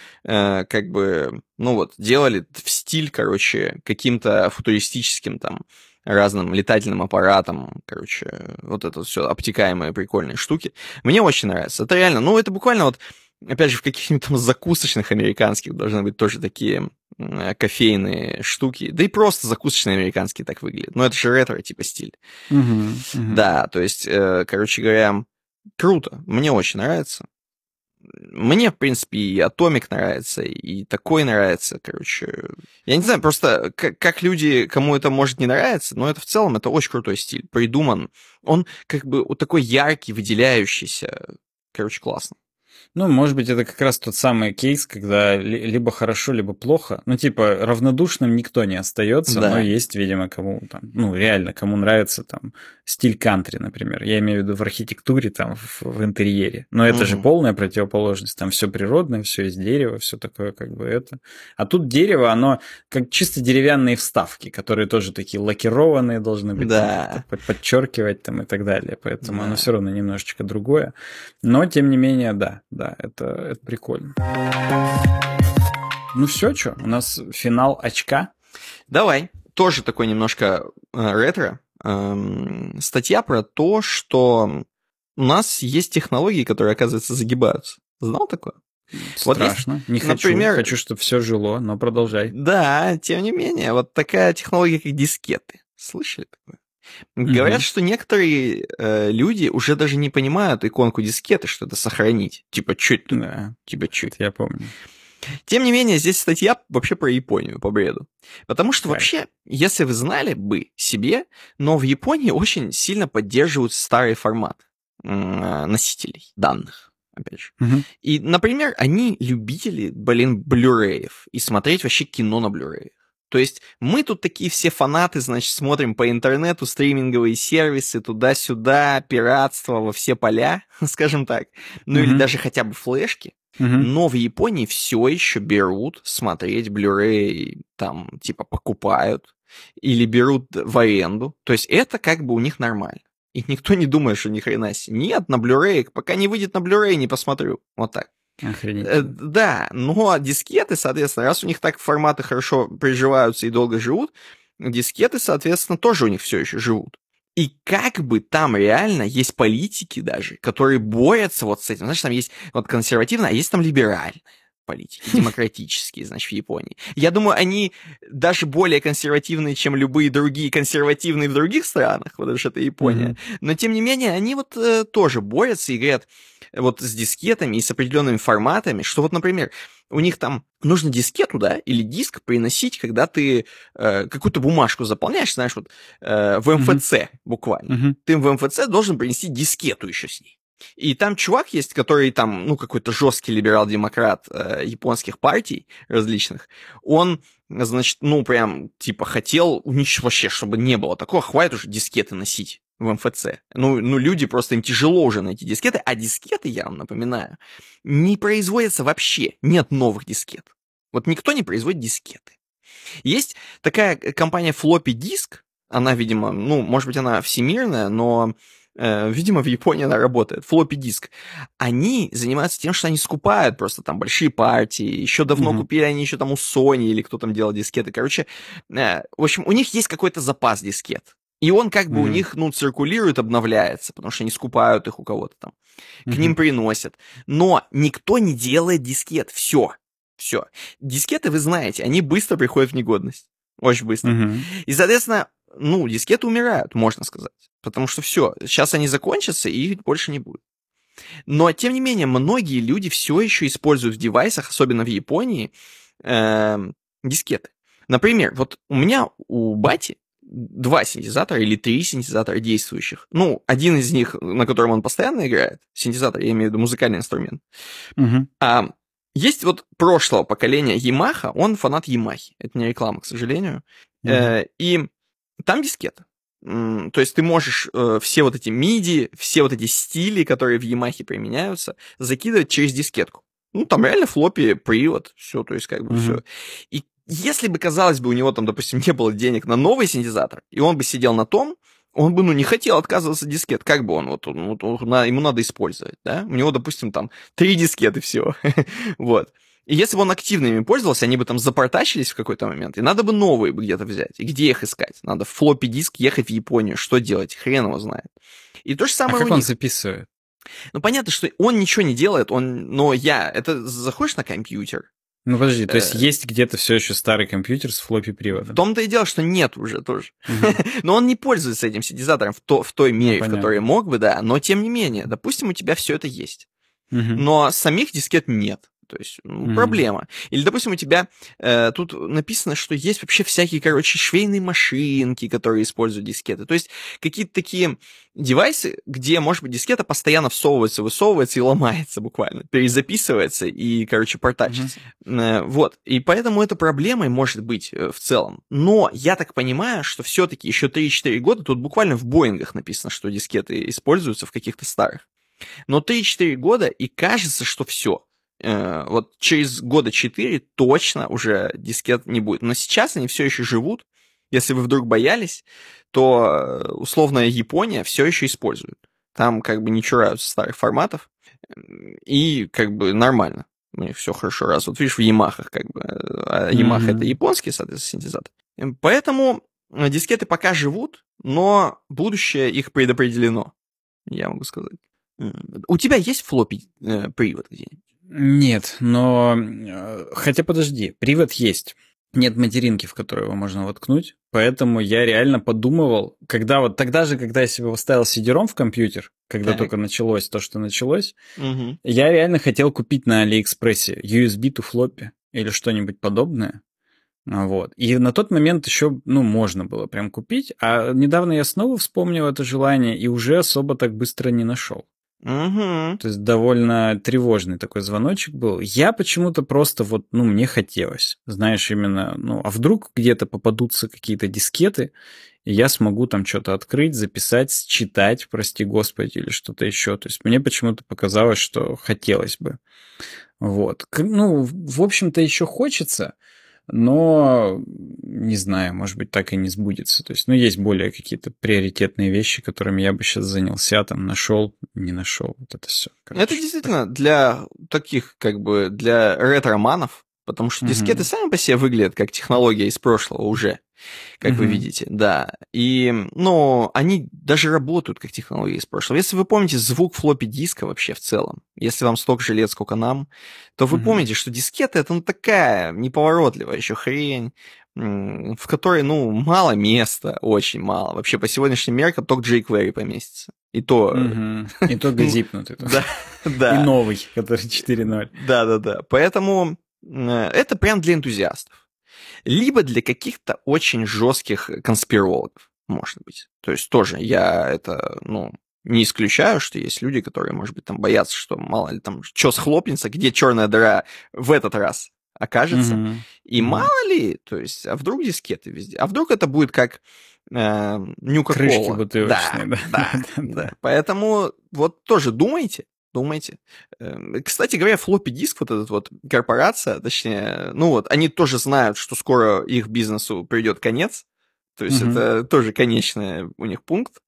делали в стиль, каким-то футуристическим там разным летательным аппаратом, вот это все обтекаемые прикольные штуки. Мне очень нравится. Это реально, это буквально опять же, в каких-нибудь там закусочных американских должны быть тоже такие кофейные штуки. Да и просто закусочные американские так выглядят. Это же ретро типа стиль. Да, то есть, говоря, круто. Мне очень нравится. Мне, в принципе, и Атомик нравится, и такой нравится, Я не знаю, просто как люди, кому это может не нравиться, но это в целом, это очень крутой стиль, придуман. Он такой яркий, выделяющийся. Классно. Может быть, это как раз тот самый кейс, когда либо хорошо, либо плохо. Равнодушным никто не остается, да. Но есть, видимо, кому там, реально, кому нравится там стиль кантри, например. Я имею в виду в архитектуре, там, в интерьере. Но это же полная противоположность. Там все природное, все из дерева, все такое это. А тут дерево, оно как чисто деревянные вставки, которые тоже такие лакированные должны быть, да. там, подчеркивать там и так далее. Поэтому оно все равно немножечко другое. Но, тем не менее, да, это прикольно. Все, у нас финал очка. Давай. Тоже такой немножко ретро. Статья про то, что у нас есть технологии, которые, оказывается, загибаются. Знал такое? Страшно. Вот есть, не хочу. Например, хочу, чтобы все жило, но продолжай. Да, тем не менее, вот такая технология, как дискеты. Слышали такое? Говорят, что некоторые люди уже даже не понимают иконку дискеты, что это сохранить. Типа, что это? Да. Типа, что это? Я помню. Тем не менее, здесь статья вообще про Японию, по бреду. Потому что вообще, если вы знали бы себе, но в Японии очень сильно поддерживают старый формат носителей данных, опять же. И, например, они любители, блюреев и смотреть вообще кино на блюреях. То есть мы тут такие все фанаты, значит, смотрим по интернету стриминговые сервисы, туда-сюда, пиратство во все поля, скажем так. Ну или даже хотя бы флешки. Но в Японии все еще берут смотреть Blu-ray, там, типа, покупают или берут в аренду. То есть это как бы у них нормально. И никто не думает, что ни хрена себе. Нет, на Blu-ray, пока не выйдет на Blu-ray, не посмотрю. Вот так. Охренеть. Да, но дискеты, соответственно, раз у них так форматы хорошо приживаются и долго живут, дискеты, соответственно, тоже у них все еще живут. И как бы там реально есть политики даже, которые борются вот с этим. Знаешь, там есть вот консервативные, а есть там либеральные политики, демократические, значит, в Японии. Я думаю, они даже более консервативные, чем любые другие консервативные в других странах, потому что это Япония. Но, тем не менее, они вот тоже борются и говорят вот с дискетами и с определенными форматами, что вот, например, у них там нужно дискету, да, или диск приносить, когда ты какую-то бумажку заполняешь, знаешь, вот в МФЦ буквально. Ты в МФЦ должен принести дискету еще с ней. И там чувак есть, который там, ну, какой-то жесткий либерал-демократ японских партий различных. Он, значит, ну, прям, типа, хотел вообще, чтобы не было такого, хватит уже дискеты носить в МФЦ. Ну, люди просто, им тяжело уже найти дискеты, а дискеты, я вам напоминаю, не производятся вообще, нет новых дискет. Вот никто не производит дискеты. Есть такая компания Floppy Disk, она, видимо, ну, может быть, она всемирная, но, видимо, в Японии она работает. Floppy Disk. Они занимаются тем, что они скупают просто там большие партии. Еще давно купили они еще там у Sony или кто там делал дискеты. Короче, в общем, у них есть какой-то запас дискет. И он как бы у них, ну, циркулирует, обновляется, потому что они скупают их у кого-то там. К ним приносят. Но никто не делает дискет. Все. Дискеты, вы знаете, они быстро приходят в негодность. Очень быстро. И, соответственно, ну, дискеты умирают, можно сказать. Потому что все, сейчас они закончатся, и их больше не будет. Но, тем не менее, многие люди все еще используют в девайсах, особенно в Японии, дискеты. Например, вот у меня у бати 2 синтезатора или 3 синтезатора действующих. Ну, один из них, на котором он постоянно играет, синтезатор, я имею в виду музыкальный инструмент. А есть вот прошлого поколения Yamaha, он фанат Yamaha. Это не реклама, к сожалению. И там дискета. То есть ты можешь все вот эти MIDI, все вот эти стили, которые в Yamaha применяются, закидывать через дискетку. Ну, там реально флоппи, привод, все, то есть как бы все. И если бы, казалось бы, у него там, допустим, не было денег на новый синтезатор, и он бы сидел на том, он бы, ну, не хотел отказываться от дискет. Как бы он, ему надо использовать, да? У него, допустим, там 3 дискеты всего. Вот. И если бы он активно ими пользовался, они бы там запортачились в какой-то момент, и надо бы новые бы где-то взять. И где их искать? Надо в флоппи диск ехать в Японию. Что делать? Хрен его знает. И то же самое как он записывает? Ну, понятно, что он ничего не делает, это заходишь на компьютер. Ну, подожди, то есть где-то все еще старый компьютер с флоппи-приводом? В том-то и дело, что нет уже тоже. Но он не пользуется этим синтезатором в той мере, в которой мог бы, да. Но, тем не менее, допустим, у тебя все это есть. Но самих дискет нет. То есть, проблема. Или, допустим, у тебя тут написано, что есть вообще всякие, короче, швейные машинки, которые используют дискеты. То есть, какие-то такие девайсы, где, может быть, дискета постоянно всовывается, высовывается и ломается буквально. Перезаписывается и, короче, портачится. Вот. И поэтому это проблемой может быть в целом. Но я так понимаю, что все-таки еще 3-4 года, тут буквально в Боингах написано, что дискеты используются в каких-то старых. Но 3-4 года, и кажется, что все. Вот через года 4 точно уже дискет не будет. Но сейчас они все еще живут. Если вы вдруг боялись, то условная Япония все еще использует. Там как бы не чураются старых форматов. И как бы нормально. У них все хорошо. Раз вот видишь, в Ямахах как бы. А Yamaha это японский, соответственно, синтезатор. Поэтому дискеты пока живут, но будущее их предопределено. Я могу сказать. У тебя есть флоппи привод где-нибудь? Нет, но... Хотя подожди, привод есть. Нет материнки, в которую его можно воткнуть. Поэтому я реально подумывал, когда вот тогда же, когда я себе поставил CD-ROM в компьютер, когда только началось то, что началось, я реально хотел купить на Алиэкспрессе USB to floppy или что-нибудь подобное. Вот. И на тот момент еще, можно было прям купить. А недавно я снова вспомнил это желание и уже особо так быстро не нашел. То есть довольно тревожный такой звоночек был. Я почему-то просто мне хотелось. Знаешь, именно, а вдруг где-то попадутся какие-то дискеты, и я смогу там что-то открыть, записать, считать, прости господи, или что-то еще. То есть мне почему-то показалось, что хотелось бы. Вот. В общем-то, еще хочется, но не знаю, может быть, так и не сбудется. То есть, есть более какие-то приоритетные вещи, которыми я бы сейчас занялся, там, нашел, не нашел, вот это все. Это действительно для таких, для ретро-манов, потому что дискеты сами по себе выглядят как технология из прошлого уже, как вы видите, да. И, они даже работают как технология из прошлого. Если вы помните звук флоппи диска вообще в целом, если вам столько же лет, сколько нам, то вы помните, что дискеты — это такая неповоротливая еще хрень, в которой, мало места, очень мало. Вообще, по сегодняшним меркам только jQuery поместится. И то... И то газипнутый. Да. И новый, который 4.0. Да. Поэтому это прям для энтузиастов. Либо для каких-то очень жестких конспирологов, может быть. То есть тоже я это, не исключаю, что есть люди, которые, может быть, там боятся, что мало ли там что схлопнется, где черная дыра в этот раз окажется. И мало ли, то есть, а вдруг дискеты везде? А вдруг это будет как Нюка-кола? Крышки бутылочные, да. Поэтому вот тоже думайте. Кстати говоря, флоппи диск, вот эта вот корпорация, точнее, они тоже знают, что скоро их бизнесу придет конец. То есть это тоже конечный у них пункт.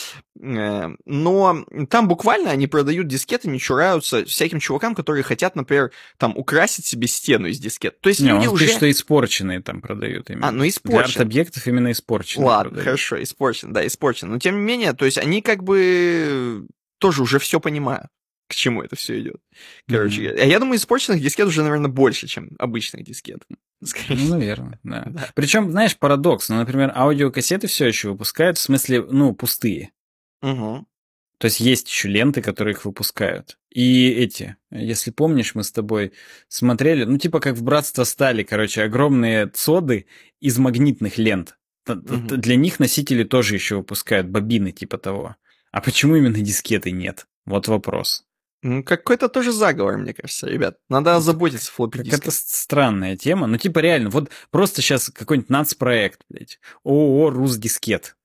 Но там буквально они продают дискеты, не чураются всяким чувакам, которые хотят, например, там украсить себе стену из дискет. То есть люди уже... что испорченные там продают именно. испорченные. Для арт-объектов именно испорченные. Ладно, продают. Хорошо, испорченные. Но тем не менее, то есть они тоже уже все понимают, к чему это все идет. Короче, я думаю, испорченных дискет уже, наверное, больше, чем обычных дискет. Наверное, да. Причем, знаешь, парадокс. Например, аудиокассеты все еще выпускают, в смысле, пустые. То есть еще ленты, которые их выпускают. И если помнишь, мы с тобой смотрели, типа как в «Братство стали», огромные цоды из магнитных лент. Для них носители тоже еще выпускают, бобины типа того. А почему именно дискеты нет? Вот вопрос. Какой-то тоже заговор, мне кажется, ребят. Надо озаботиться флоппи-диском. Это странная тема. Реально, вот просто сейчас какой-нибудь нацпроект, блядь. ООО «Русдискет».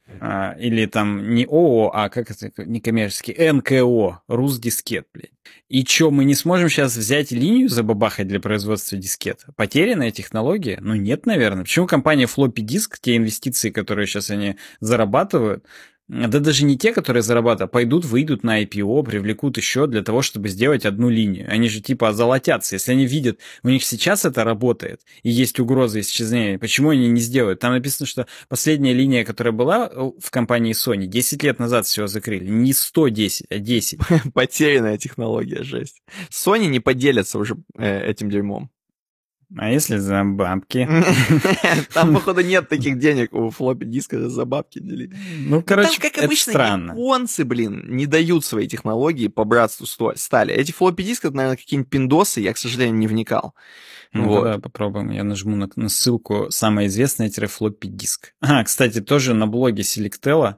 Или там не ООО, а как это, некоммерческий, НКО, Русдискет, блядь. И чё, мы не сможем сейчас взять линию забабахать для производства дискет? Потерянная технология? Нет, наверное. Почему компания Floppy Disk, те инвестиции, которые сейчас они зарабатывают, да даже не те, которые зарабатывают, а выйдут на IPO, привлекут еще для того, чтобы сделать одну линию. Они же типа озолотятся. Если они видят, у них сейчас это работает, и есть угроза исчезновения, почему они не сделают? Там написано, что последняя линия, которая была в компании Sony, 10 лет назад всего закрыли. Не 110, а 10. Потерянная технология, жесть. Sony не поделятся уже этим дерьмом. А если за бабки? Там, походу, нет таких денег у флоппи диска за бабки делить. Там, как обычно, японцы, не дают свои технологии по братству стали. Эти флоппи диски, это, наверное, какие-нибудь пиндосы, я, к сожалению, не вникал. Давай попробуем. Я нажму на ссылку «Самое известное-флоппи диск». Кстати, тоже на блоге Selectella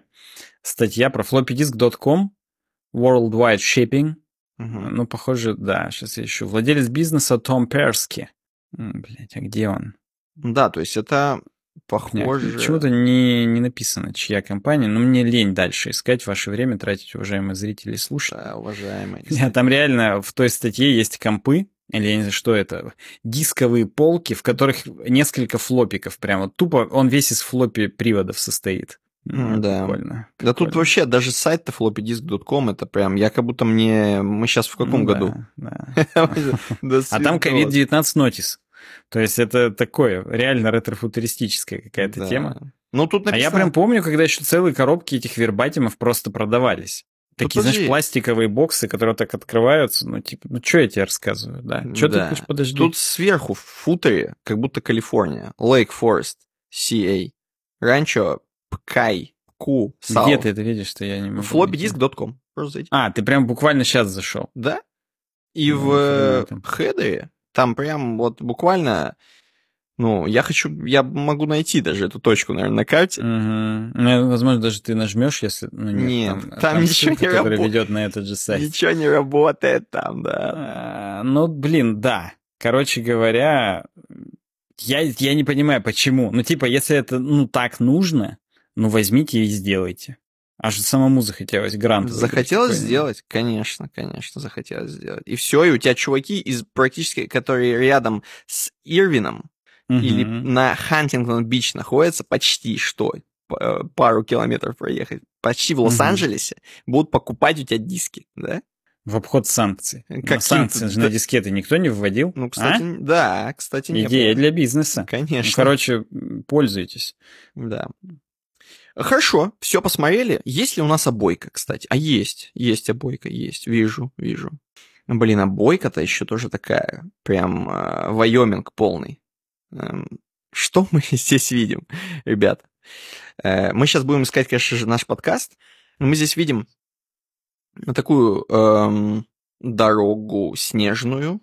статья про floppydisk.com, Worldwide Shipping. Похоже, да. Сейчас я ищу. Владелец бизнеса Том Перски. Блять, а где он? Да, то есть это похоже... Почему-то не написано, чья компания, но мне лень дальше искать, ваше время тратить, уважаемые зрители и слушатели. Да, уважаемые. Там реально в той статье есть компы, или я не знаю, что это, дисковые полки, в которых несколько флопиков прямо. Тупо он весь из флоппи-приводов состоит. Да. Прикольно. Да тут вообще даже сайт-то floppydisk.com, это прям, я как будто мы сейчас в каком году? Да. А там COVID-19 нотис. То есть это такое, реально ретро-футуристическая какая-то тема. Тут написано... А я прям помню, когда еще целые коробки этих вербатимов просто продавались. такие, знаешь, пластиковые боксы, которые так открываются. Ну, типа, ну, что я тебе рассказываю, да? Что ты хочешь, подожди? Тут сверху в футере, как будто Калифорния. Lake Forest, CA. Ранчо, Пкай, Ку, Сау. Где ты это видишь, что я не могу? Floppydisk.com. Просто зайти. Ты прям буквально сейчас зашел. Да. И в хедере там прям вот буквально... Ну, я могу найти даже эту точку, наверное, на карте. Ну, возможно, даже ты нажмешь, если... Ну, нет, там ничего не работает. Который ведет на этот же сайт. Ничего не работает там, да. Ну, блин, да. Короче говоря, я не понимаю, почему. Ну, типа, если это, так нужно, возьмите и сделайте. Аж самому захотелось грант. Захотелось сделать? Конечно, захотелось сделать. И все, и у тебя чуваки практически, которые рядом с Ирвином, или на Хантингтон-Бич находятся почти что, пару километров проехать, почти в Лос-Анджелесе, будут покупать у тебя диски, да? В обход санкций. Санкции же на дискеты никто не вводил. Ну, кстати, да, кстати, не Идея для бизнеса. Конечно. Короче, пользуйтесь. Да. Хорошо, все посмотрели. Есть ли у нас обойка, кстати? Есть обойка, есть. Вижу. Блин, обойка-то еще тоже такая, прям Вайоминг полный. Что мы здесь видим, ребята? Мы сейчас будем искать, конечно же, наш подкаст. Мы здесь видим такую дорогу снежную,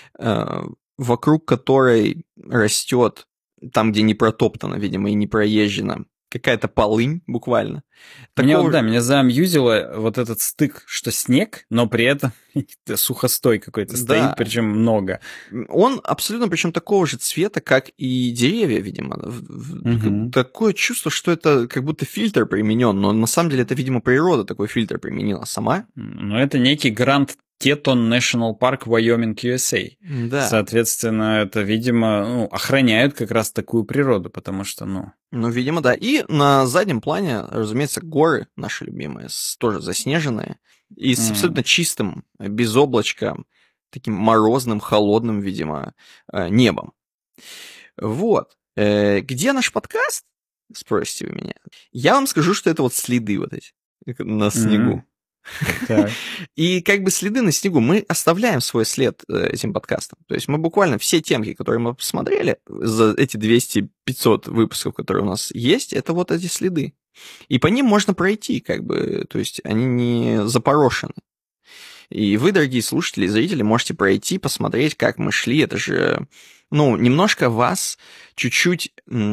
вокруг которой растет, там, где не протоптано, видимо, и не проезжено, какая-то полынь буквально. Меня заамьюзило вот этот стык, что снег, но при этом сухостой какой-то стоит, причем много. Он абсолютно, причем такого же цвета, как и деревья, видимо. Такое чувство, что это как будто фильтр применен, но на самом деле это, видимо, природа такой фильтр применила сама. Ну, это некий Гранд Тетон National Park, Wyoming, USA. Да. Соответственно, это, видимо, охраняют как раз такую природу, потому что, Ну, видимо, да. И на заднем плане, разумеется, горы наши любимые, тоже заснеженные, и с абсолютно чистым, без облачка, таким морозным, холодным, видимо, небом. Вот. Где наш подкаст? Спросите вы меня. Я вам скажу, что это вот следы вот эти на снегу. И как бы следы на снегу, мы оставляем свой след этим подкастом. То есть мы буквально все темки, которые мы посмотрели за эти 200-500 выпусков, которые у нас есть, это вот эти следы. И по ним можно пройти, как бы, то есть они не запорошены. И вы, дорогие слушатели и зрители, можете пройти, посмотреть, как мы шли. Это же, немножко вас чуть-чуть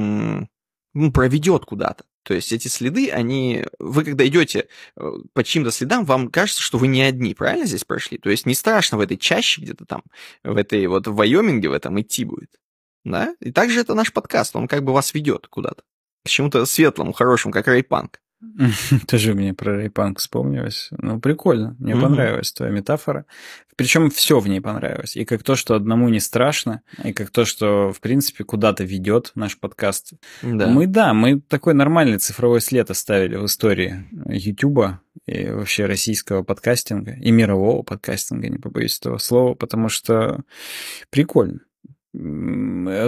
проведет куда-то. То есть эти следы, вы когда идете по чьим-то следам, вам кажется, что вы не одни, правильно здесь прошли? То есть не страшно в этой чаще где-то там, в этой вот в Вайоминге в этом идти будет, да? И также это наш подкаст, он как бы вас ведет куда-то, к чему-то светлому, хорошему, как Рейпанк. Тоже мне про Рейпанк вспомнилось. Прикольно, мне понравилась твоя метафора. Причем все в ней понравилось. И как то, что одному не страшно, и как то, что, в принципе, куда-то ведет наш подкаст. Да. Мы такой нормальный цифровой след оставили в истории Ютуба и вообще российского подкастинга, и мирового подкастинга, не побоюсь этого слова, потому что прикольно. Да,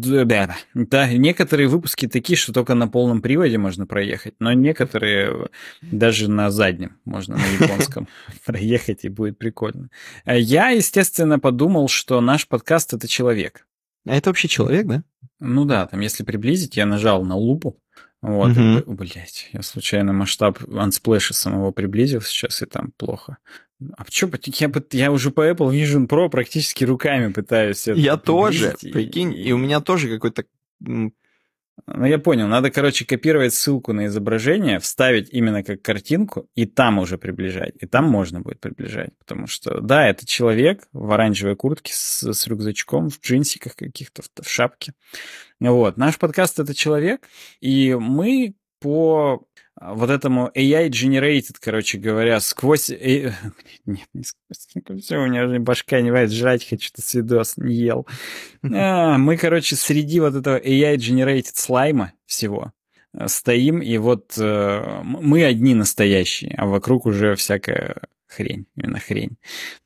некоторые выпуски такие, что только на полном приводе можно проехать, но некоторые даже на заднем можно на японском проехать, и будет прикольно. Я, естественно, подумал, что наш подкаст — это человек. А это вообще человек, да? Ну да, там если приблизить, я нажал на лупу. Вот, блять, я случайно масштаб Unsplash самого приблизил сейчас, и там плохо. А что, я уже по Apple Vision Pro практически руками пытаюсь это Я тоже, прикинь, и у меня тоже какой-то... Я понял, надо, копировать ссылку на изображение, вставить именно как картинку, и там уже приближать, и там можно будет приближать, потому что, да, это человек в оранжевой куртке с рюкзачком, в джинсиках каких-то, в шапке. Вот, наш подкаст — это человек, и мы по вот этому AI-generated, сквозь... Нет, не сквозь. Все, у меня уже башка не варит, жрать хочу, что свидос не ел. Мы, среди вот этого AI-generated слайма всего стоим, и вот мы одни настоящие, а вокруг уже всякая хрень, именно хрень.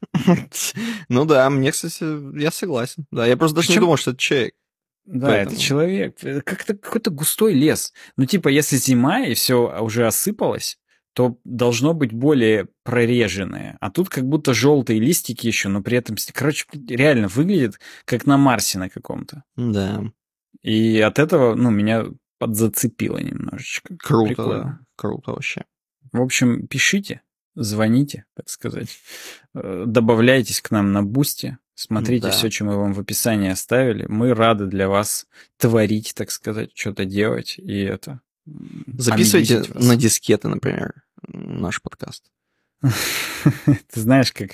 Ну да, мне, кстати, я согласен. Да, я просто даже не думал, что это человек. Да, поэтому... это человек. Как-то какой-то густой лес. Если зима и все уже осыпалось, то должно быть более прореженное. А тут как будто желтые листики еще, но при этом... Короче, реально выглядит как на Марсе на каком-то. Да. И от этого, меня подзацепило немножечко. Круто, Прикольно. да. Круто вообще. В общем, пишите, звоните, так сказать. Добавляйтесь к нам на Бусти. Смотрите все, что мы вам в описании оставили. Мы рады для вас творить, так сказать, что-то делать. И это... Записывайте на дискеты, например, наш подкаст. Ты знаешь, как...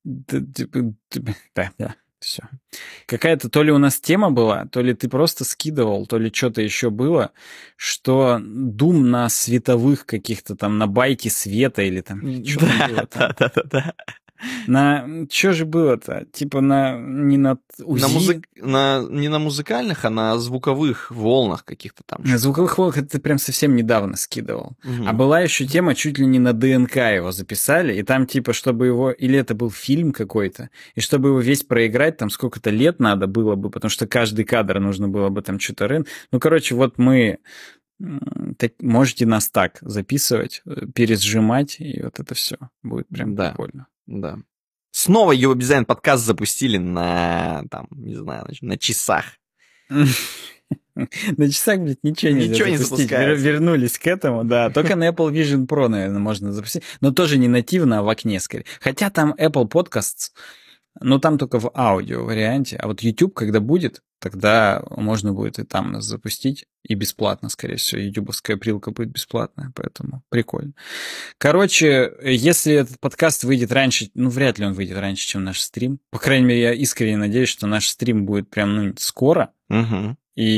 Да, все. Какая-то то ли у нас тема была, то ли ты просто скидывал, то ли что-то еще было, что Doom на световых каких-то там, на байке света или там... Да. Что же было-то? Типа не на УЗИ? Не на музыкальных, а на звуковых волнах каких-то там. На звуковых волнах это ты прям совсем недавно скидывал. А была еще тема, чуть ли не на ДНК его записали, и там типа, чтобы его... Или это был фильм какой-то, и чтобы его весь проиграть, там сколько-то лет надо было бы, потому что каждый кадр нужно было бы там что-то... вот мы... Можете нас так записывать, пересжимать, и вот это все будет прям прикольно. Да. Снова его дизайн подкаст запустили на, на часах. На часах, блядь, ничего не запустить. Вернулись к этому, да. Только на Apple Vision Pro, наверное, можно запустить. Но тоже не нативно, а в окне скорее. Хотя там Apple Podcasts, но там только в аудио варианте. А вот YouTube, когда будет, тогда можно будет и там нас запустить. И бесплатно, скорее всего. Ютубовская прилка будет бесплатная, поэтому прикольно. Короче, если этот подкаст выйдет раньше, вряд ли он выйдет раньше, чем наш стрим. По крайней мере, я искренне надеюсь, что наш стрим будет прям, скоро. Угу.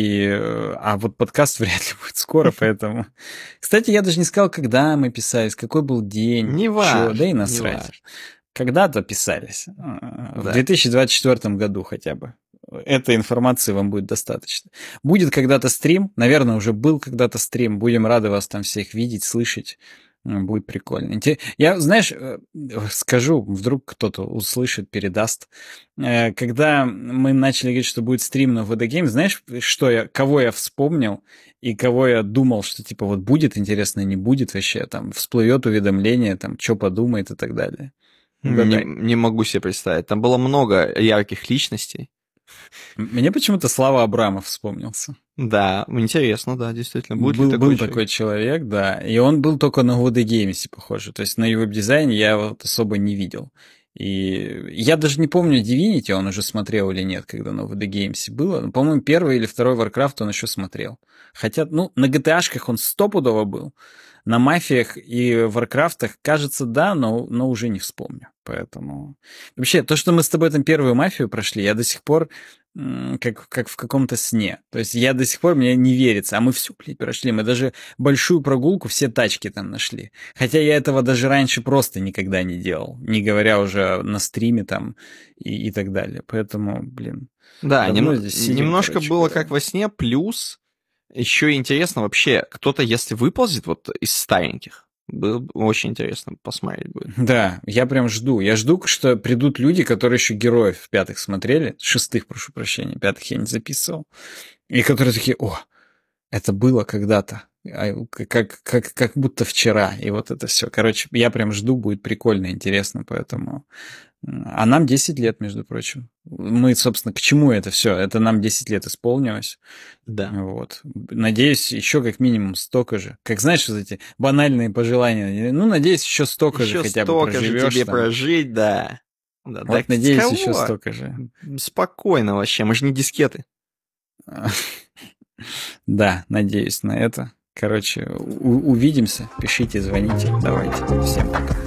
А вот подкаст вряд ли будет скоро, поэтому... Кстати, я даже не сказал, когда мы писались, какой был день. Не важно. Да и насрать. Когда-то писались. В 2024 году хотя бы. Этой информации вам будет достаточно. Будет когда-то стрим, наверное, уже был когда-то стрим. Будем рады вас там всех видеть, слышать. Будет прикольно. Я, знаешь, скажу, вдруг кто-то услышит, передаст. Когда мы начали говорить, что будет стрим на VD Game, знаешь, кого я вспомнил и кого я думал, что типа вот будет интересно, не будет вообще, там всплывет уведомление, там что подумает и так далее. Не могу себе представить. Там было много ярких личностей. Мне почему-то Слава Абрамов вспомнился. Да, интересно, да, действительно. Был такой человек, да. И он был только на VD Games, похоже. То есть на веб-дизайне я вот особо не видел. И я даже не помню, Divinity он уже смотрел или нет, когда на VD Games было. Но, по-моему, первый или второй Warcraft он еще смотрел. Хотя, на GTA-шках он стопудово был. На мафиях и варкрафтах, кажется, да, но уже не вспомню. Поэтому... Вообще, то, что мы с тобой там первую мафию прошли, я до сих пор как в каком-то сне. То есть я до сих пор, мне не верится. А мы всю, прошли. Мы даже большую прогулку, все тачки там нашли. Хотя я этого даже раньше просто никогда не делал. Не говоря уже на стриме там и так далее. Поэтому, Да, немножко было как во сне, плюс... Еще интересно вообще, кто-то, если выползет вот из стареньких, было бы очень интересно посмотреть будет. Да, я прям жду. Я жду, что придут люди, которые еще героев в пятых смотрели, шестых, прошу прощения, пятых я не записывал, и которые такие, это было когда-то, как будто вчера, и вот это все. Короче, я прям жду, будет прикольно, интересно, поэтому... А нам 10 лет, между прочим. Мы, собственно, к чему это все? Это нам 10 лет исполнилось. Да. Вот. Надеюсь, еще как минимум столько же. Как, знаешь, вот эти банальные пожелания. Надеюсь, еще столько же хотя бы проживешь. Еще столько же тебе прожить, да. Вот, так, надеюсь, еще столько же. Спокойно вообще, мы же не дискеты. Да, надеюсь на это. Короче, увидимся. Пишите, звоните. Давайте. Всем пока.